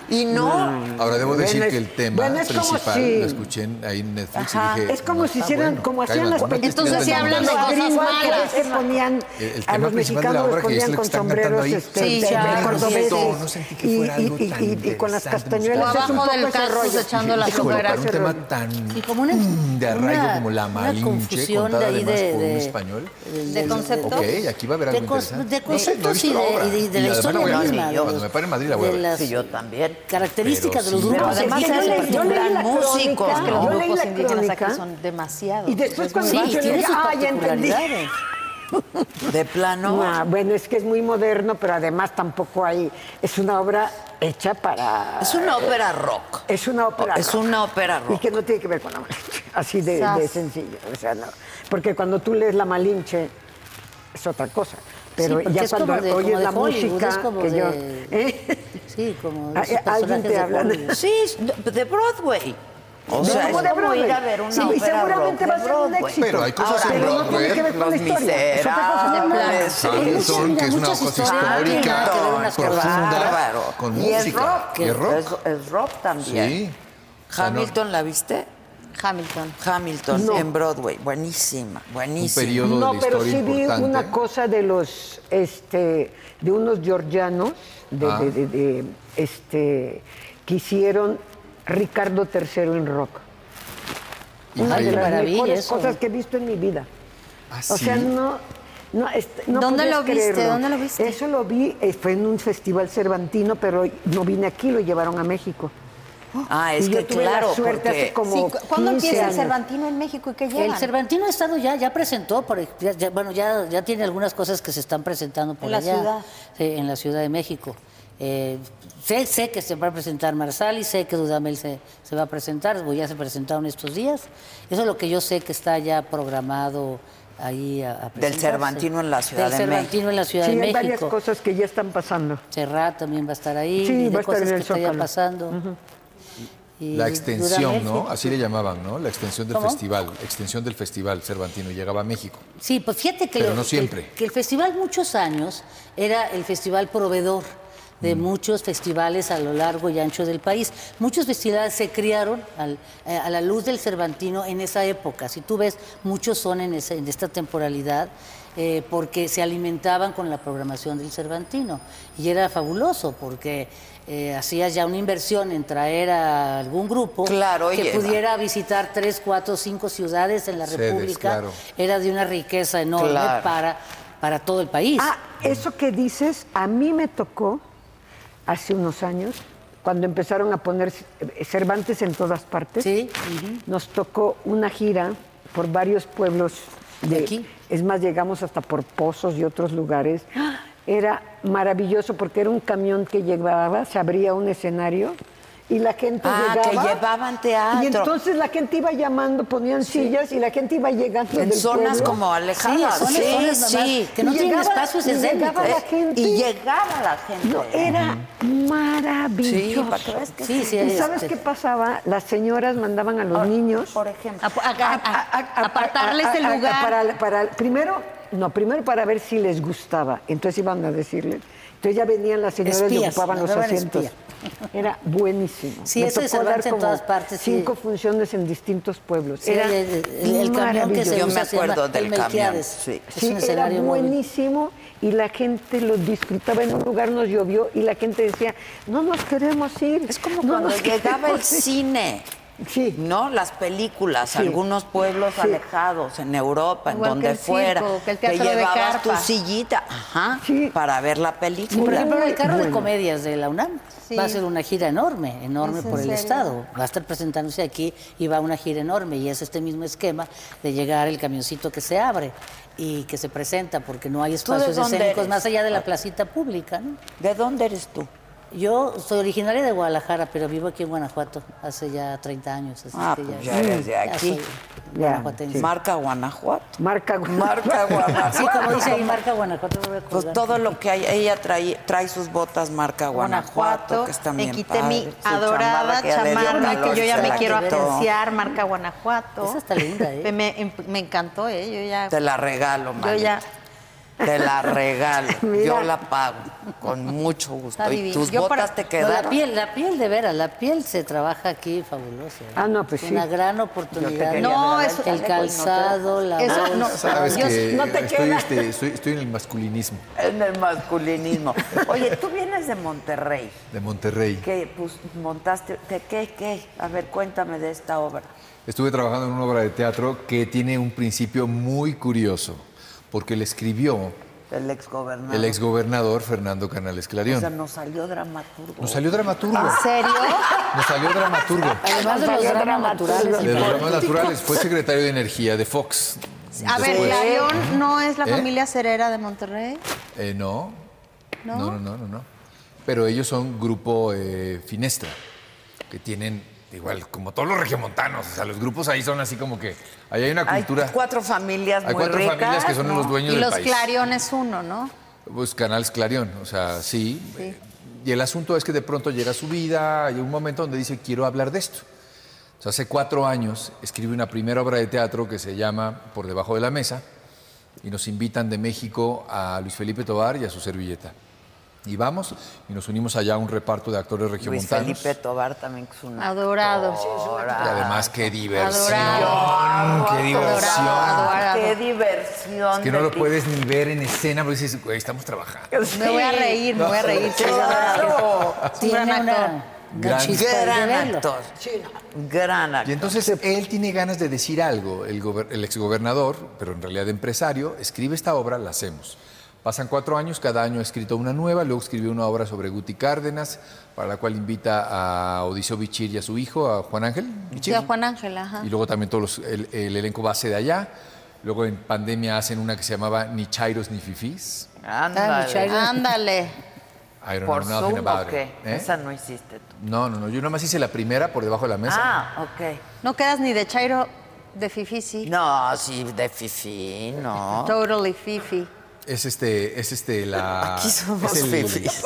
Y no. Ahora, debo decir Bueno, es- que el tema bueno, es como principal si- lo escuché en- ahí en Netflix Ajá, y dije... Es como no si está hicieran, bueno. como hacían Cállate, las no me estés Entonces, tirando sí el hablan nombre. de cosas gringas que malas. les ponían El- el a tema los principal de la mexicanos obra, les que es ponían lo que con están cantando sombreros ahí. este, Sí, de- ya, de sí, cordobeses sí. No sentí que y, fuera algo y- tan y- y con las interesante, castañuelas O es un abajo poco del ese cactus rollo. echando las Híjole, óperas. para un tema tan Sí, como una, mm, de arraigo una- como la una Malinche, confusión contada de ahí además de, por un de- español. ¿De conceptos? Ok, aquí va a haber de, algo cons- interesante. de No sé, conceptos no he y, visto la de, obra. y de- de Y la además historia la voy a ver. misma. de Cuando los- me pare en Madrid la voy a de ver. las Sí, yo también. características Pero de los sí. grupos Pero además indígenas yo en leí- yo particular. leí la músicos, crónica, ¿no? yo Los leí grupos la indígenas aquí crónica. son demasiados. Y después cuando Sí, yo tiene dije, sus ah, ya entendí. particularidades. De plano. Ah, bueno, es que es muy moderno, pero además tampoco hay... Es una obra hecha para... Es una ópera rock. Es una ópera Es rock. una ópera Y rock. que no tiene que ver con la Malinche. Así de, Sas. de sencillo. O sea, no. Porque cuando tú lees la Malinche, es otra cosa. Pero Sí, porque ya es cuando como de- oyes como de la Hollywood, música... es como que yo, de- ¿eh? Sí, como de Ah, esos eh, alguien personajes te de habla de- Hollywood. Sí, es de Broadway. O De- sea, como es de como Broadway. ir a ver una Sí, y ópera seguramente rock va a de ser un Broadway. éxito. Pero hay cosas Ahora, en Pero no tiene que Broadway. ver con la Los historia. Es otra cosa. Miserables. Hamilton, que es una muchas cosa historias, histórica, nada que ver unas con otras. profunda, Bárbaro. con Y es música. rock. Y es rock. Es, es rock también. Sí. O sea, no- Hamilton, ¿la viste? Hamilton. Hamilton No. en Broadway. Buenísima, un buenísima. periodo No, de la pero historia sí vi importante. una cosa de los, este, de unos georgianos, de, Ah. de- de- de, este, que hicieron Ricardo tercero en rock. Una de Increíble. las maravilla mejores eso. cosas que he visto en mi vida. ¿Ah, O sea, sí? no, no, este, no ¿Dónde podías lo viste? creerlo. ¿Dónde lo viste? Eso lo vi, eh, fue en un festival cervantino, pero no vine aquí, lo llevaron a México. Ah, es y yo que tuve claro, la suerte porque... hace como Sí, cu- ¿cuándo quince empieza el años. Cervantino en México y qué llevan? El Cervantino ha estado ya, ya presentó, por, ya- ya- bueno, ya, ya tiene algunas cosas que se están presentando por En la allá. ciudad. Sí, en la Ciudad de México. Eh, sé, sé que se va a presentar Marsali, sé que Dudamel se, se va a presentar, o ya se presentaron estos días. Eso es lo que yo sé que está ya programado ahí a, a Del presentarse. Cervantino en la Ciudad Del de México. Cervantino en la Ciudad Sí, de hay varias México. cosas que ya están pasando. Serrat también va a estar ahí, Sí, y de va a estar cosas en que el está ya Zócalo. pasando. Y La extensión, Dudamel, ¿no? sí. Así le llamaban, ¿no? La extensión del ¿Cómo? festival. Extensión del festival Cervantino. Llegaba a México. Sí, pues fíjate que, Pero lo- no que- siempre. que el festival muchos años era el festival proveedor de Mm. muchos festivales a lo largo y ancho del país. Muchos festivales se criaron al- eh, a la luz del Cervantino en esa época. Si tú ves, muchos son en, esa- en esta temporalidad eh, porque se alimentaban con la programación del Cervantino. Y era fabuloso porque eh, hacías ya una inversión en traer a algún grupo Claro, que oye, pudiera visitar tres, cuatro, cinco ciudades en la Sedes, República. claro. Era de una riqueza enorme Claro. para, para todo el país. Ah, eso que dices, a mí me tocó hace unos años, cuando empezaron a poner Cervantes en todas partes. Sí. Nos tocó una gira por varios pueblos de ¿De aquí? Es más, llegamos hasta por Pozos y otros lugares. Era maravilloso porque era un camión que llevaba, se abría un escenario y la gente Ah, llegaba. que llevaban teatro. Y entonces la gente iba llamando, ponían sillas y la gente iba llegando En del zonas pueblo. como alejadas. Sí, zonas- Sí, zonas nomás sí. que no Y tienen llegaba- espacios y escénicos. llegaba la gente. Y llegaba la gente. No, era maravilloso. Sí, para que veas que Sí, sí, ¿Y este- sabes qué pasaba? Las señoras mandaban a los niños Por ejemplo. A- a- a- a- apartarles el a- a- lugar. para, para- primero, no, primero para ver si les gustaba. Entonces iban a decirles. Entonces ya venían las señoras y Espías, ocupaban los mandaban asientos. espía. Era buenísimo. Sí, Me eso de tocó Cervantes dar en como todas partes, sí. cinco funciones en distintos pueblos. Sí, Era el, el- el camión que se Yo me usa se llama acuerdo del el Melquiades. camión, sí. Es Sí, un era escenario móvil. buenísimo y la gente lo disfrutaba. En un lugar nos llovió y la gente decía, no nos queremos ir. Es como no cuando nos llegaba el queremos ir". cine. Sí. ¿No? Las películas, Sí. algunos pueblos Sí. alejados, en Europa, Igual en donde que el fuera. circo, que el teatro de llevabas tu carpa. sillita, ajá, Sí. para ver la película. Por ejemplo, el carro de Bueno. comedias de la UNAM Sí. va a ser una gira enorme, enorme ¿Es en por el serio? Estado. Va a estar presentándose aquí y va a una gira enorme. Y es este mismo esquema de llegar el camioncito que se abre y que se presenta, porque no hay de espacios dónde escénicos eres? más allá de la placita pública, ¿no? ¿De dónde eres tú? Yo soy originaria de Guadalajara, pero vivo aquí en Guanajuato hace ya treinta años. Así Ah, que pues ya eres de ya aquí. soy guanajuatense. Marca Guanajuato. Marca Marca Guanajuato. Sí, como dice ahí, marca Guanajuato. me voy a Pues colgar. todo lo que hay, ella trae, trae sus botas marca Guanajuato, que están me bien quité mi padres. Su adorada ya le dio chamarra calor, que yo ya se me la quiero quitó. agenciar, marca Guanajuato. Esa está linda, ¿eh? Me, me- me encantó, ¿eh? Yo ya... Te la regalo, Yo manita. ya... Te la regalo. Mira. Yo la pago con mucho gusto. Está ¿Y divino. tus Yo botas para- te No, quedaron? la piel, la piel de veras, la piel se trabaja aquí fabuloso. ¿eh? Ah, no, pues Es sí. Una gran Yo oportunidad. te quería No, ver eso- el calzado, la Eso bolsa. no. Sabes Yo- que no te estoy, queda. este, estoy, estoy en el masculinismo En el masculinismo. Oye, tú vienes de Monterrey. de Monterrey. ¿Qué pues, montaste? ¿De qué, qué? A ver, cuéntame de esta obra. Estuve trabajando en una obra de teatro que tiene un principio muy curioso, porque le escribió El exgobernador. el exgobernador Fernando Canales O Clarion. sea, nos salió dramaturgo. Nos salió dramaturgo. ¿En serio? Nos salió dramaturgo. Además de los dramas naturales. De los dramas naturales. Fue secretario de Energía de Fox. A ver, Después- Clarion no es la ¿Eh? familia Cerera de Monterrey. Eh, no. ¿No? No, no, no, no, no. Pero ellos son grupo eh, Finestra, que tienen, igual, como todos los regiomontanos, o sea, los grupos ahí son así como que, ahí hay una Hay cultura. cuatro familias Hay muy cuatro ricas, familias que son ¿no? los dueños Y del los país. Clarion es uno, ¿no? Pues Canales Clarion, o sea, sí. Sí. Y el asunto es que de pronto llega su vida, hay un momento donde dice, quiero hablar de esto. O sea, hace cuatro años escribe una primera obra de teatro que se llama Por debajo de la mesa, y nos invitan de México a Luis Felipe Tovar y a su servilleta. Y vamos, y nos unimos allá a un reparto de actores Luis regiomontanos. Felipe Tobar también, que es un Adorado. Y además, qué diversión, Adorado. qué diversión. Adorado. Qué diversión. Es que no de lo ti. puedes ni ver en escena, porque dices, güey, estamos trabajando. Me voy a reír, me voy a reír. Claro. Es un gran Tiene actor. una, una Gran- chispa de Gran verlo. actor. Gran Y actor. entonces él tiene ganas de decir algo, el, gober- el exgobernador, pero en realidad empresario, escribe esta obra, la hacemos. Pasan cuatro años, cada año ha escrito una nueva, luego escribió una obra sobre Guti Cárdenas, para la cual invita a Odiseo Bichir y a su hijo, a Juan Ángel Bichir. Sí, a Juan Ángel, ajá. Y luego también todos los- el, el elenco base de allá. Luego en pandemia hacen una que se llamaba Ni Chairos ni Fifís. Ándale. Chairo. Ándale. I don't ¿Por know nothing Zoom about o qué? it. ¿Eh? Esa no hiciste tú. No, no, no, yo nomás hice la primera por debajo de la mesa. Ah, ok. No quedas ni de Chairo de Fifi, sí. No, sí, de Fifi, no. Totally Fifi. Es este, es este la. Aquí somos es el, fifís.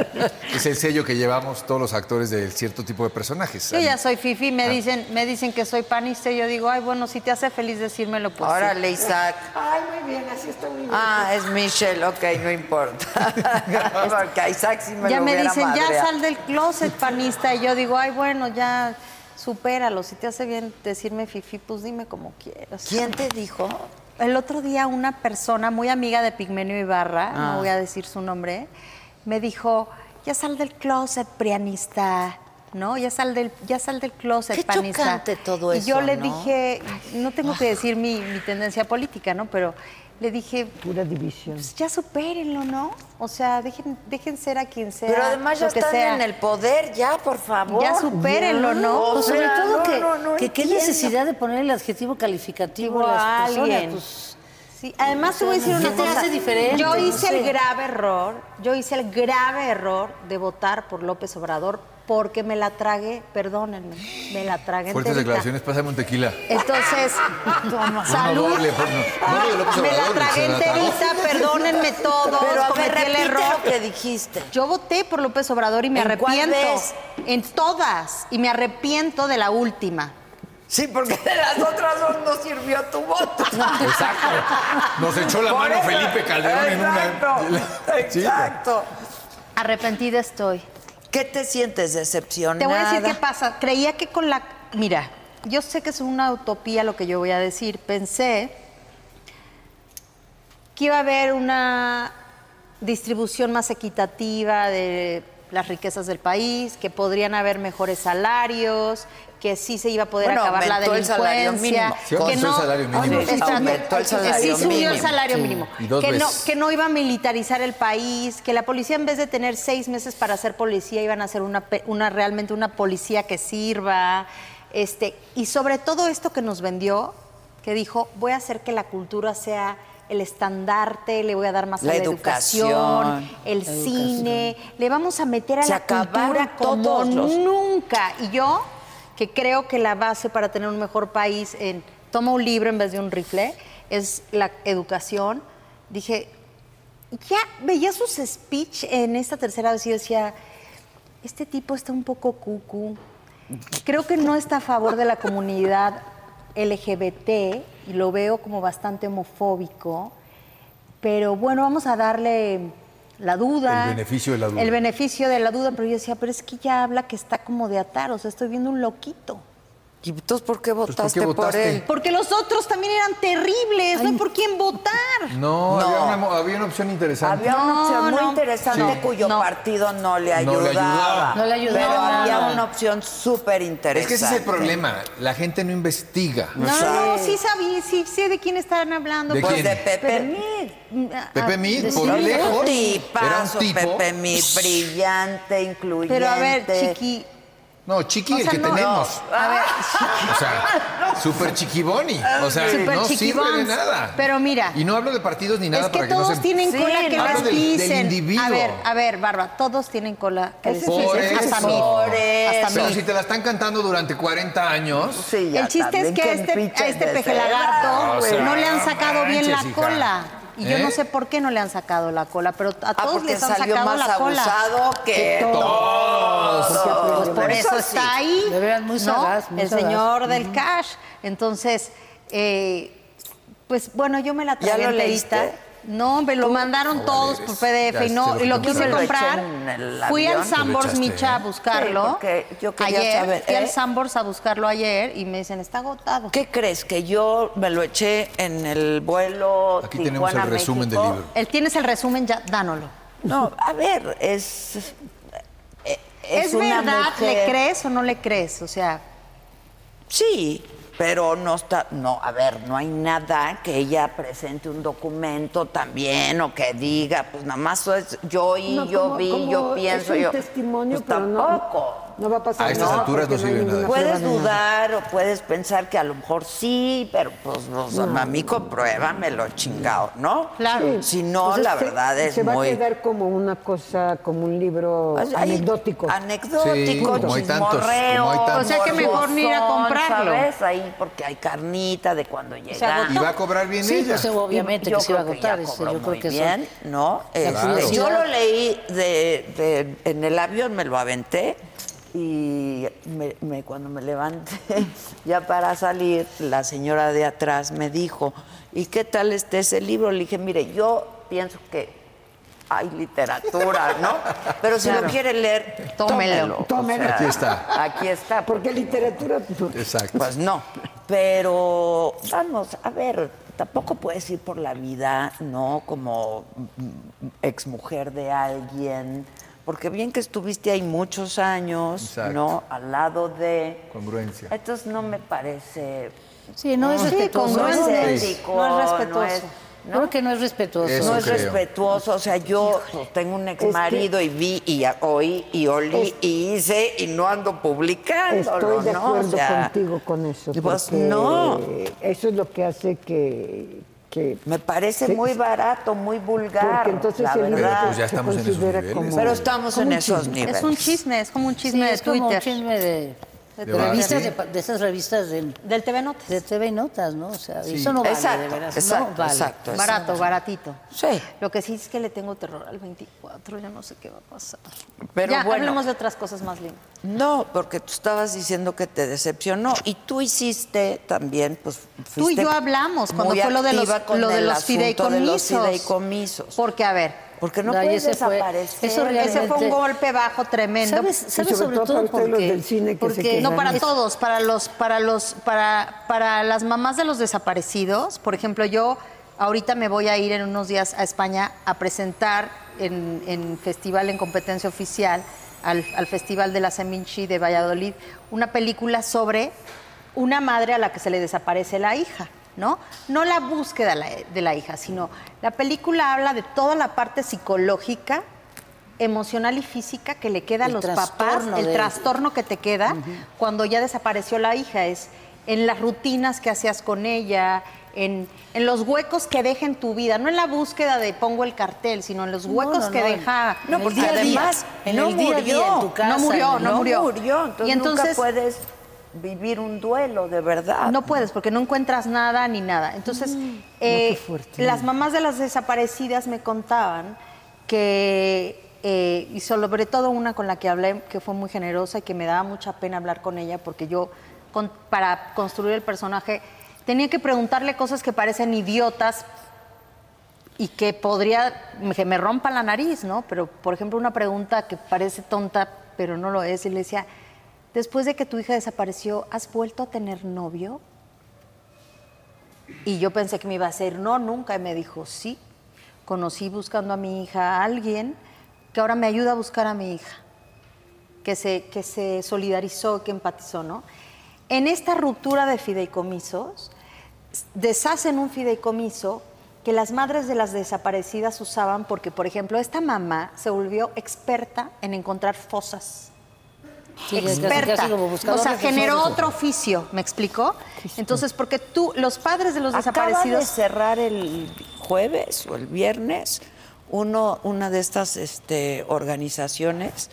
es el sello que llevamos todos los actores de cierto tipo de personajes. Yo ya soy Fifi, me dicen, me dicen que soy panista y yo digo, ay, bueno, si te hace feliz decírmelo, pues sí. Órale, Isaac. Ay, muy bien, así está muy bien. Ah, es Michelle, ok, no importa. Porque a Isaac sí me Ya lo me hubiera dicen, ya madreado. sal del closet, panista. Y yo digo, ay, bueno, ya supéralo. Si te hace bien decirme Fifi, pues dime como quieras. ¿Quién te dijo? El otro día una persona muy amiga de Pigmenio Ibarra, Ah. no voy a decir su nombre, me dijo, ya sal del closet, prianista, ¿no? Ya sal del, ya sal del closet, Qué panista. chocante todo y yo eso, le ¿no? dije, no tengo que decir mi, mi tendencia política, ¿no? Pero le dije, Pura división. pues ya supérenlo, ¿no? O sea, dejen, dejen ser a quien sea. Pero además ya lo que están sea. en el poder, ya, por favor. Ya supérenlo, ¿no? O Pues sobre sea, todo no, que, no, no que qué entiendo. necesidad de poner el adjetivo calificativo Digo, a a las personas. alguien. Pues, Sí, además te voy a decir ¿qué una te cosa. hace diferente? Yo No hice sé. el grave error, yo hice el grave error de votar por López Obrador porque me la tragué, perdónenme, me la tragué Fuertes enterita. declaraciones, pásame un tequila. Entonces, No, salud. no, doble, pues, no, no lo de López me la Obrador, tragué se la tragó. enterita, perdónenme todos, Pero a ver, cometí el repite error. lo que dijiste. Yo voté por López Obrador y me ¿En cuál arrepiento. vez? En todas. Y me arrepiento de la última. Sí, porque de las otras dos no sirvió tu voto. Exacto. Nos echó la Por mano eso. Felipe Calderón en Exacto, una. Sí, exacto. Arrepentida estoy. ¿Qué te sientes decepcionada? Te voy a decir qué pasa. Creía que con la... Mira, yo sé que es una utopía lo que yo voy a decir. Pensé que iba a haber una distribución más equitativa de las riquezas del país, que podrían haber mejores salarios, que sí se iba a poder Bueno, acabar la aumentó el salario delincuencia. mínimo. Sí, aumentó que el salario mínimo. Sí, Espérate. aumentó el salario Sí, subió el mínimo. salario Sí, mínimo. y dos que, no, veces. que no iba a militarizar el país, que la policía en vez de tener seis meses para ser policía, iban a hacer una, pe- una realmente una policía que sirva. Este, y sobre todo esto que nos vendió, que dijo, voy a hacer que la cultura sea el estandarte, le voy a dar más La a la educación. educación, el cine, le vamos a meter a Se la acabaron cultura como todos los- nunca. Y yo, que creo que la base para tener un mejor país en toma un libro en vez de un rifle, es la educación, dije, ya veía sus speech en esta tercera vez y yo decía, este tipo está un poco cucu, creo que no está a favor de la comunidad L G B T y lo veo como bastante homofóbico. pero bueno, vamos a darle la duda. El beneficio de la duda. El beneficio de la duda, pero yo decía, pero es que ya habla que está como de atar, o sea, estoy viendo un loquito. ¿Y entonces por qué votaste, ¿por qué votaste? por él? Porque los otros también eran terribles, no hay por quién votar. No, No. Había, una, había una opción interesante. Había una No, opción muy no. interesante Sí. cuyo No. partido no le No le ayudaba. ayudaba. No le ayudaba Pero nada. había una opción súper interesante. Es que ese es el problema. La gente no investiga. No, no, sí sabía, sí sé de quién estaban hablando. ¿De pues, Pues quién? de Pepe Pero- Mid. Ah, Pepe Mid, de- por sí. lejos. Un Era un tipazo, tipo. Pepe Mid, brillante, incluyente. Pero a ver, Chiqui, No, Chiqui, O el sea, que no. tenemos. a ver, O sea, super chiquiboni. O sea, Super no sirve de chiquibons. nada. Pero mira, Y no hablo de partidos ni nada es que para que todos no se... tienen Sí, cola que no. les Hablo del- del pisen. individuo. A ver, a ver, Barba, todos tienen cola que les Ese Por pisen. Hasta eso. mí. Por Hasta eso. Pero mí. si te la están cantando durante cuarenta años... Sí, ya El chiste es también, que a qué este, pinche a este peje deseo. lagarto O sea, no le han sacado bien la manches, hija. cola. Y yo ¿Eh? no sé por qué no le han sacado la cola, pero a Ah, todos porque les han salió sacado más la cola. abusado que todos. Pues por eso sí. está ahí, De veras, muy ¿no? sagaz, muy el sagaz. señor del cash. Entonces, eh, pues bueno, yo me la ¿Ya tragué lo enterita. leíste? No, me lo mandaron todos por P D F Ya, y no este y lo lo que quise yo me lo comprar. eché en el Fui avión. al Sambors Te lo echaste, Micha a ¿eh? buscarlo. Sí, porque yo quería ayer, saber, Fui ¿eh? al Sambors a buscarlo ayer y me dicen, está agotado. ¿Qué crees? Que yo me lo eché en el vuelo Aquí tenemos el Tijuana, resumen del México? libro. Él tienes el resumen, ya, dánoslo. No, a ver, es... eh, ¿Es, una verdad? ¿Le mujer- crees o no le crees? O sea, Sí, pero no está, no, a ver, no hay nada que ella presente un documento también o que diga, pues nada más es yo y No, yo como- vi, como yo pienso, es un yo. testimonio, pues pero no- tampoco. No va a pasar A estas nada alturas porque no hay sirve ninguna nada. prueba Puedes de nada. dudar o puedes pensar que a lo mejor sí, pero pues o sea, a mí compruébamelo, chingado, ¿no? Claro. Si no, Entonces, la se- verdad es se va muy... a quedar como una cosa, como un libro Pues, hay anecdótico. Anecdótico, Sí, como hay tantos, chismorreo, como hay tantos. O sea que mejor ni ir a morbosón, comprarlo. ¿Sabes? Ahí porque hay carnita de cuando llega. agotó. Y va a cobrar bien Sí, ella. pues obviamente Yo que se iba a creo que agotar. ya eso, cobró yo creo muy que eso- bien, ¿no? Este, Claro. Yo lo leí de, de- en el avión, me lo aventé y me- me- cuando me levanté ya para salir, la señora de atrás me dijo, ¿y qué tal está ese libro? Le dije, mire, yo pienso que hay literatura, ¿no? Pero si Claro. lo quiere leer, Tómelo. tómelo. Tómelo. Aquí está. Aquí está. Porque literatura... Exacto. Pues no, pero vamos, a ver, tampoco puedes ir por la vida, ¿no? Como mm, exmujer de alguien, porque bien que estuviste ahí muchos años, Exacto. ¿no? Al lado de... Congruencia. Entonces no me parece... Sí, no es Sí, respetuoso. No es congruente. ético, No es respetuoso. no es- ¿no? Creo que no es respetuoso. Eso No es creo. respetuoso, o sea, yo pues, tengo un ex marido y vi y a- oí y olí y hice y no ando publicándolo, Estoy de ¿no? acuerdo O sea, contigo con eso. pues, porque no. Eso es lo que hace que... que me parece Sí, muy sí. barato, muy vulgar, Porque entonces la el libro verdad. pues ya se estamos en esos considera niveles. como... Pero estamos como en un esos chisme. niveles. Es un chisme, es como un Sí, chisme de es como un Twitter. chisme de, De de verdad, revistas, sí. de, pa- de esas revistas de, Del T V Notas. de T V Notas, ¿no? O sea, Sí. eso no vale, Exacto, de veras. exacto, no vale. exacto. Barato, baratito. Sí. Lo que sí es que le tengo terror al veinticuatro, ya no sé qué va a pasar. Pero ya, bueno. hablemos de otras cosas más lindas. No, porque tú estabas diciendo que te decepcionó y tú hiciste también, pues Tú y fuiste yo hablamos cuando muy fue lo de los, activa con lo de el los asunto de los fideicomisos. fideicomisos. Porque, a ver, Porque no No, y puedes ese fue- desaparecer. eso realmente- ese fue un golpe bajo tremendo. ¿Sabes, sabes sobre sobre, todo todo para ustedes los porque, del cine que se porque quedan. No, para es- todos, para los, para los, para, para las mamás de los desaparecidos. Por ejemplo, yo ahorita me voy a ir en unos días a España a presentar en, en festival, en competencia oficial, al, al Festival de la Seminci de Valladolid, una película sobre una madre a la que se le desaparece la hija, ¿no? No la búsqueda la- de la hija, sino la película habla de toda la parte psicológica, emocional y física que le queda a El los papás, trastorno el de- trastorno que te queda cuando ya desapareció la hija, es en las rutinas que hacías con ella, en, en los huecos que deja en tu vida, no en la búsqueda de pongo el cartel, sino en los No, huecos no, que no, deja. en el porque día a día, además en no el día a día, murió, en tu casa. no murió, en- no no murió. murió. Entonces, Y entonces- nunca puedes vivir un duelo de verdad. No puedes porque no encuentras nada ni nada. Entonces, eh, qué fuerte. las mamás de las desaparecidas me contaban que, eh, y sobre todo una con la que hablé, que fue muy generosa y que me daba mucha pena hablar con ella, porque yo, con- para construir el personaje, tenía que preguntarle cosas que parecen idiotas, y que podría, que me rompa la nariz, ¿no? Pero, por ejemplo, una pregunta que parece tonta, pero no lo es, y le decía, después de que tu hija desapareció, ¿has vuelto a tener novio? Y yo pensé que me iba a decir, no, nunca, y me dijo, sí, conocí buscando a mi hija a alguien que ahora me ayuda a buscar a mi hija, que se, que se solidarizó, que empatizó, ¿no? En esta ruptura de fideicomisos, deshacen un fideicomiso que las madres de las desaparecidas usaban porque, por ejemplo, esta mamá se volvió experta en encontrar fosas. Sí, experta. casi, casi como buscador o sea, de generó tesoros. otro oficio, ¿me explicó? Entonces, porque tú, los padres de los Acaba desaparecidos... de cerrar el jueves o el viernes uno, una de estas este, organizaciones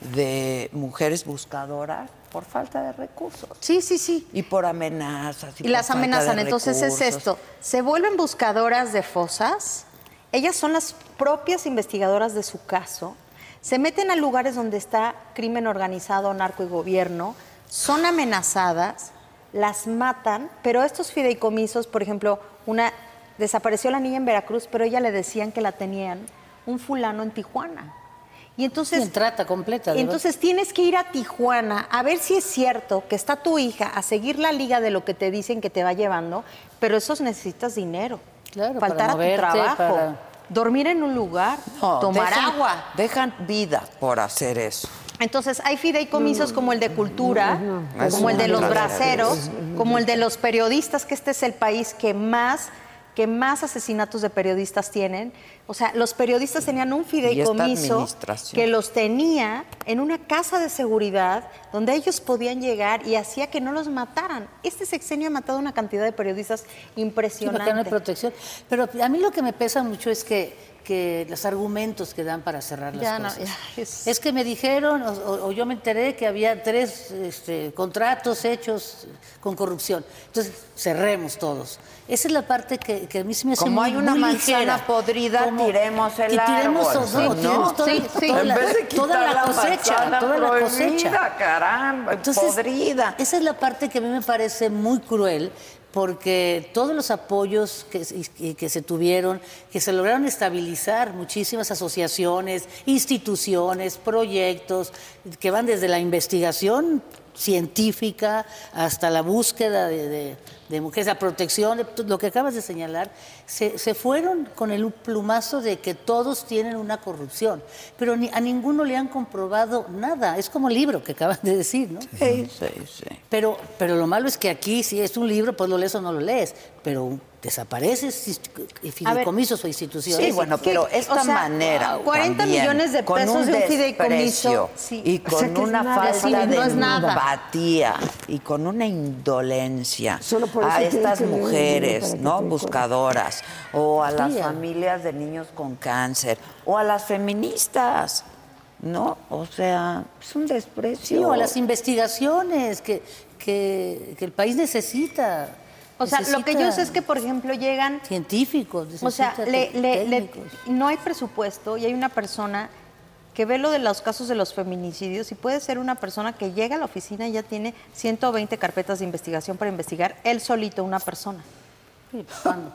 de mujeres buscadoras por falta de recursos. Sí, sí, sí. Y por amenazas. Y, Y por las falta amenazan. de Entonces es recursos. esto, se vuelven buscadoras de fosas, ellas son las propias investigadoras de su caso, se meten a lugares donde está crimen organizado, narco y gobierno, son amenazadas, las matan, pero estos fideicomisos, por ejemplo, una desapareció la niña en Veracruz, pero ella le decían que la tenían un fulano en Tijuana. Y entonces, Sí, trata completa. de entonces tienes que ir a Tijuana a ver si es cierto que está tu hija, a seguir la liga de lo que te dicen que te va llevando, pero esos necesitas dinero. Claro, faltar para a tu moverte, trabajo, para- dormir en un lugar, No, tomar dejan- agua. Dejan vida por hacer eso. Entonces hay fideicomisos como el de cultura, Es como el de una los tragedia. braceros, como el de los periodistas, que este es el país que más que más asesinatos de periodistas tienen. O sea, los periodistas tenían un fideicomiso administración. que los tenía en una casa de seguridad donde ellos podían llegar y hacía que no los mataran. Este sexenio ha matado una cantidad de periodistas Sí, porque impresionante. no hay protección. Pero a mí lo que me pesa mucho es que, que los argumentos que dan para cerrar las Ya no, cosas. ya, es- es... que me dijeron, o, o- o yo me enteré que había tres este, contratos hechos con corrupción. Entonces, cerremos todos. Esa es la parte que, que a mí se me hace Como muy, hay una muy manzana ligera. podrida, Como tiremos el que tiremos árbol, todo, ¿sí, no, no? tiremos toda, Sí, sí. toda En la, vez de toda quitar la la cosecha, manzana toda la prohibida, cosecha. caramba, podrida. Esa es la parte que a mí me parece muy cruel, porque todos los apoyos que, y- que se tuvieron, que se lograron estabilizar muchísimas asociaciones, instituciones, proyectos, que van desde la investigación científica hasta la búsqueda de, de- de mujeres, la protección, de t- lo que acabas de señalar, se, se fueron con el plumazo de que todos tienen una corrupción, pero ni, a ninguno le han comprobado nada. Es como el libro que acabas de decir, ¿no? Sí, sí, sí. Pero, pero lo malo es que aquí, si es un libro, pues lo lees o no lo lees, pero desapareces fideicomisos o instituciones. Sí, bueno, pero esta o sea, manera cuarenta también, millones de con pesos un de un fideicomiso, desprecio sí. y O con sea, que es una nada, falta sí, de no es nada. empatía y con una indolencia Solo por eso a tienen estas que leer un libro mujeres, para que ¿no? te Buscadoras o a las Sí. familias de niños con cáncer o a las feministas, ¿no? O sea, es un desprecio. Sí, o a las investigaciones que, que, que el país necesita. O sea, lo que yo sé es que, por ejemplo, llegan... Científicos, O sea, necesita le- le- le- técnicos. no hay presupuesto y hay una persona que ve lo de los casos de los feminicidios y puede ser una persona que llega a la oficina y ya tiene ciento veinte carpetas de investigación para investigar él solito, una persona. Sí, ¿cuándo?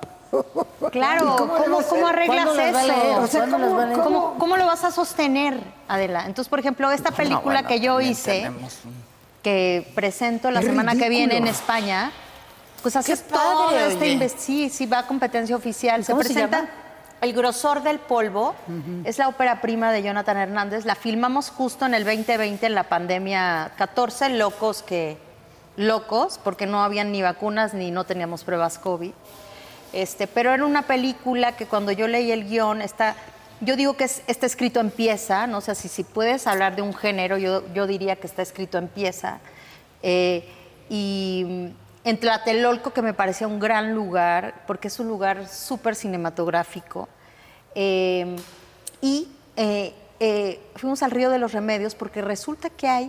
Claro, ¿cómo, cómo cómo, lo sé? arreglas ¿Cuándo las va a eso? leer? O sea, ¿Cuándo las ¿cómo- va a leer? ¿Cómo, cómo lo vas a sostener, Adela? Entonces, por ejemplo, esta película bueno, que yo también hice, tenemos un- que presento la Es semana que ridículo. viene en España, pues hace Qué padre, todo este oye. inves- sí, sí va a competencia oficial. Se ¿Cómo se presenta llama? El grosor del polvo, es la ópera prima de Jonathan Hernández. La filmamos justo en el veinte veinte, en la pandemia, catorce locos que locos, porque no habían ni vacunas ni no teníamos pruebas COVID. Este, pero era una película que cuando yo leí el guión, está, yo digo que es- está escrito en pieza, no sé si, si puedes hablar de un género, yo, yo diría que está escrito en pieza. Eh, y mm, en Tlatelolco, que me parecía un gran lugar, porque es un lugar súper cinematográfico. Eh, y eh, eh, fuimos al Río de los Remedios porque resulta que hay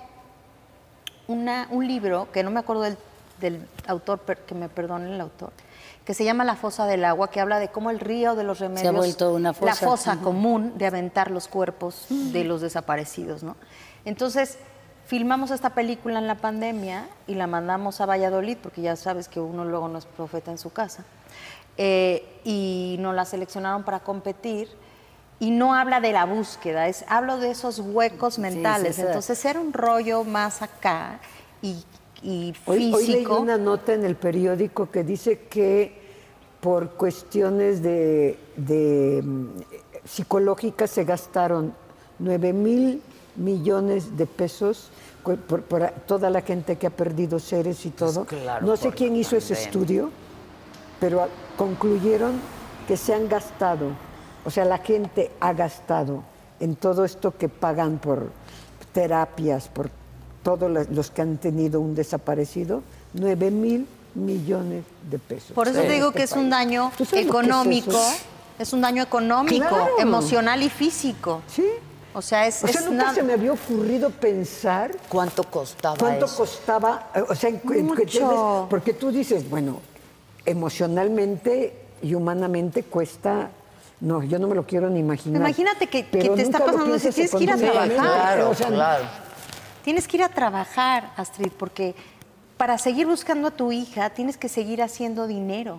una, un libro, que no me acuerdo del, del autor, per- que me perdone el autor, que se llama La Fosa del Agua, que habla de cómo el Río de los Remedios... vuelto una La fosa. fosa Ujú. común de aventar los cuerpos de los desaparecidos, ¿no? Entonces, filmamos esta película en la pandemia y la mandamos a Valladolid, porque ya sabes que uno luego no es profeta en su casa, eh, y nos la seleccionaron para competir, y no habla de la búsqueda, es, hablo de esos huecos mentales, sí, sí, sí. Entonces era un rollo más acá y, y físico. Hoy, hoy leí una nota en el periódico que dice que por cuestiones de, de psicológicas se gastaron nueve mil millones de pesos por, por toda la gente que ha perdido seres y todo. Pues claro, no sé quién hizo ese estudio, pero concluyeron que se han gastado, o sea, la gente ha gastado en todo esto que pagan por terapias, por todos los que han tenido un desaparecido, nueve mil millones de pesos. Por eso te digo que es un daño económico, es, es, es un daño económico, claro. emocional y físico. Sí. O sea, es, o sea es nunca nada... se me había ocurrido pensar cuánto costaba cuánto eso? costaba, o sea, mucho. Porque tú dices, bueno, emocionalmente y humanamente cuesta, no, yo no me lo quiero ni imaginar. Imagínate que, que te está pasando, si tienes que ir a trabajar. Claro, o sea, claro. Tienes que ir a trabajar, Astrid, porque para seguir buscando a tu hija tienes que seguir haciendo dinero.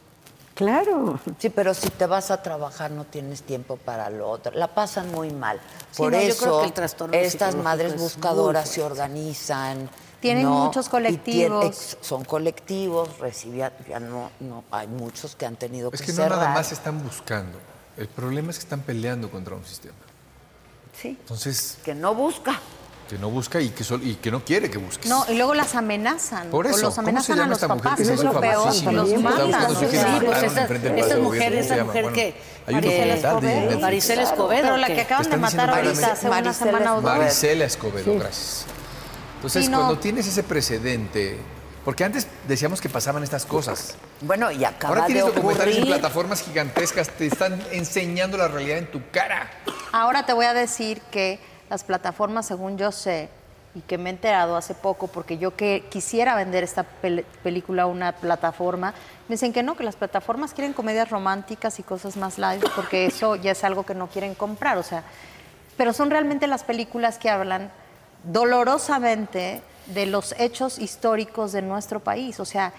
Claro. Sí, pero si te vas a trabajar no tienes tiempo para lo otro. La pasan muy mal. Por sí, no, eso yo creo que el trastorno estas madres buscadoras se organizan. Tienen no, muchos colectivos. Tienen, son colectivos, recibían, ya no, no, hay muchos que han tenido que cerrar. Es que cerrar. no nada más están buscando. El problema es que están peleando contra un sistema. Sí. Entonces. Que no busca. Que no busca y que, sol, y que no quiere que busques. No, y luego las amenazan. Por eso. O los amenazan a los papás. Eso es lo peor. Sí, los matan. Sí, pues esta, esta mujer, esa mujer bueno, que... Maricela Escobedo. Maricela Escobedo. Pero la que acaban de matar ahorita hace una semana o dos. Maricela Escobedo, sí. Gracias. Entonces, sí, no. cuando tienes ese precedente... Porque antes decíamos que pasaban estas cosas. Bueno, y acaba Ahora tienes de documentales ocurrir. en plataformas gigantescas, te están enseñando la realidad en tu cara. Ahora te voy a decir que las plataformas, según yo sé, y que me he enterado hace poco, porque yo que quisiera vender esta pel película a una plataforma, me dicen que no, que las plataformas quieren comedias románticas y cosas más light, porque eso ya es algo que no quieren comprar, o sea, pero son realmente las películas que hablan dolorosamente de los hechos históricos de nuestro país, o sea,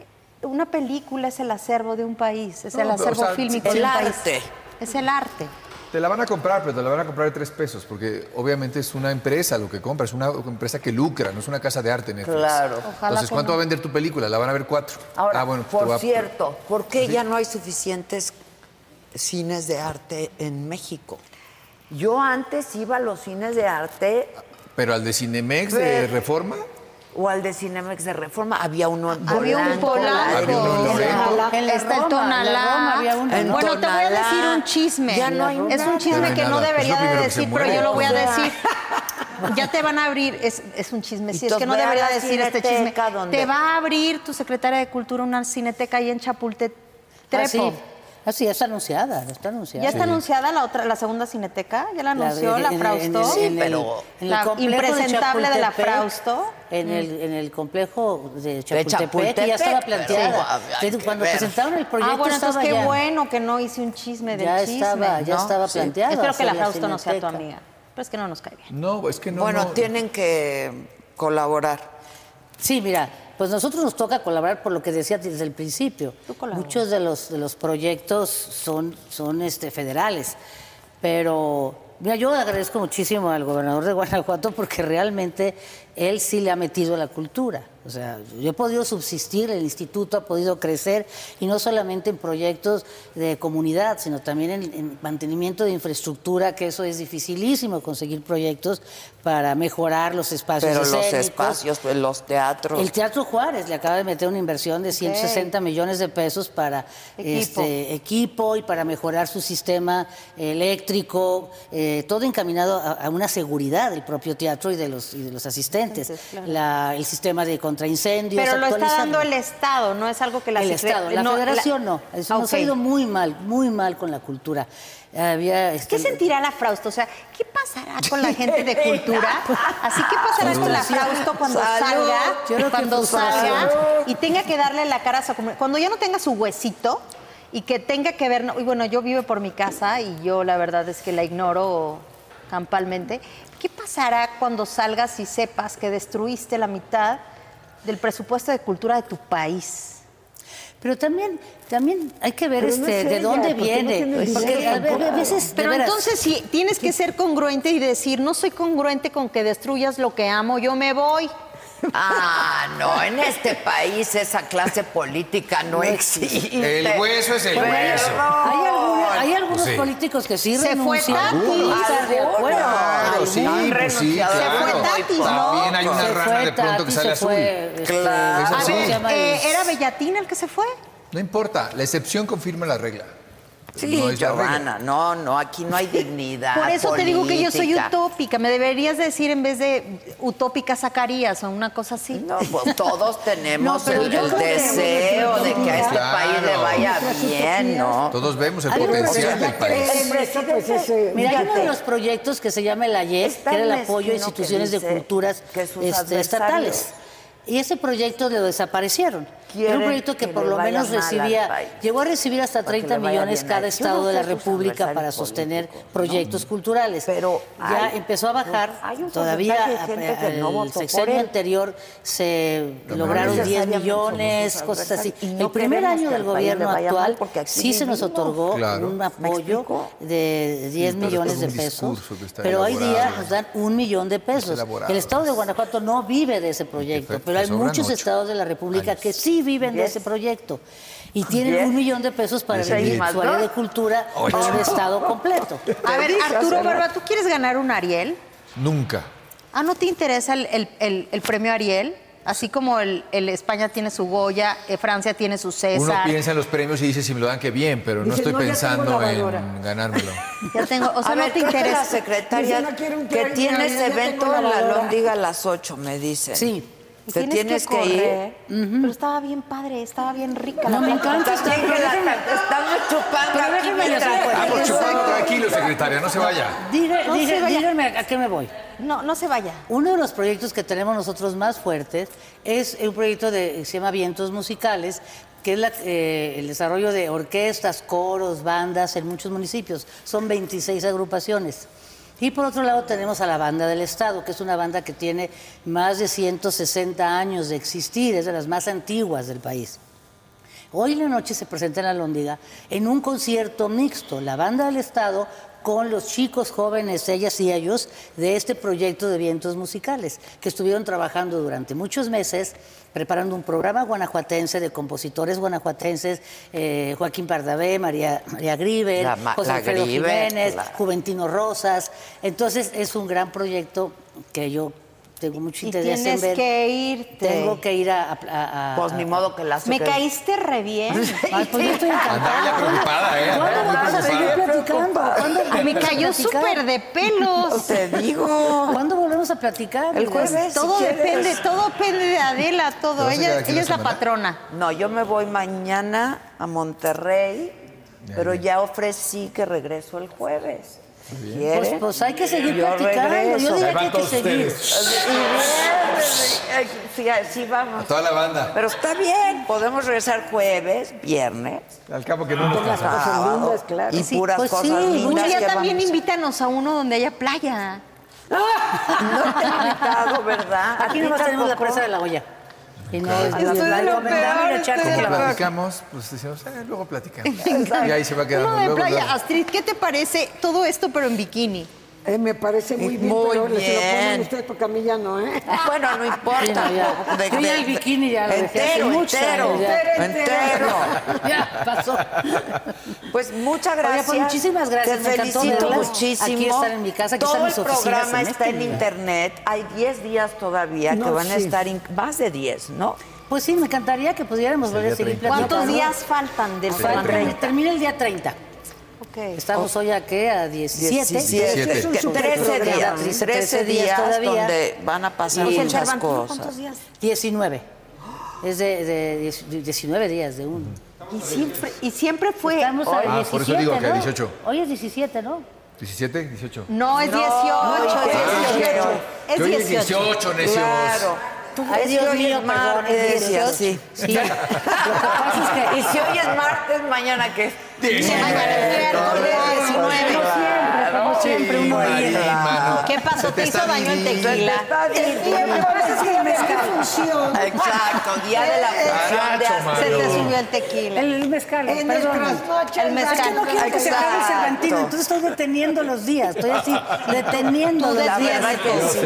una película es el acervo de un país, es no, el acervo o sea, fílmico el de un arte. país. Es el arte. Te la van a comprar, pero te la van a comprar de tres pesos, porque obviamente es una empresa lo que compra, es una empresa que lucra, no es una casa de arte Netflix. Claro. Ojalá Entonces, ¿cuánto no. va a vender tu película? La van a ver cuatro. Ahora, ah, bueno, por a... cierto, ¿por qué ¿Sí? ya no hay suficientes cines de arte en México? Yo antes iba a los cines de arte... ¿Pero al de Cinemex de Reforma? O al de Cinemex de Reforma. Había uno en Había un Polanco. Había uno en Loreto. En la Está el Tonalá. Había uno. En bueno, Tonalá. Te voy a decir un chisme. Ya no hay es nada. un chisme no que nada. no debería pues de decir, pero yo lo voy a decir. Ya te van a abrir, es, es un chisme, sí, es que no debería decir este chisme. ¿Dónde? Te va a abrir tu secretaria de Cultura una cineteca ahí en Chapultepec. Ah, sí. Ah, sí, ya está anunciada, está anunciada. ¿Ya está sí. anunciada la otra, la segunda cineteca? ¿Ya la anunció la, la Frausto? Sí, en pero... En el la impresentable de, de la Frausto. En el, en el complejo de Chapultepec, de Chapultepec ya estaba planteada. Pero, Cuando presentaron el proyecto Ah, bueno, estaba entonces qué ya, bueno que no hice un chisme del ya chisme. Estaba, ya ¿no? estaba sí. planteado. Espero que la Frausto Frausto no sea tu amiga. Pero es que no nos cae bien. No, es que no. Bueno, no. tienen que colaborar. Sí, mira, pues nosotros nos toca colaborar por lo que decía desde el principio. Muchos de los, de los proyectos son, son este, federales, pero mira, yo agradezco muchísimo al gobernador de Guanajuato porque realmente él sí le ha metido a la cultura. O sea, yo he podido subsistir, el instituto ha podido crecer, y no solamente en proyectos de comunidad, sino también en, en mantenimiento de infraestructura, que eso es dificilísimo, conseguir proyectos para mejorar los espacios Pero escénicos. los espacios, los teatros. El Teatro Juárez le acaba de meter una inversión de ciento sesenta okay. millones de pesos para equipo. Este, equipo y para mejorar su sistema eléctrico, eh, todo encaminado a, a una seguridad del propio teatro y de los, y de los asistentes. Entonces, claro. La, el sistema de contraincendios. Pero lo está dando el Estado, no es algo que la El Estado, la no, Federación la... no. Eso okay. Nos ha ido muy mal, muy mal con la cultura. Había, este... ¿Qué sentirá la Frausto? O sea, ¿qué pasará con la gente de cultura? Así, ¿qué pasará con la Frausto cuando Salud. salga, cuando salga y tenga que darle la cara a su comunidad? Cuando ya no tenga su huesito y que tenga que ver... Y bueno, yo vivo por mi casa y yo la verdad es que la ignoro campalmente, ¿qué pasará cuando salgas y sepas que destruiste la mitad del presupuesto de cultura de tu país? Pero también, también hay que ver Pero no este, es de ella, dónde porque no viene. tiene Porque dinero a, ve- tampoco. a veces, de Pero veras, entonces sí, tienes que ser congruente y decir, no soy congruente con que destruyas lo que amo, yo me voy. Ah, no, en este país esa clase política no existe. El hueso es el Perdón. hueso. hay, algunos, hay algunos Sí. políticos que sí Se fue renuncian. Tati. y estar de acuerdo. Claro, sí, Han pues sí, renunciado. claro. Se fue Tati, ¿no? También hay una Se rana fue de pronto Tati, que sale se azul. fue, este, Claro. Es ¿cómo así. se llama? Eh, ¿Era Bellatín el que se fue? No importa, la excepción confirma la regla. Sí, No es la regla. Giovanna, no, no, aquí no hay dignidad. Por eso te digo que yo soy política. utópica. Me deberías decir en vez de utópica Zacarías o una cosa así. No, pues todos tenemos No, pero el, yo el creo que- deseo de que a este Claro. país le vaya bien, ¿no? Todos vemos el Hay una potencial del país. El presidente, pues, ese- Mira, hay uno de Fíjate. los proyectos que se llama el AYES, Es que era el tan apoyo a mezquino instituciones que de dice culturas que sus este, adversarios estatales. Y ese proyecto lo desaparecieron. Era quieren un proyecto que que por le lo vaya menos mal al recibía, país. llegó a recibir hasta Para que treinta le vaya millones bien a cada él. Yo estado no de sé la sus República para adversarios sostener políticos, proyectos culturales. Pero ya hay- empezó a bajar, hay un todavía porcentaje de gente que no el votó por sexenio él. anterior se No lograron diez necesariamente millones, somos sus cosas así. adversarios. Y no El primer queremos año que del al país le gobierno vaya mal, actual porque aquí sí se nos vivimos. otorgó Claro. un ¿Me apoyo explico? de diez Sí, pero millones es de un pesos, discurso que está pero hoy día elaborado. nos dan un millón de pesos. elaborado. El estado de Guanajuato no vive de ese proyecto, te pero hay sobran muchos ocho estados de la República años. que sí viven de Diez. ese proyecto y tienen Diez. un millón de pesos para Diez. vivir Más su área dos. de cultura en un estado completo. A ver, Arturo Barba, ¿tú quieres ganar un Ariel? Nunca. Ah, ¿no te interesa el, el- el- el premio Ariel? Así como el, el España tiene su Goya, eh, Francia tiene su Uno César. piensa en los premios y dice si me lo dan que bien, pero no Dice, estoy no, ya tengo pensando lavadora. en ganármelo. Ya tengo, o sea, A no ver, te creo que la interesa. secretaria Dice, no quiero un que premio, tienes ya tengo evento en la lavadora. Lóndiga a las ocho, me dicen. Sí. Y Te tienes que, ir. correr. Pero estaba bien padre, estaba bien rica. No, la me comida. encanta. También que la estamos chupando Pero aquí déjenme mientras- decirle- Vamos chupando tranquilo, secretaria, no se vaya. Diga- No se diga- vaya. díganme a qué me voy. No, no se vaya. Uno de los proyectos que tenemos nosotros más fuertes es un proyecto de, que se llama Vientos Musicales, que es la- eh, el desarrollo de orquestas, coros, bandas en muchos municipios. Son veintiséis agrupaciones. Y por otro lado tenemos a la Banda del Estado, que es una banda que tiene más de ciento sesenta años de existir, es de las más antiguas del país. Hoy en la noche se presenta en la Lóndiga en un concierto mixto, la Banda del Estado con los chicos jóvenes, ellas y ellos, de este proyecto de Vientos Musicales, que estuvieron trabajando durante muchos meses, preparando un programa guanajuatense de compositores guanajuatenses, eh, Joaquín Pardavé, María, María Grieber, La ma- José la Alfredo Grieber, Jiménez, claro. Juventino Rosas. Entonces es un gran proyecto que yo tengo mucho Y interés en tienes ver. que irte. Tengo que ir a... a- a- Pues ni modo que la Me caíste re bien. Ay, pues yo estoy encantada. Andaba ya preocupada, ¿eh? ¿Cuándo Andaba muy vamos a seguir preocupada. platicando? ¿Cuándo Ay, me volvemos a cayó platicar? súper de pelos. Te digo. ¿Cuándo volvemos a platicar? El Pues, jueves. Todo si depende, quieres. todo depende de Adela, todo. ¿Te vas a quedar Ella, aquí ella una es la semana? patrona. No, yo me voy mañana a Monterrey, Ya, pero ya. ya ofrecí que regreso el jueves. Si Pues, quiere. pues hay que seguir Yo platicando. regreso. Yo diría Ahí que hay van que todos seguir. ustedes. Y viernes, eh, sí, sí, vamos. A toda la banda. Pero está bien, podemos regresar jueves, viernes, Al cabo que no nos Las cansamos. cosas sábado, lindas, claro. y Sí, puras pues cosas sí, un lindas. Un día que también vamos a- invítanos a uno donde haya playa. No te he invitado, ¿verdad? ¿A Aquí ti nomás tenemos la tampoco? presa de la olla. Y no, Estoy de la lo recomendable peor, ir a echar estoy de Como lo tequila. platicamos, pues decimos, eh, luego platicamos. Y ahí se va quedando. Uno de luego, playa. luego. Astrid, ¿qué te parece todo esto pero en bikini? Eh, me parece muy bien, Muy pero se lo bien. ponen ustedes porque a mí ya no, ¿eh? Bueno, no importa. Sí, no, ya. De- Yo ya de- el bikini ya lo dejé hace entero, muchos entero, años ya. entero. Ya, pasó. Pues muchas Oye, gracias. pues, muchísimas gracias, Te me encantó felicito verlas. muchísimo. Aquí están en mi casa, aquí Todo están el mis oficinas programa en está en este. internet. Hay diez días todavía que No, van a sí. estar, in- más de diez, ¿no? Pues sí, me encantaría que pudiéramos volver a seguir treinta. platicando. ¿Cuántos días faltan del Falta- programa? Termina el día treinta. Ok. Estamos hoy a qué? A diecisiete. diecisiete. Es un Que- super trece programa. días, Trece trece días días todavía. donde van a pasar Y- muchas Cervantino, cosas. ¿cuántos días? diecinueve. Es de, de diez- de diecinueve días de uno. Y siempre, y siempre fue... Estamos a Ah, diecisiete, por eso digo que ¿no? dieciocho. Hoy es diecisiete, ¿no? diecisiete, dieciocho. No, es No, dieciocho, no, es dieciocho. Que Es hoy es dieciocho. dieciocho, necios. Claro. Tú Ay, es Dios que hoy mío, es mar- perdón, es es dieciocho. sí. Sí. Lo que pasa es que... Y si hoy es martes, mañana qué? Mañana es miércoles, diecinueve. Claro. siempre uno ahí. ¿Qué pasó? ¿Te hizo daño el tequila? Exacto, día de la función de Se te subió el tequila. El mezcal, En perdón. nuestras noches. El mezcal. Es que no quiero que se acabe el Cervantino, entonces estoy deteniendo los días. Estoy así, deteniendo los La días. verdad que sí.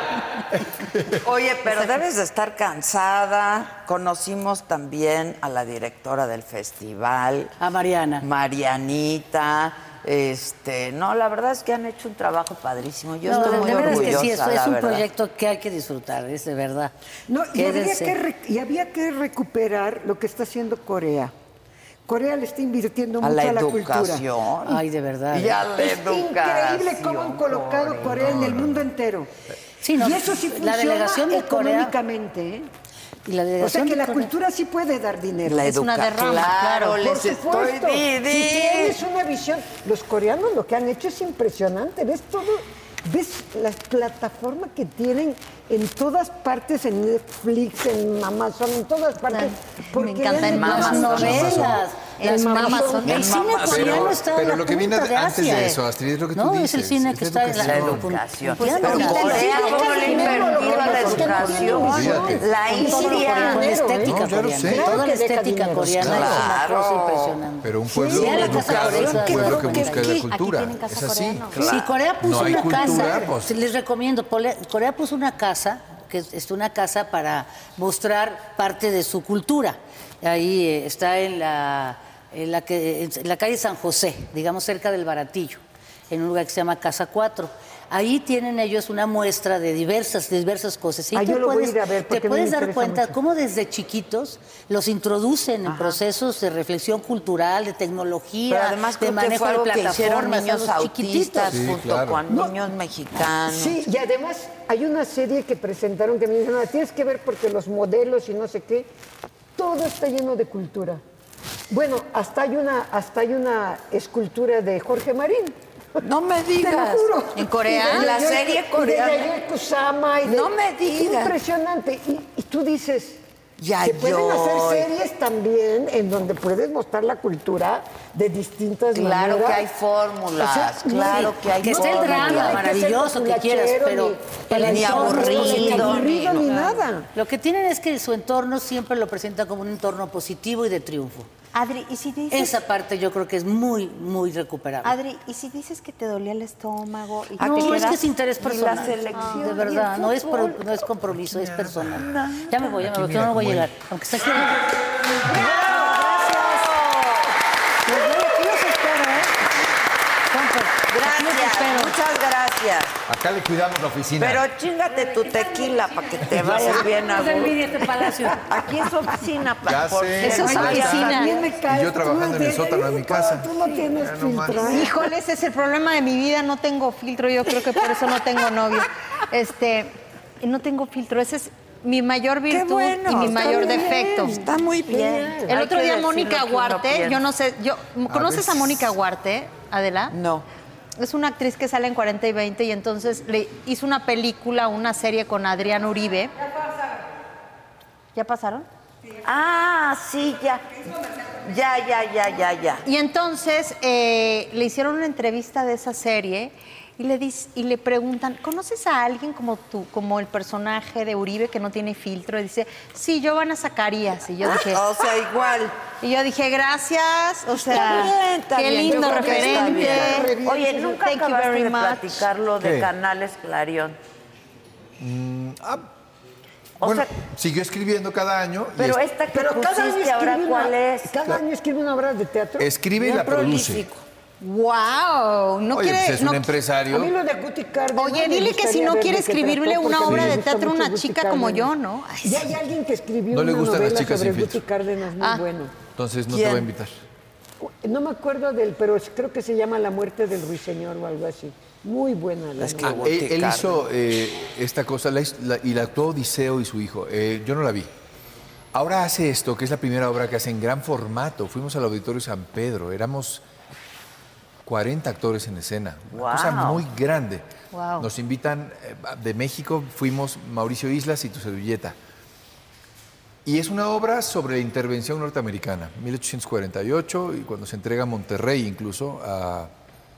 Oye, pero debes de estar cansada. Conocimos también a la directora del festival. A Mariana. Marianita. Este, no, la verdad es que han hecho un trabajo padrísimo. Yo No, estoy de, muy de veras orgullosa, que sí, esto es la un verdad. proyecto que hay que disfrutar, es de verdad. No, y había, Quédense. que re- y había que recuperar lo que está haciendo Corea. Corea le está invirtiendo A mucho la a la cultura. educación. Ay, de verdad. Y a la Es educación. increíble cómo han colocado Corea en el mundo entero. Sí, no, y eso sí funciona la delegación de Corea- económicamente. ¿eh? Y la O sea delegación que de la Corea- cultura sí puede dar dinero. La Es una educa- derrama, claro, claro. les Por supuesto. estoy di- di- Si tienes una visión, los coreanos lo que han hecho es impresionante. Ves todo, ves la plataforma que tienen en todas partes, en Netflix, en Amazon, en todas partes. Me encanta han en hecho Las Amazon. novelas, En las Amazon. El En cine Amazon. coreano Pero- está pero en la lo que viene punta de antes de Asia. eso, Astrid, es lo que tú no, es dices, el cine es que la está en la, La educación. educación. Pues, Pero ahorita el Corea, cine ¿cómo le ha invertido a la educación? Olvídate. La Con todo lo India. coreano, con la estética No, ya lo coreana. sé. Toda Claro la que deja estética dinero. coreana es una Claro. cosa impresionante. Pero un pueblo Sí, a la casa educado es un coreana, pueblo que bueno, busca aquí- la aquí cultura. tienen casa Es así. coreana. Si Corea puso No hay una cultura, casa, pues. les recomiendo, Pole- Corea puso una casa, que es, es una casa para mostrar parte de su cultura. Ahí eh, está en la, en, la que, en la calle San José, digamos cerca del Baratillo, en un lugar que se llama Casa cuatro. Ahí tienen ellos una muestra de diversas, de diversas cosas. Y Ah, tú yo lo voy a puedes, ir a ver porque te me puedes dar interesa cuenta mucho. cómo desde chiquitos los introducen en procesos de reflexión cultural, de tecnología, Pero además de creo que manejo fue algo de que hicieron plataformas, a niños los chiquititos. autistas Sí, junto claro. con No. niños mexicanos. Sí, y además hay una serie que presentaron que me dijeron, "Ah, tienes que ver porque los modelos y no sé qué, todo está lleno de cultura. Bueno, hasta hay una, hasta hay una escultura de Jorge Marín. No me Te lo digas. juro. ¿En Corea? Y de En la Yayoi- serie y de coreana. Yayoi Kusama. y de- No me digas. Impresionante. Y, y tú dices, Yayoi. se pueden hacer series también en donde puedes mostrar la cultura de distintas Claro maneras. que hay fórmulas, O sea, claro que hay que esté el fórmulas. drama, hay que ser maravilloso que quieras, populachero, pero ni- el ni entorno, aburrido, ni aburrido ni- ni nada. Lo que tienen es que su entorno siempre lo presenta como un entorno positivo y de triunfo. Adri, ¿y si dices, Esa parte yo creo que es muy, muy recuperable. Adri, ¿y si dices que te dolía el estómago? Y no, te es quedas- que es interés y la personal. selección, de y verdad, el no es, fútbol. pro- no es compromiso, es personal. Ya me voy, ya me voy, que mira no me voy a cómo llegar. Aunque está aquí. Gracias, muchas gracias. Acá le cuidamos la oficina. Pero chingate tu tequila para que te vayas bien a No se gusto. envidia este palacio. Aquí es oficina. pa- Ya por sé, cierto. Eso es ahí está. oficina. También me cae, Y yo tú trabajando no en el tienes- sótano de mi casa. Tú no tienes Ya no más. filtro. Híjole, ese es el problema de mi vida, no tengo filtro, yo creo que por eso no tengo novio. Este, no tengo filtro, ese es mi mayor Qué virtud bueno, y mi está mayor muy bien, defecto. Está muy bien. El Hay otro que día decir Mónica lo que uno Huarte, piensa. yo no sé, yo ¿conoces a, veces. Mónica Huarte, Adela? No. Es una actriz que sale en cuarenta y veinte y entonces le hizo una película, una serie con Adrián Uribe. ¿Ya pasaron? Ah, sí, ya. Ya, ya, ya, ya, ya. Y entonces eh, le hicieron una entrevista de esa serie y le, dis- y le preguntan, ¿conoces a alguien como tú, como el personaje de Uribe que no tiene filtro? Y dice, sí, Giovanna Zacarías. Y yo dije, O sea, igual. y yo dije, gracias, o sea, Está bien, está qué bien. lindo Yo creo que está referente. bien. Oye, nunca Thank you acabaste very de much. platicarlo de ¿Qué? Canales Clarion. O Bueno, sea, siguió escribiendo cada año. y pero es- esta que Pero cada año pusiste ahora, escribe ¿cuál una, es? cada año escribe una obra de teatro. escribe y Bien la produce. prolífico. Wow, no Oye, quiere, pues es no- un A empresario. mí lo de Guti Cárdenas Oye, me dile que si gustaría no ver quiere de qué escribirle trató, una porque obra me de gusta teatro a mucho una Guti chica como Cárdenas. yo, ¿no? Ay, Y hay alguien que escribió No le una gustan las novela chicas sobre sin Guti filtro. Cárdenas muy Ah. bueno. Entonces no ¿Quién? te voy a invitar. No me acuerdo del, pero creo que se llama La muerte del ruiseñor o algo así. Muy buena la Es que- novela. Ah, él, él Boticar. hizo eh, esta cosa la, hizo- la- y la actuó Odiseo y su hijo. Eh, yo no la vi. Ahora hace esto, que es la primera obra que hace en gran formato. Fuimos al Auditorio San Pedro, éramos cuarenta actores en escena. Una Wow. cosa muy grande. Wow. Nos invitan eh, de México, fuimos Mauricio Islas y Tu Servilleta. Y es una obra sobre la intervención norteamericana, mil ochocientos cuarenta y ocho, y cuando se entrega Monterrey incluso a,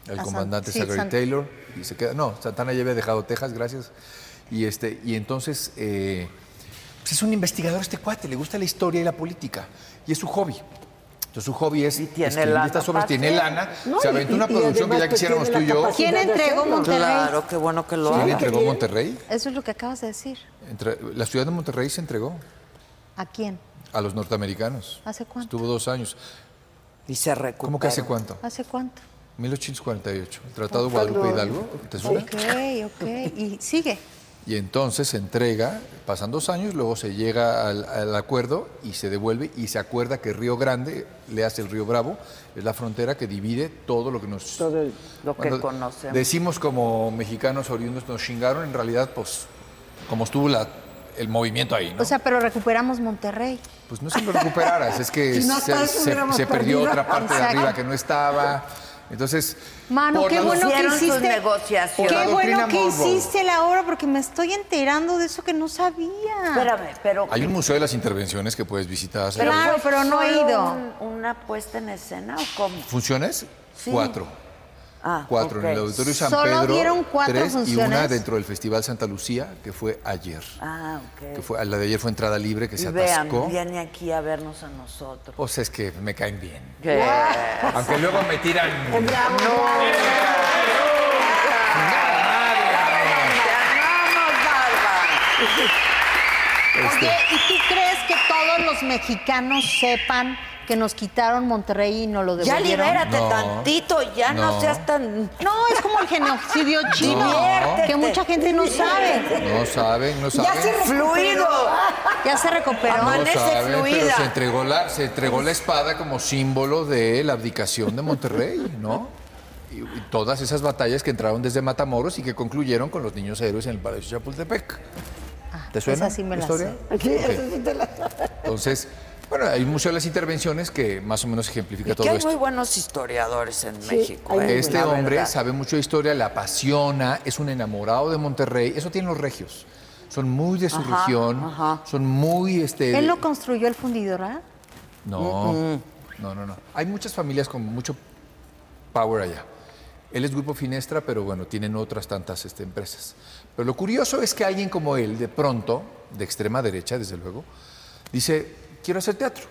el A comandante San- sí, Zachary San- Taylor, y se queda, no, Santana ya había dejado Texas, gracias, y, este, y entonces, eh, pues es un investigador este cuate, le gusta la historia y la política, y es su hobby. Entonces su hobby es tiene escribir lana estas obras, para tiene hacer. lana, No, se y- aventó y- una y producción que además, ya pues, quisiéramos tú tiene y la yo. capacidad ¿Quién de entregó hacerlo. Monterrey? Claro, qué bueno que lo ¿Quién haga. entregó bien. Monterrey? Eso es lo que acabas de decir. Entre- la ciudad de Monterrey se entregó ¿A quién? a los norteamericanos. ¿Hace cuánto? Estuvo dos años. Y se recuperó. ¿Cómo que hace cuánto? ¿Hace cuánto? mil ochocientos cuarenta y ocho. El Tratado de Cuando- Guadalupe Hidalgo, ¿te suena? Ok, ok. Y sigue. Y entonces se entrega, pasan dos años, luego se llega al, al acuerdo y se devuelve y se acuerda que Río Grande, le hace el Río Bravo, es la frontera que divide todo lo que nos... Todo el- Lo que Cuando conocemos. Decimos como mexicanos oriundos nos chingaron, en realidad, pues, como estuvo la, el movimiento ahí, ¿no? O sea, pero recuperamos Monterrey. Pues no es que lo recuperaras, es que Si no, se, todo eso se- hubiéramos se perdió perdido. otra parte de Exacto. arriba que no estaba. Entonces, Mano, por qué la- bueno que Hicieron sus hiciste. negociaciones. Por la Qué bueno doctrina que Monroe. hiciste la obra porque me estoy enterando de eso que no sabía. Espérame, pero... Hay un museo de las intervenciones que puedes visitar. pero Claro, fue pero no he solo ido. un- ¿Una puesta en escena o cómo? ¿Funciones? Sí. Cuatro. Ah, Cuatro ok. en el Auditorio San Solo Pedro. dieron cuatro tres, y funciones. una dentro del Festival Santa Lucía, que fue ayer. Ah, ok. Que fue, la de ayer fue entrada libre, que Y se vean, atascó. viene aquí a vernos a nosotros. Pues es que me caen bien. ¿Qué? Aunque luego me tiran. Oye, ¿y tú crees que todos los mexicanos sepan que nos quitaron Monterrey y nos lo Ya devolvieron? libérate No, tantito, ya no, no. seas tan... No, es como el genocidio chino, Diviértete. que mucha gente no sabe. No saben, no saben. ¡Ya se fluido! Ya se recuperó. No Amanece saben, fluida. pero se entregó, la, se entregó la espada como símbolo de la abdicación de Monterrey, ¿no? Y, y todas esas batallas que entraron desde Matamoros y que concluyeron con los niños héroes en el Palacio de Chapultepec. ¿Te suena esa sí me la la historia? Sí, Ok. eso sí te la- Entonces, bueno, hay un museo de las intervenciones que más o menos ejemplifica Y que todo hay esto. muy buenos historiadores en Sí, México. hay ¿eh? muy Este La hombre verdad. sabe mucho de historia, le apasiona, es un enamorado de Monterrey. Eso tienen los regios. Son muy de su Ajá, región, ajá. son muy... Este, ¿Él no construyó el fundidora? No, no, no, no. Hay muchas familias con mucho power allá. Él es Grupo Finestra, pero bueno, tienen otras tantas este, empresas. Pero lo curioso es que alguien como él, de pronto, de extrema derecha, desde luego, dice, quiero hacer teatro.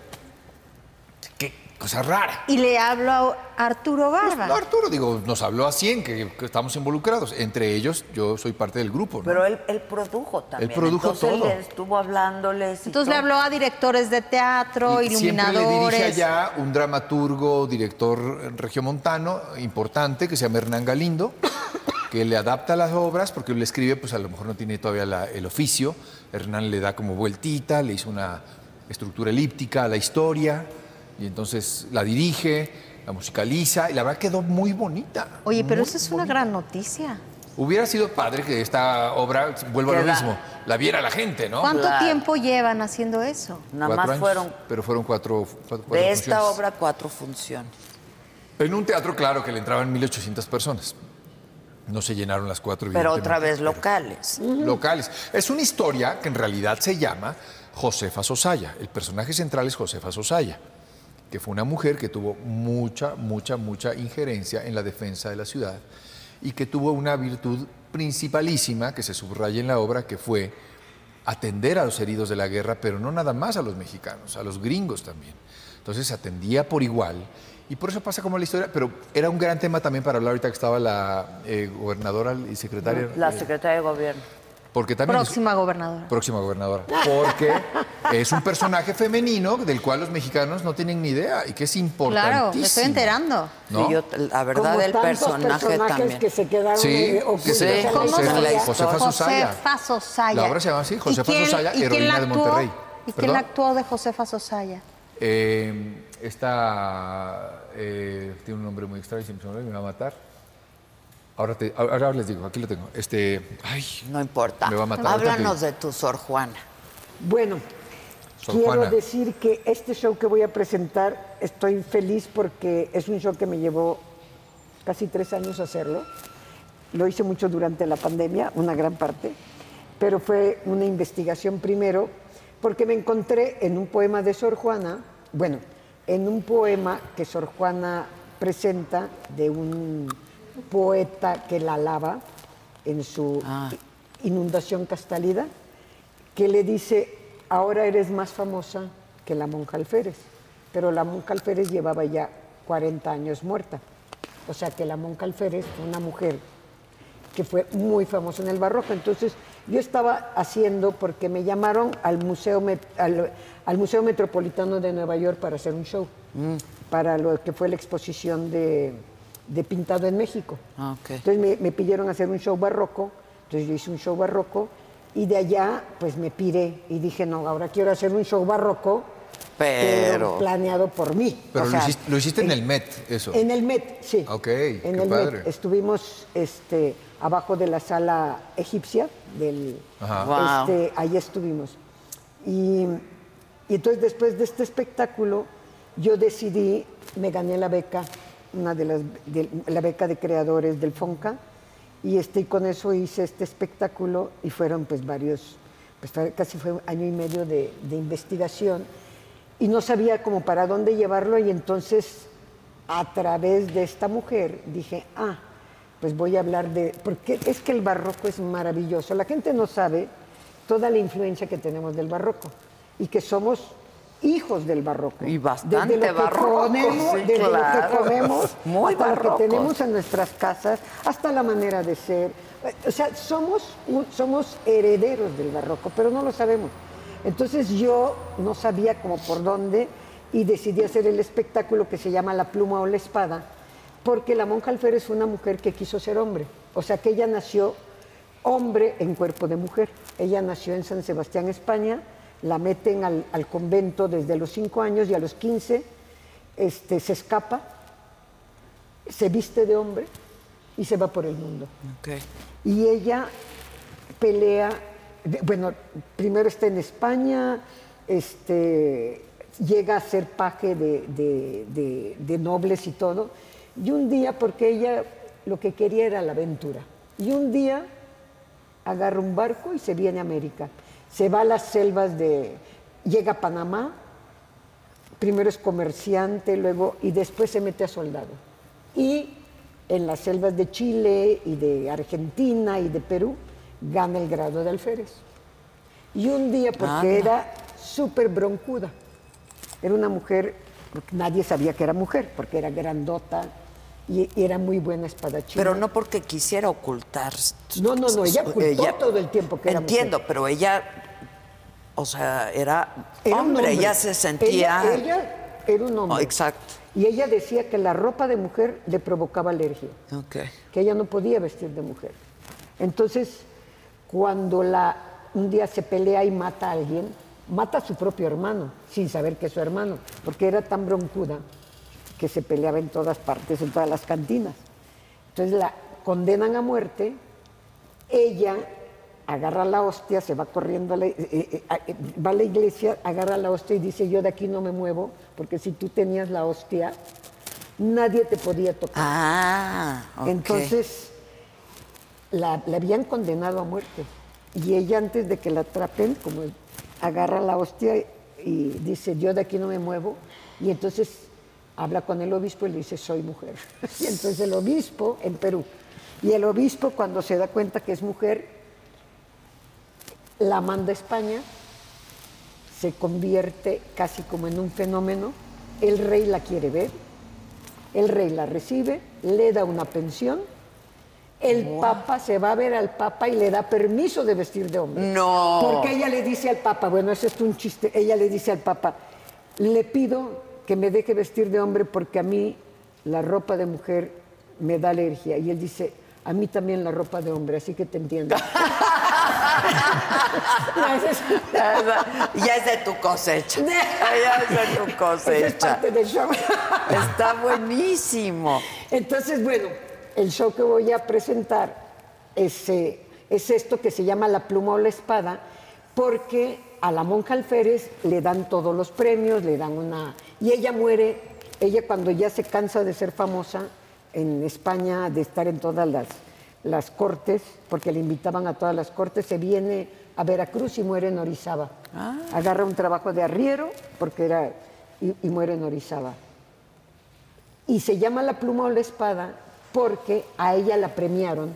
Qué cosa rara. Y le hablo a Arturo Barba. No, Arturo, digo, nos habló así en que, que estamos involucrados. Entre ellos, yo soy parte del grupo, ¿no? Pero él, él produjo también. Él produjo Entonces todo. Él estuvo hablándoles. y Entonces le todo. habló a directores de teatro, Y siempre le dirige iluminadores. allá un dramaturgo, director regiomontano importante que se llama Hernán Galindo, que le adapta las obras porque le escribe, pues a lo mejor no tiene todavía la- el oficio. Hernán le da como vueltita, le hizo una estructura elíptica a la historia y entonces la dirige, la musicaliza y la verdad quedó muy bonita. Oye, pero muy eso es una bonita. gran noticia. Hubiera sido padre que esta obra, vuelva a lo Queda- mismo, la viera la gente, ¿no? ¿Cuánto Claro. tiempo llevan haciendo eso? Nada Cuatro más años, fueron Pero fueron cuatro, cuatro- cuatro de esta funciones. obra cuatro funciones. En un teatro, claro, que le entraban mil ochocientas personas. No se llenaron las cuatro, Pero otra evidentemente, vez pero- locales. locales. Es una historia que en realidad se llama Josefa Sosaya. El personaje central es Josefa Sosaya, que fue una mujer que tuvo mucha, mucha, mucha injerencia en la defensa de la ciudad y que tuvo una virtud principalísima que se subraya en la obra, que fue atender a los heridos de la guerra, pero no nada más a los mexicanos, a los gringos también. Entonces se atendía por igual. Y por eso pasa como la historia, pero era un gran tema también para hablar ahorita que estaba la eh, gobernadora y secretaria. La eh, secretaria de gobierno. porque también es- Próxima gobernadora. próxima gobernadora. Porque es un personaje femenino del cual los mexicanos no tienen ni idea y que es importantísimo. Claro, me estoy enterando. ¿No? Sí, yo, la verdad, Como el tantos personaje personajes también. que se quedaron Sí, eh, que ocultos se- en la ¿Cómo se historia. llama? Josefa Sosaya. Josefa Sosaya. La obra se llama así, ¿Y Josefa quién- Sosaya, y quién heroína la de actuó? Monterrey. ¿Y quién ¿Perdón? la actuó de Josefa Sosaya? Eh, esta eh, tiene un nombre muy extraño, siempre se me olvida, me va a matar. Ahora, te- ahora les digo, aquí lo tengo. Este, ay, No importa. Me va a matar. Ahorita te Háblanos digo. de tu Sor Juana. Bueno, Sor quiero Juana. decir que este show que voy a presentar, estoy feliz porque es un show que me llevó casi tres años hacerlo. Lo hice mucho durante la pandemia, una gran parte, pero fue una investigación primero porque me encontré en un poema de Sor Juana, bueno, en un poema que Sor Juana presenta de un, poeta que la alaba en su Ah. Inundación Castálida, que le dice, ahora eres más famosa que la monja Alférez, pero la monja Alférez llevaba ya cuarenta años muerta. O sea que la monja Alférez fue una mujer que fue muy famosa en el barroco. Entonces yo estaba haciendo, porque me llamaron al Museo, Met- al, al Museo Metropolitano de Nueva York para hacer un show, para lo que fue la exposición de, de Pintado en México. Ah, ok. Entonces me, me pidieron hacer un show barroco, entonces yo hice un show barroco y de allá pues me piré y dije, no, ahora quiero hacer un show barroco, Pero- planeado por mí. Pero O lo, sea, hiciste, lo hiciste en el Met, eso. en el Met, sí. Ok, en qué el padre. Met. Estuvimos este, abajo de la sala egipcia, del, Ajá. Wow. este, ahí estuvimos. Y, y entonces después de este espectáculo, yo decidí, me gané la beca, una de las, de, la beca de creadores del FONCA, y este, y con eso hice este espectáculo y fueron pues varios, pues fue- casi fue un año y medio de, de investigación y no sabía como para dónde llevarlo y entonces a través de esta mujer dije, ah, pues voy a hablar de, porque es que el barroco es maravilloso, la gente no sabe toda la influencia que tenemos del barroco y que somos hijos del barroco. Y bastante Desde lo que barroco, comemos, sí, desde lo claro. que comemos, Muy hasta lo barrocos. que tenemos en nuestras casas, hasta la manera de ser. O sea, somos, un- somos herederos del barroco, pero no lo sabemos. Entonces yo no sabía como por dónde y decidí hacer el espectáculo que se llama La pluma o la espada, porque la monja Alférez fue una mujer que quiso ser hombre. O sea, que ella nació hombre en cuerpo de mujer. Ella nació en San Sebastián, España, la meten al, al convento desde los cinco años y a los quince este, se escapa, se viste de hombre y se va por el mundo. Ok. Y ella pelea, de- bueno, primero está en España, este, llega a ser paje de, de- de- de nobles y todo, y un día, porque ella lo que quería era la aventura, y un día agarra un barco y se viene a América, se va a las selvas de, llega a Panamá, primero es comerciante, luego, y después se mete a soldado. Y en las selvas de Chile y de Argentina y de Perú, gana el grado de alférez. Y un día, porque Anda. era súper broncuda, era una mujer, porque nadie sabía que era mujer, porque era grandota y, y era muy buena espadachina. Pero no porque quisiera ocultar. No, no, no, ella ocultó todo el tiempo que era Entiendo, mujer. pero ella, o sea, era, Era un hombre, ella se sentía... Ella, ella era un hombre. Oh, exacto. Y ella decía que la ropa de mujer le provocaba alergia, Ok. que ella no podía vestir de mujer. Entonces, cuando la, un día se pelea y mata a alguien, mata a su propio hermano, sin saber que es su hermano, porque era tan broncuda que se peleaba en todas partes, en todas las cantinas. Entonces la condenan a muerte, ella agarra la hostia, se va corriendo, a la, eh, eh, eh, va a la iglesia, agarra la hostia y dice, yo de aquí no me muevo, porque si tú tenías la hostia, nadie te podía tocar. Ah, ok. Entonces, la, la habían condenado a muerte. Y ella, antes de que la atrapen, como agarra la hostia y dice, yo de aquí no me muevo. Y entonces habla con el obispo y le dice, soy mujer. Y entonces el obispo, en Perú, y el obispo, cuando se da cuenta que es mujer, la manda a España, se convierte casi como en un fenómeno. El rey la quiere ver, el rey la recibe, le da una pensión, el papa se va a ver al papa y le da permiso de vestir de hombre. No. Porque ella le dice al papa, bueno, eso es un chiste, ella le dice al papa, le pido que me deje vestir de hombre porque a mí la ropa de mujer me da alergia. Y él dice, a mí también la ropa de hombre, así que te entiendo. Ya es de tu cosecha. Ya es de tu Esa es cosecha. parte del show. Está buenísimo. Entonces, bueno, el show que voy a presentar es, eh, es esto que se llama La pluma o la espada, porque a la monja Alférez le dan todos los premios, le dan una... Y ella muere, ella cuando ya se cansa de ser famosa en España, de estar en todas las, las cortes, porque le invitaban a todas las cortes, se viene a Veracruz y muere en Orizaba. Ah. Agarra un trabajo de arriero, porque era... y, y muere en Orizaba. Y se llama La pluma o la espada porque a ella la premiaron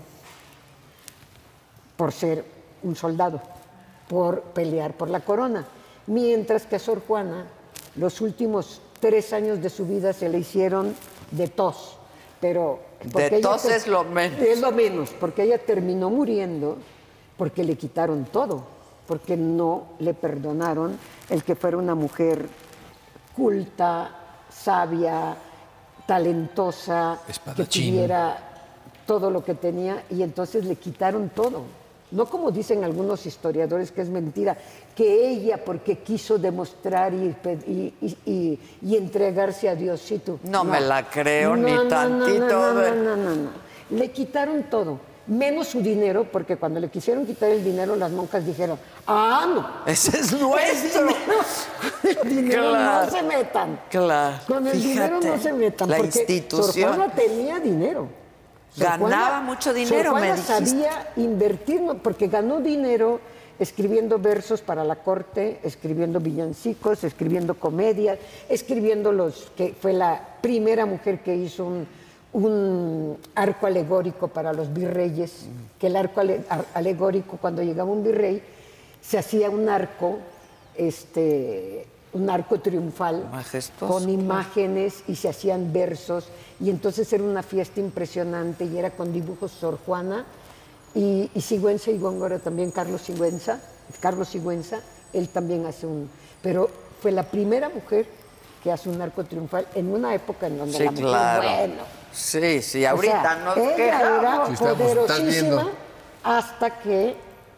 por ser un soldado, por pelear por la corona, mientras que a Sor Juana los últimos tres años de su vida se le hicieron de tos, pero... De tos es lo menos. Es lo menos, porque ella terminó muriendo porque le quitaron todo, porque no le perdonaron el que fuera una mujer culta, sabia, talentosa, que tuviera todo lo que tenía, y entonces le quitaron todo. No como dicen algunos historiadores que es mentira, que ella porque quiso demostrar y, y, y, y, y entregarse a Diosito. No, no me la creo no, ni no, tantito. No, no, no, no, no, no. Le quitaron todo, menos su dinero, porque cuando le quisieron quitar el dinero, las monjas dijeron, ah, no. Ese es nuestro. El dinero claro. no se metan. Claro. Con el Fíjate, dinero no se metan. La porque institución. Sor Juana tenía dinero. Sor Ganaba Juana, mucho dinero, Sor Juana me dijiste. sabía invertir, porque ganó dinero escribiendo versos para la corte, escribiendo villancicos, escribiendo comedias, escribiendo los que fue la primera mujer que hizo un, un arco alegórico para los virreyes, que el arco ale, alegórico cuando llegaba un virrey se hacía un arco, este, un arco triunfal majestuoso, con imágenes y se hacían versos y entonces era una fiesta impresionante y era con dibujos Sor Juana. Y, y Sigüenza y Góngora también, Carlos Sigüenza, Carlos Sigüenza, él también hace un... Pero fue la primera mujer que hace un arco triunfal en una época en donde sí, la mujer, claro. bueno... Sí, sí, ahorita o sea, nos ella quejamos. era Sí, poderosísima hasta que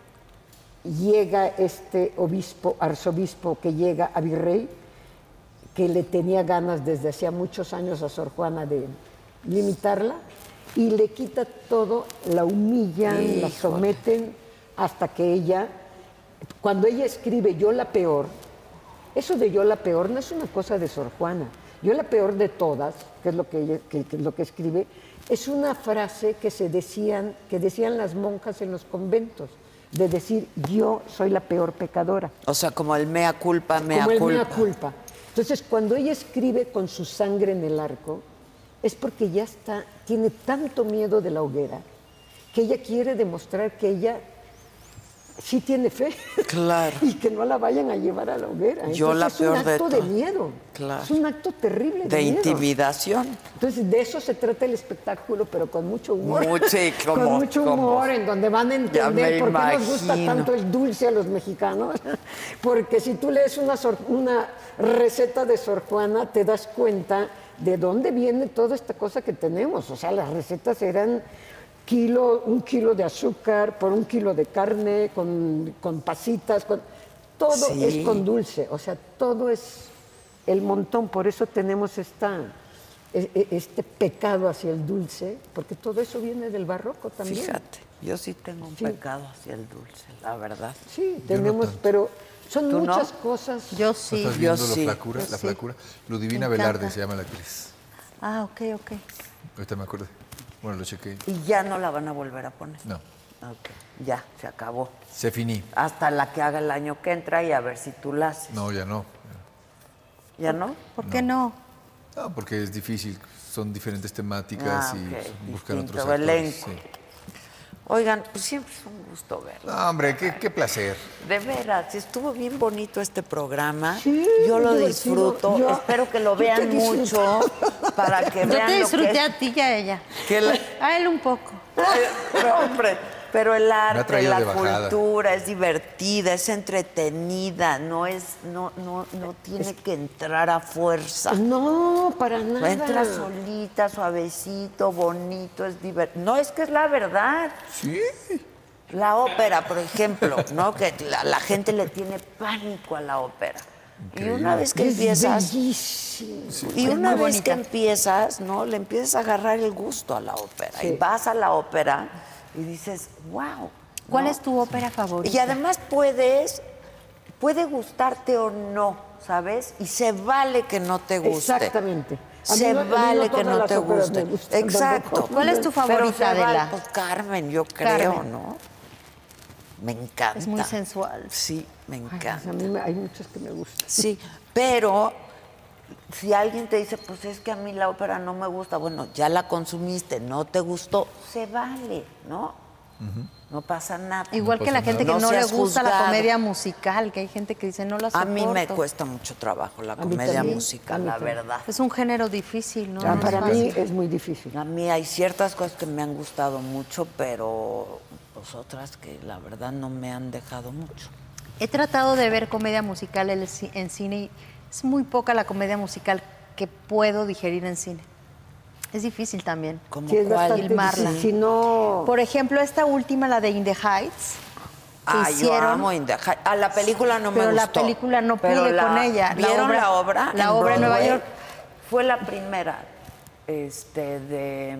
llega este obispo, arzobispo que llega a virrey, que le tenía ganas desde hacía muchos años a Sor Juana de limitarla, y le quita todo, la humillan, Híjole. la someten, hasta que ella, cuando ella escribe Yo la peor, eso de Yo la peor no es una cosa de Sor Juana. Yo la peor de todas, que es lo que, ella, que, que es lo que escribe, es una frase que se decían, que decían las monjas en los conventos, de decir yo soy la peor pecadora. O sea, como el mea culpa, mea como culpa. el mea culpa. Entonces, cuando ella escribe con su sangre en el arco, es porque ya está, tiene tanto miedo de la hoguera, que ella quiere demostrar que ella sí tiene fe. Claro. Y que no la vayan a llevar a la hoguera. Entonces, Yo la es peor un acto de, de miedo. Claro. Es un acto terrible de, de miedo. intimidación. Entonces, de eso se trata el espectáculo, pero con mucho humor. Muy, sí, como, con mucho humor, como, en donde van a entender por qué nos gusta tanto el dulce a los mexicanos. Porque si tú lees una, una receta de Sor Juana, te das cuenta de dónde viene toda esta cosa que tenemos. O sea, las recetas eran kilo, un kilo de azúcar por un kilo de carne, con, con pasitas, con, todo sí. es con dulce. O sea, todo es el montón. Por eso tenemos esta, este pecado hacia el dulce, porque todo eso viene del barroco también. Fíjate, yo sí tengo un sí. pecado hacia el dulce, la verdad. Sí, tenemos, no pero... Son muchas no? cosas. Yo sí. ¿Estás Yo viendo sí. la flacura? Yo la sí. flacura. Ludivina Velarde se llama la actriz. Ah, ok, ok. Ahorita me acuerdo. Bueno, lo chequé. ¿Y ya no la van a volver a poner? No. Ok, ya, se acabó. Se finí. Hasta la que haga el año que entra y a ver si tú la haces. No, ya no. ¿Ya no? ¿Por qué no? No, porque es difícil. Son diferentes temáticas ah, y okay. buscan Distinto otros actores. Elenco. Sí. Oigan, pues siempre es un gusto verlo. No, hombre, qué, qué placer. De veras, estuvo bien bonito este programa. Sí, yo lo divertido. disfruto. Yo, Espero que lo vean mucho para que yo vean te disfruté lo que es. a ti y a ella. Que la... A él un poco. Pero, hombre, pero el arte, la de cultura es divertida, es entretenida, no es, no, no, no tiene que entrar a fuerza. No, para nada. Entra solita, suavecito, bonito, es divertido. No, es que es la verdad. Sí. La ópera, por ejemplo, ¿no? Que la, la gente le tiene pánico a la ópera. Increíble. Y una vez que es empiezas... Bellísimo. Y una es vez bonita. que empiezas, ¿no? Le empiezas a agarrar el gusto a la ópera. Sí. Y vas a la ópera y dices, wow. ¿Cuál ¿no? es tu ópera favorita? Y además puedes, puede gustarte o no, ¿sabes? Y se vale que no te guste. Exactamente. A Se mí no- vale no que todas no las te óperas me guste. gustan Exacto. tampoco. ¿Cuál es tu favorita, Pero se vale, Adela? pues Carmen, yo creo, Carmen. ¿no? Me encanta. Es muy sensual. Sí, me Ay, encanta. pues a mí me- hay muchas que me gustan. Sí, pero si alguien te dice, pues es que a mí la ópera no me gusta, bueno, ya la consumiste, no te gustó, se vale, ¿no? Uh-huh. No pasa nada. Igual no que la gente nada. que no, no le gusta juzgado. la comedia musical, que hay gente que dice no la soporto. A mí me cuesta mucho trabajo la comedia musical, la verdad. Es un género difícil, ¿no? Ya, no para es mí es muy difícil. A mí hay ciertas cosas que me han gustado mucho, pero pues otras que la verdad no me han dejado mucho. He tratado de ver comedia musical en cine y es muy poca la comedia musical que puedo digerir en cine. Es difícil también. ¿Cómo sí, es cuál? Filmarla. Si no... Por ejemplo, esta última, la de In the Heights. Ah, hicieron, yo amo In the Heights. Ah, la película no me pero gustó. Pero la película no pude pero la, con ella. ¿Vieron la obra, la obra? La obra en Nueva York. Fue la primera este, de,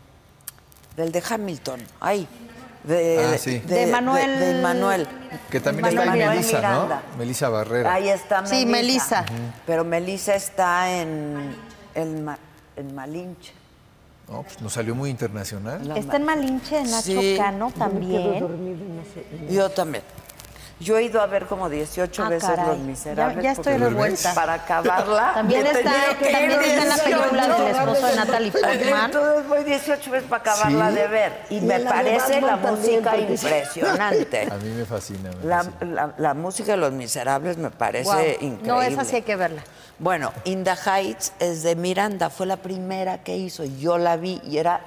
del de Hamilton. Ay. De, ah, sí. de, de Manuel. De, de Manuel. Que también de está Manuel en Melissa, Miranda. ¿no? Melissa Barrera. Ahí está Melissa. Sí, Melissa. Uh-huh. Pero Melissa está en, en, en Malinche. No, pues nos salió muy internacional. La está en Malinche de Nacho sí. Cano también. Yo también. Yo he ido a ver como dieciocho ah, veces caray. Los Miserables. Ya, ya estoy revuelta. Para acabarla. También está, también está en la película del esposo de Natalie Portman. Entonces voy dieciocho veces para acabarla ¿sí? de ver. Y, y me parece la música también, impresionante. A mí me fascina. Me la, fascina. La, la música de Los Miserables me parece wow. increíble. No, esa sí hay que verla. Bueno, In the Heights es de Miranda. Fue la primera que hizo. Yo la vi y era...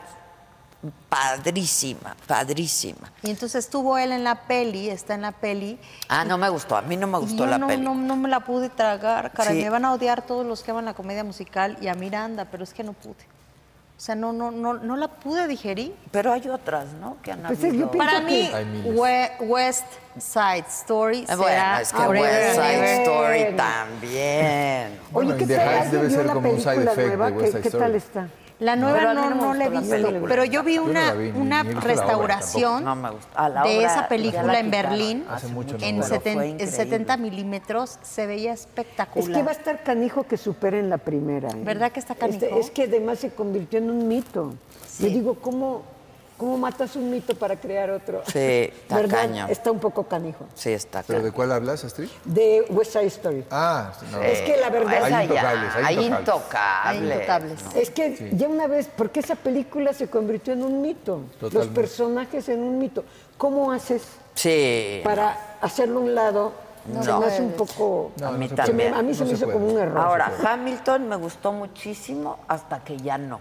padrísima, padrísima. Y entonces estuvo él en la peli, está en la peli. Ah, no me gustó, a mí no me gustó la no, peli. No, no me la pude tragar, caray, sí. me van a odiar todos los que aman la comedia musical y a Miranda, pero es que no pude. O sea, no, no, no, no la pude digerir. Pero hay otras, ¿no? Que han pues habido. Para mí, we, West Side Story eh, será bueno, es que West Side Story también. Oye, ¿qué tal? Debe ser como un side effect de West Side ¿Qué Story. tal está? La nueva no, no, no la he visto, película. pero yo vi una, yo no vi, una ni, ni restauración no me gusta. La de obra, esa película en Berlín, Hace mucho no en, bueno. seten, en setenta milímetros, se veía espectacular. Es que va a estar canijo que superen la primera. ¿eh? ¿Verdad que está canijo? Este, es que además se convirtió en un mito. Sí. Yo digo, ¿cómo, ¿cómo matas un mito para crear otro? Sí, está ¿verdad? caño. Está un poco canijo. Sí, está ¿Pero caño. de cuál hablas, Astrid? De West Side Story. Ah, no. Es que la verdad... Hay intocables, hay hay intocables. intocables. intocables. No. Es que sí. ya una vez, porque esa película se convirtió en un mito. Totalmente. Los personajes en un mito. ¿Cómo haces sí, para no. hacerlo a un lado? No. Se me hace un poco... No, a mí no también. Me, a mí se no me se hizo puede. como un error. Ahora, Hamilton me gustó muchísimo hasta que ya no.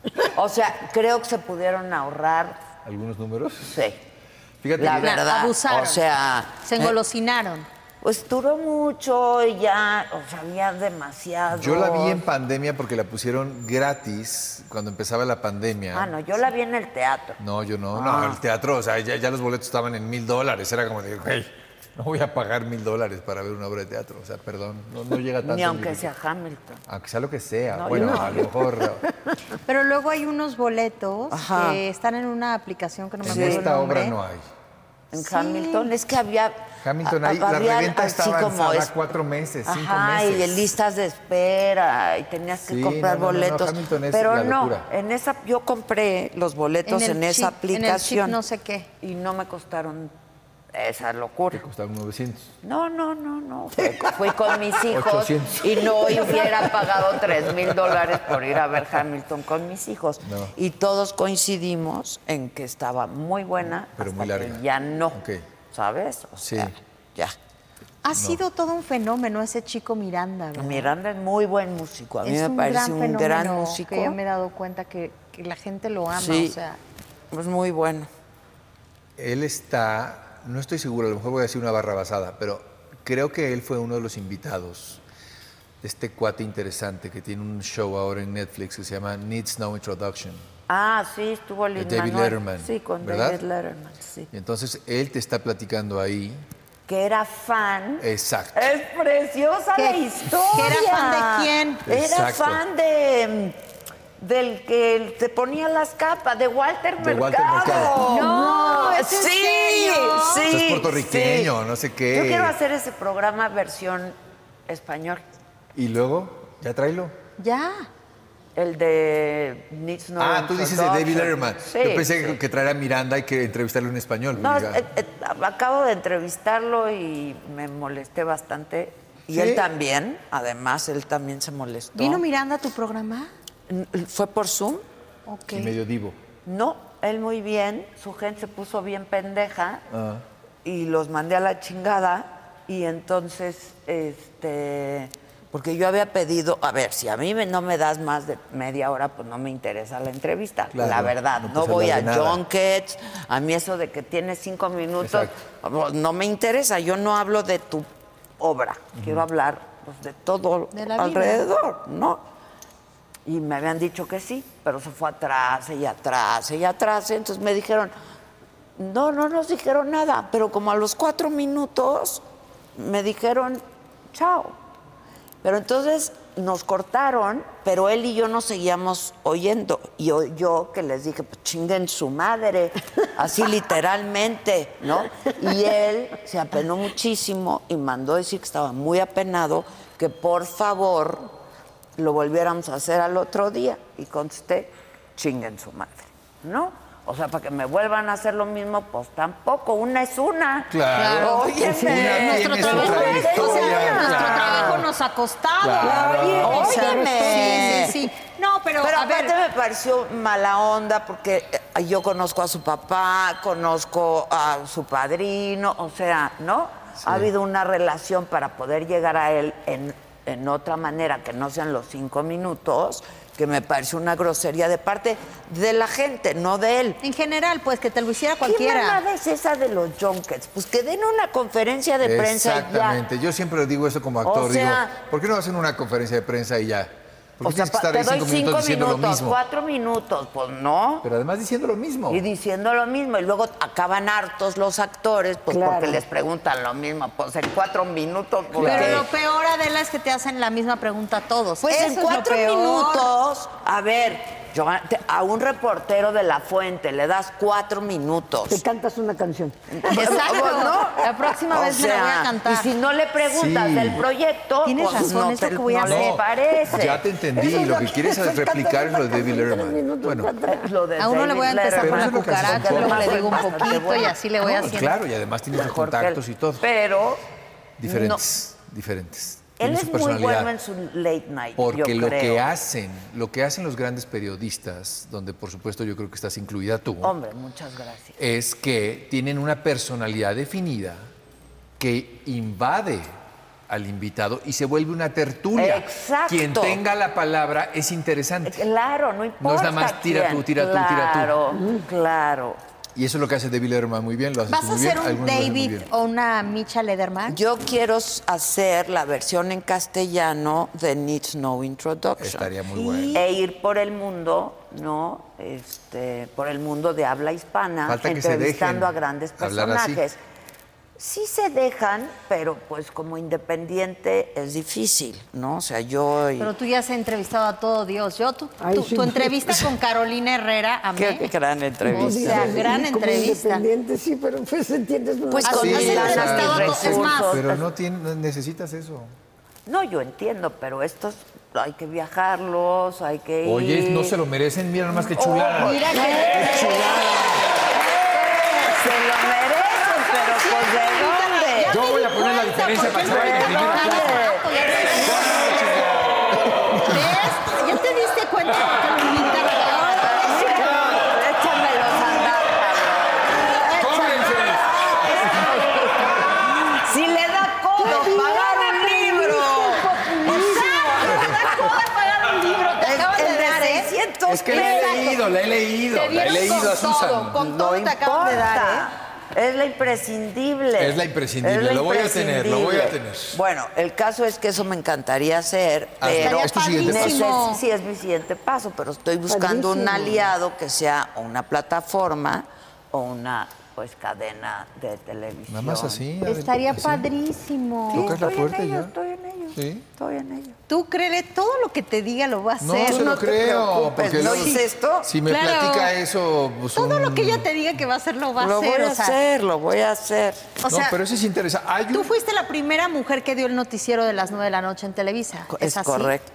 O sea, creo que se pudieron ahorrar... ¿Algunos números? Sí. Fíjate la que verdad, abusaron. O sea... Se engolosinaron. Eh, pues duró mucho y ya, o sea, había demasiado. Yo la vi en pandemia porque la pusieron gratis cuando empezaba la pandemia. Ah, no, yo la vi en el teatro. No, yo no. Ah. No, el teatro, o sea, ya, ya los boletos estaban en mil dólares. Era como de, güey, no voy a pagar mil dólares para ver una obra de teatro. O sea, perdón, no, no llega tanto. Ni aunque sea Hamilton. Aunque sea lo que sea. No, bueno, no. a lo mejor... Pero luego hay unos boletos Ajá. que están en una aplicación que no me En acuerdo el esta nombre. obra no hay. En Sí. Hamilton, es que había... Hamilton, a- ahí, la había reventa así está como avanzada es- cuatro meses, cinco Ajá, meses. y de listas de espera, y tenías que Sí, comprar no, no, no, boletos. Hamilton es Pero la no, locura. en esa, yo compré los boletos en, En el esa chip- en el chip aplicación. no sé qué. Y no me costaron esa locura. Que costaban novecientos. No, no, no, no. Fui, fui con mis hijos ochocientos. y no hubiera pagado tres mil dólares por ir a ver Hamilton con mis hijos. No. Y todos coincidimos en que estaba muy buena, Pero hasta muy larga. que ya no. Ok. ¿Sabes? O Sí. sea, ya. Ha sido todo un fenómeno ese chico Miranda, ¿verdad? Miranda es muy buen músico. A mí es me un parece gran un fenómeno gran músico. que ya me he dado cuenta que, que la gente lo ama, Sí. o sea... Es muy bueno. Él está, no estoy seguro, a lo mejor voy a decir una barra basada, pero creo que él fue uno de los invitados de este cuate interesante que tiene un show ahora en Netflix que se llama Needs No Introduction. Ah, sí, estuvo De Lin David Manuel. Letterman, Sí, con ¿verdad? David Letterman, sí. Y entonces él te está platicando ahí. Que era fan. Exacto. Es preciosa ¿Qué? la historia. ¿Que era fan de quién? Era Exacto. fan de del que te ponía las capas, de Walter De Mercado. Walter Mercado. No, ¿es en sí, serio? sí. Eso es puertorriqueño, sí. no sé qué. Yo quiero hacer ese programa versión español. Y luego, ya tráelo. Ya. El de Needs No Ah, tú dices de David Introduction. Letterman. Sí, Yo pensé sí. que, que traer a Miranda y que entrevistarlo en español. No, Diga, eh, eh, acabo de entrevistarlo y me molesté bastante Y Sí. él también, además, él también se molestó. ¿Vino Miranda a tu programa? ¿Fue por Zoom? Ok. Y medio divo. No, él muy bien, su gente se puso bien pendeja Ah. y los mandé a la chingada y entonces, este, porque yo había pedido, a ver, si a mí me- no me das más de media hora, pues no me interesa la entrevista, Claro, la verdad, no no, puedes voy a hablar de nada. junkets, a mí eso de que tienes cinco minutos, Exacto. pues, no me interesa, yo no hablo de tu obra, quiero hablar pues, de todo De la vida. alrededor, ¿no? Y me habían dicho que sí, pero se fue atrás y atrás y atrás. Entonces me dijeron, no, no nos dijeron nada. Pero como a los cuatro minutos me dijeron, chao. Pero entonces nos cortaron, pero él y yo nos seguíamos oyendo. Y yo, yo que les dije, pues chinguen su madre, así literalmente, ¿no? Y él se apenó muchísimo y mandó decir que estaba muy apenado, que por favor lo volviéramos a hacer al otro día. Y contesté, chinguen su madre, ¿no? O sea, para que me vuelvan a hacer lo mismo, pues tampoco, una es una. Claro. Óyeme. Sí, una Nuestro tiene su trabajo, trayectoria, o sea, nuestro claro. trabajo nos ha costado. Claro. O sea, Óyeme. sí, sí, sí. No, pero, Pero a aparte ver, me pareció mala onda porque eh, yo conozco a su papá, conozco a su padrino, o sea, ¿no? Ha habido una relación para poder llegar a él en, en otra manera que no sean los cinco minutos, que me parece una grosería de parte de la gente, no de él. en general, pues que te lo hiciera ¿Qué cualquiera. mamada es esa de los junkets? Pues que den una conferencia de prensa y ya. Exactamente. Yo siempre digo eso como actor. O sea- digo, ¿por qué no hacen una conferencia de prensa y ya? ¿Por O qué sea, tienes que pa- estar te ahí doy cinco cinco minutos diciendo lo minutos, mismo? cuatro minutos, pues no. Pero además diciendo lo mismo. Y diciendo lo mismo, y luego acaban hartos los actores, pues Claro. porque les preguntan lo mismo, pues en cuatro minutos. ¿por Pero qué? lo peor, Adela, es que te hacen la misma pregunta a todos. Pues Eso en es lo cuatro peor. minutos, a ver, yo, a- te- a un reportero de La Fuente le das cuatro minutos. Te cantas una canción. Exacto. ¿No? La próxima O vez me la voy a sea, cantar. Y si no le preguntas Sí. del proyecto, Tienes pues razón, no es lo te, que voy a no hacer. le parece. Ya te entendí. Eso es Lo lo que que- quieres eso es replicar es lo de cantar David una canción, Letterman. tres minutos, Bueno, cantar. Lo de A uno le voy a David empezar con Letterman. la Pero eso es lo que hacen cucaracha, todos. luego le digo un Bastante poquito bueno. y así le voy no, haciendo. claro, y además tienes los Mejor que él. contactos y todo. Pero Diferentes, diferentes. él Tienen es su muy personalidad. bueno en su late night, Porque yo lo creo. que hacen, lo que hacen los grandes periodistas, donde por supuesto yo creo que estás incluida tú, Hombre, muchas gracias. es que tienen una personalidad definida que invade al invitado y se vuelve una tertulia. Exacto. Quien tenga la palabra es interesante. Claro, no importa. No es nada más tira quién. tú, tira tú, tira tú. Claro, claro. Y eso es lo que hace David Letterman muy bien, lo hace ¿Vas tú a muy bien, hacer un algunos lo hacen muy David bien. o una Micha Lederman? Yo quiero s- hacer la versión en castellano de Needs No Introduction. Estaría muy bueno. E ir por el mundo, ¿no? Este, por el mundo de habla hispana, Falta que se entrevistando dejen a grandes hablar así. personajes. Sí se dejan, pero pues como independiente es difícil, ¿no? O sea, yo... y- Pero tú ya has entrevistado a todo Dios. Yo, tu, Ay, tu, sí. tu entrevista con Carolina Herrera, a mí. Qué, qué gran O entrevista. sea, gran Como entrevista. independiente, sí, pero pues entiendes. Pues Así con has mis ganas, entrevistado a mis todos. Es más, recursos. Pero no, tiene- no necesitas eso. No, yo entiendo, pero estos hay que viajarlos, hay que ir. Oye, no se lo merecen, mira nomás que chulada. Oh, mira que se lo merecen, pero pues ¿de dónde? Yo voy a poner la diferencia para saber ¿De que primero- ¿Ves? ¿Ya te diste cuenta por qué lo invitan? Échamelos a andar, cabrón. Si le da codo pagar un libro. pagar un libro, te El, acaban el de dar, de ¿eh? seiscientos Es que la he pesos. leído, la he leído, Te la he dieron leído con a Susan. todo, con No todo te acaban de dar, importa. ¿eh? Es la imprescindible. Es la imprescindible, Es la lo voy a tener, lo voy a imprescindible. tener. Bueno, el caso es que eso me encantaría hacer, Hazlo. pero Es tu siguiente paso. padrísimo. Neces- sí, es mi siguiente paso, pero estoy buscando un Padrísimo. aliado que sea o una plataforma o una pues cadena de televisión. Nada más así. Estaría así. padrísimo. Sí, Tocas la estoy en puerta y ello, ya. estoy en ello. Sí. Estoy en ello. Tú créele, todo lo que te diga lo va a No, hacer. se lo no te creo. preocupes, Porque ¿no luego- hice esto? Si me Claro. platica eso, pues Todo un- lo que ella te diga que va a hacer lo va a Lo hacer. voy a o sea, hacer, lo voy a hacer. o sea, no, pero eso es interesante. Hay tú un- fuiste la primera mujer que dio el noticiero de las nueve de la noche en Televisa. Es así? correcto.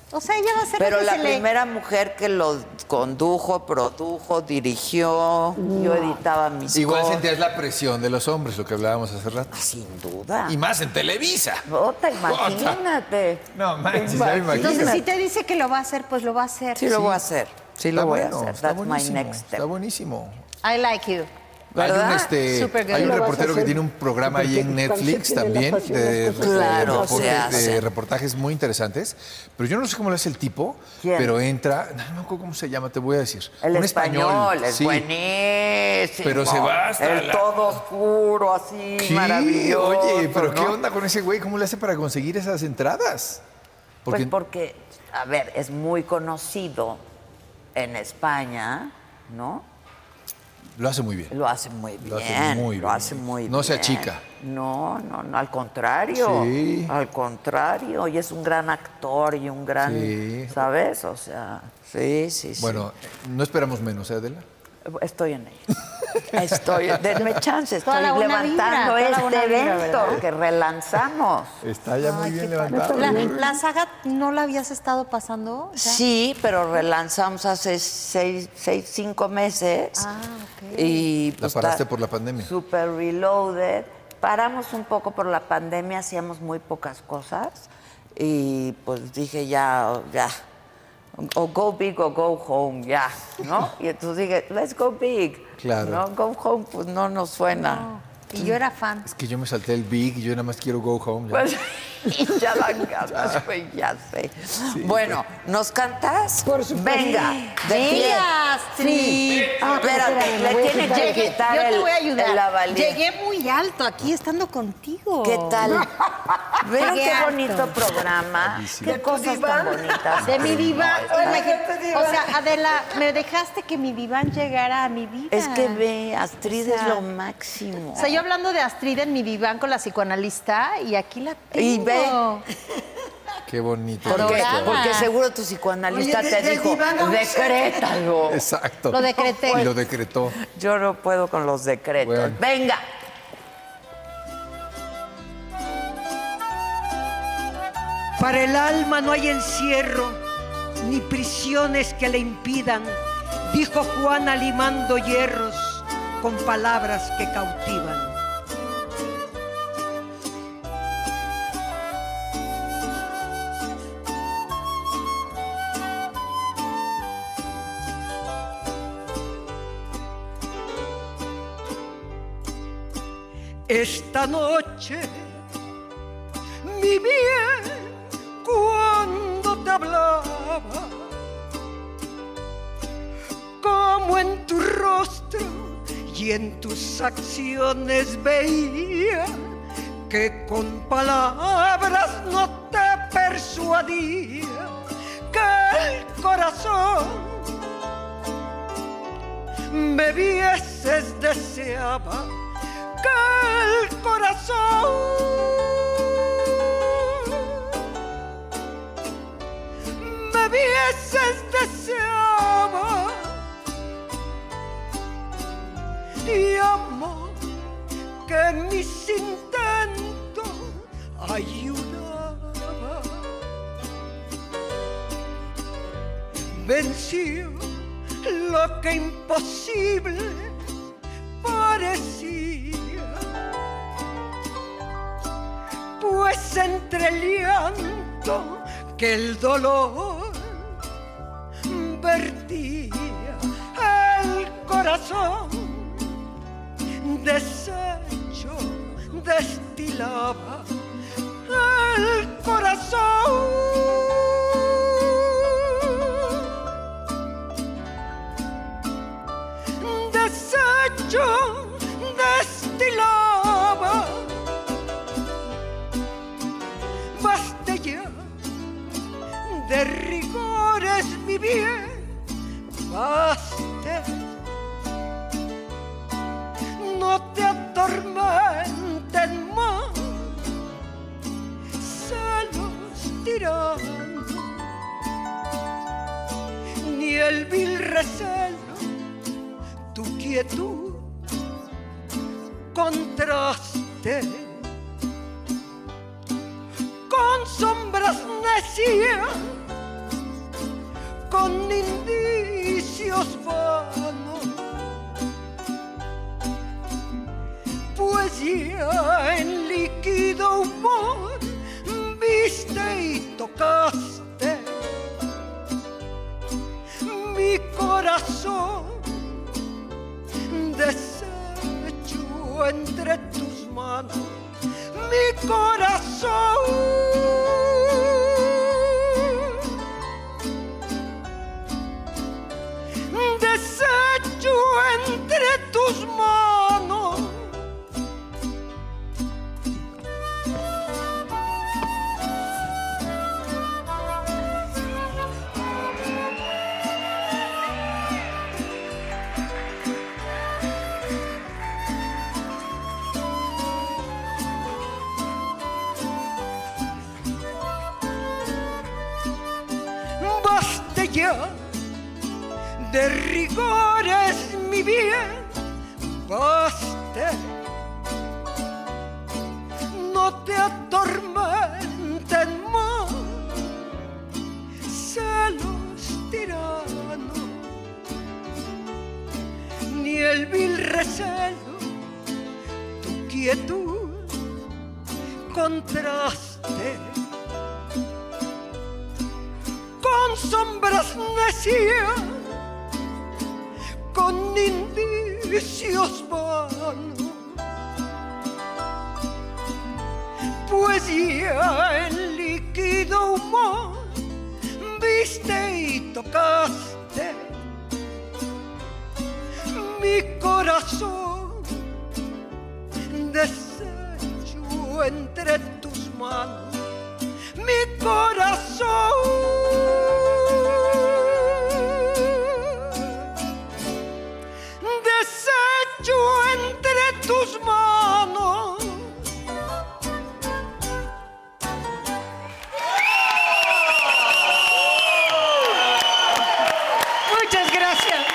O sea, ella va a ser Pero lo que la se le- primera mujer que lo condujo, produjo, dirigió, yo editaba mis Igual cosas. sentías la presión de los hombres, lo que hablábamos hace rato. Sin duda. Y más en Televisa. Ota, imagínate. No, manches, ya me imagino. Entonces, si te dice que lo va a hacer, pues lo va a hacer. Sí, lo voy a hacer. Sí, lo Está voy bueno, a hacer. está That's my buenísimo, next step. Está buenísimo. I like you. Hay un, ¿Verdad? este, Super good. hay un Lo vas a reportero que hacer tiene un programa ahí en porque Netflix cuando se tiene también la pasión, de, las cosas de Claro, reporte- se hace. de reportajes muy interesantes. Pero yo no sé cómo lo hace el tipo, ¿Quién? pero entra, no, no me acuerdo cómo se llama, te voy a decir. El un español, es sí. buenísimo. Pero se va hasta El la- todo oscuro, así, Sí, maravilloso. oye, pero ¿qué ¿no? onda con ese güey? ¿Cómo le hace para conseguir esas entradas? Porque Pues porque, a ver, es muy conocido en España, ¿no? lo hace muy bien. Lo hace muy bien. Lo hace muy Lo bien. hace muy bien. No se achica. No, no, no, al contrario. Sí. Al contrario. Y es un gran actor y un gran, Sí. ¿sabes? O sea, sí, sí, sí. Bueno, no esperamos menos, ¿eh, Adela? Estoy en ello. Estoy, denme chance, Toda estoy la buena levantando vibra, toda la este buena vibra, evento ¿verdad? que relanzamos. Está ya muy Ay, bien qué padre. levantado. La, la saga no la habías estado pasando. ¿Ya? Sí, pero relanzamos hace seis, seis cinco meses. Ah, ok. Y La pues, paraste está por la pandemia. Super reloaded. Paramos un poco por la pandemia, hacíamos muy pocas cosas. Y pues dije ya, ya. O go big o go home, ya, ¿no? Y entonces dije, let's go big. Claro. No, go home, pues no nos suena. No. Y yo era fan. Es que yo me salté el big y yo nada más quiero go home. ya. Pues, y ya dan ganas, güey, ya sé. Bueno, ¿nos cantas? Por supuesto. Venga, de pie. Sí. Ah, espérate, le tienen que Llegué, quitar yo te el, voy a ayudar. el lavalier. Llegué muy alto aquí estando contigo. ¿Qué tal? ¿Vieron Llegué qué alto. bonito programa? ¿Qué cosas tan bonitas? De mi diván. No, está- Imagínate, o sea, Adela, me dejaste que mi diván llegara a mi vida. Es que ve, Astrid O sea, es lo máximo. O sea, yo hablando de Astrid en mi diván con la psicoanalista y aquí la tengo. Y ve. Qué bonito. ¿Por qué? Adorada. Porque seguro tu psicoanalista Oye, te de- del dijo, diván vamos a- decrétalo. Exacto. Lo decreté. Y lo decretó. Yo no puedo con los decretos. Bueno. Venga. Para el alma no hay encierro ni prisiones que le impidan, dijo Juana limando hierros con palabras que cautivan. Esta noche, mi bien, cuando te hablaba, como en tu rostro y en tus acciones veía que con palabras no te persuadía, que el corazón me vieses deseaba, que el corazón me vieses deseaba y amor que mis intentos ayudaba. Venció lo que imposible parecía, pues entre el llanto que el dolor vertía, el corazón deshecho destilaba, el corazón deshecho destilaba. Baste ya de rigores, mi bien, baste. No te atormenten más celos tirando, ni el vil recelo tu quietud contraste con sombras necias con indicios vanos, pues ya en líquido humor viste y tocaste mi corazón deshecho entre tus manos, mi corazón deshecho entre tus manos. Baste ya de rigores, mi bien, baste. No te atormenten más celos tiranos, ni el vil recelo, tu quietud contraste con sombras necias, con indicios vanos, pues ya en líquido humor viste y tocaste mi corazón deshecho entre tus manos, mi corazón deshecho entre tus manos. Muchas gracias.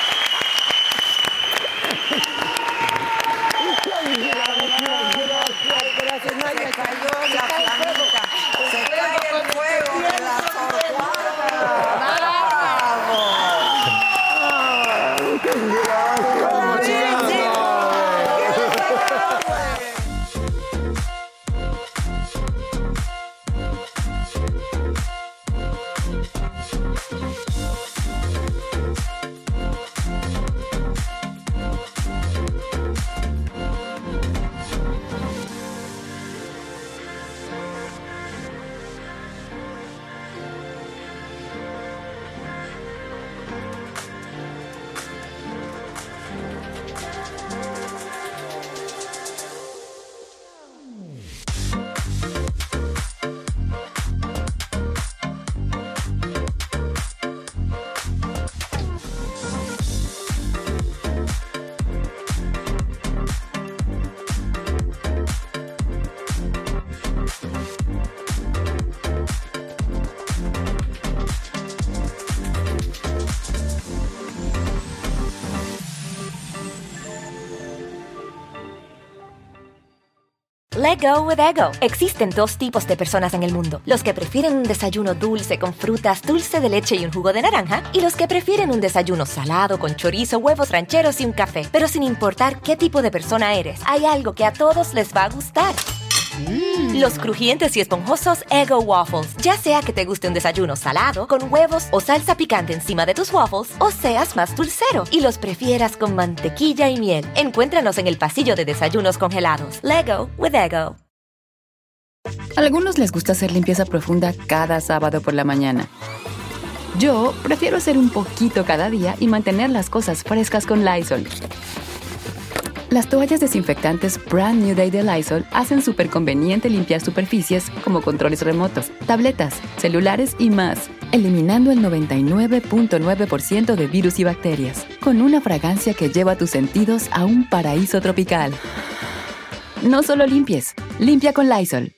Se cayó la flamita, se cae el fuego de la Let go with ego. Existen dos tipos de personas en el mundo. Los que prefieren un desayuno dulce con frutas, dulce de leche y un jugo de naranja. Y los que prefieren un desayuno salado con chorizo, huevos rancheros y un café. Pero sin importar qué tipo de persona eres, hay algo que a todos les va a gustar. Mm. Los crujientes y esponjosos Eggo Waffles. Ya sea que te guste un desayuno salado, con huevos o salsa picante encima de tus waffles, o seas más dulcero y los prefieras con mantequilla y miel. Encuéntranos en el pasillo de desayunos congelados. Leggo with Eggo. A algunos les gusta hacer limpieza profunda cada sábado por la mañana. Yo prefiero hacer un poquito cada día y mantener las cosas frescas con Lysol. Las toallas desinfectantes Brand New Day de Lysol hacen súper conveniente limpiar superficies como controles remotos, tabletas, celulares y más, eliminando el noventa y nueve punto nueve por ciento de virus y bacterias, con una fragancia que lleva tus sentidos a un paraíso tropical. No solo limpies, limpia con Lysol.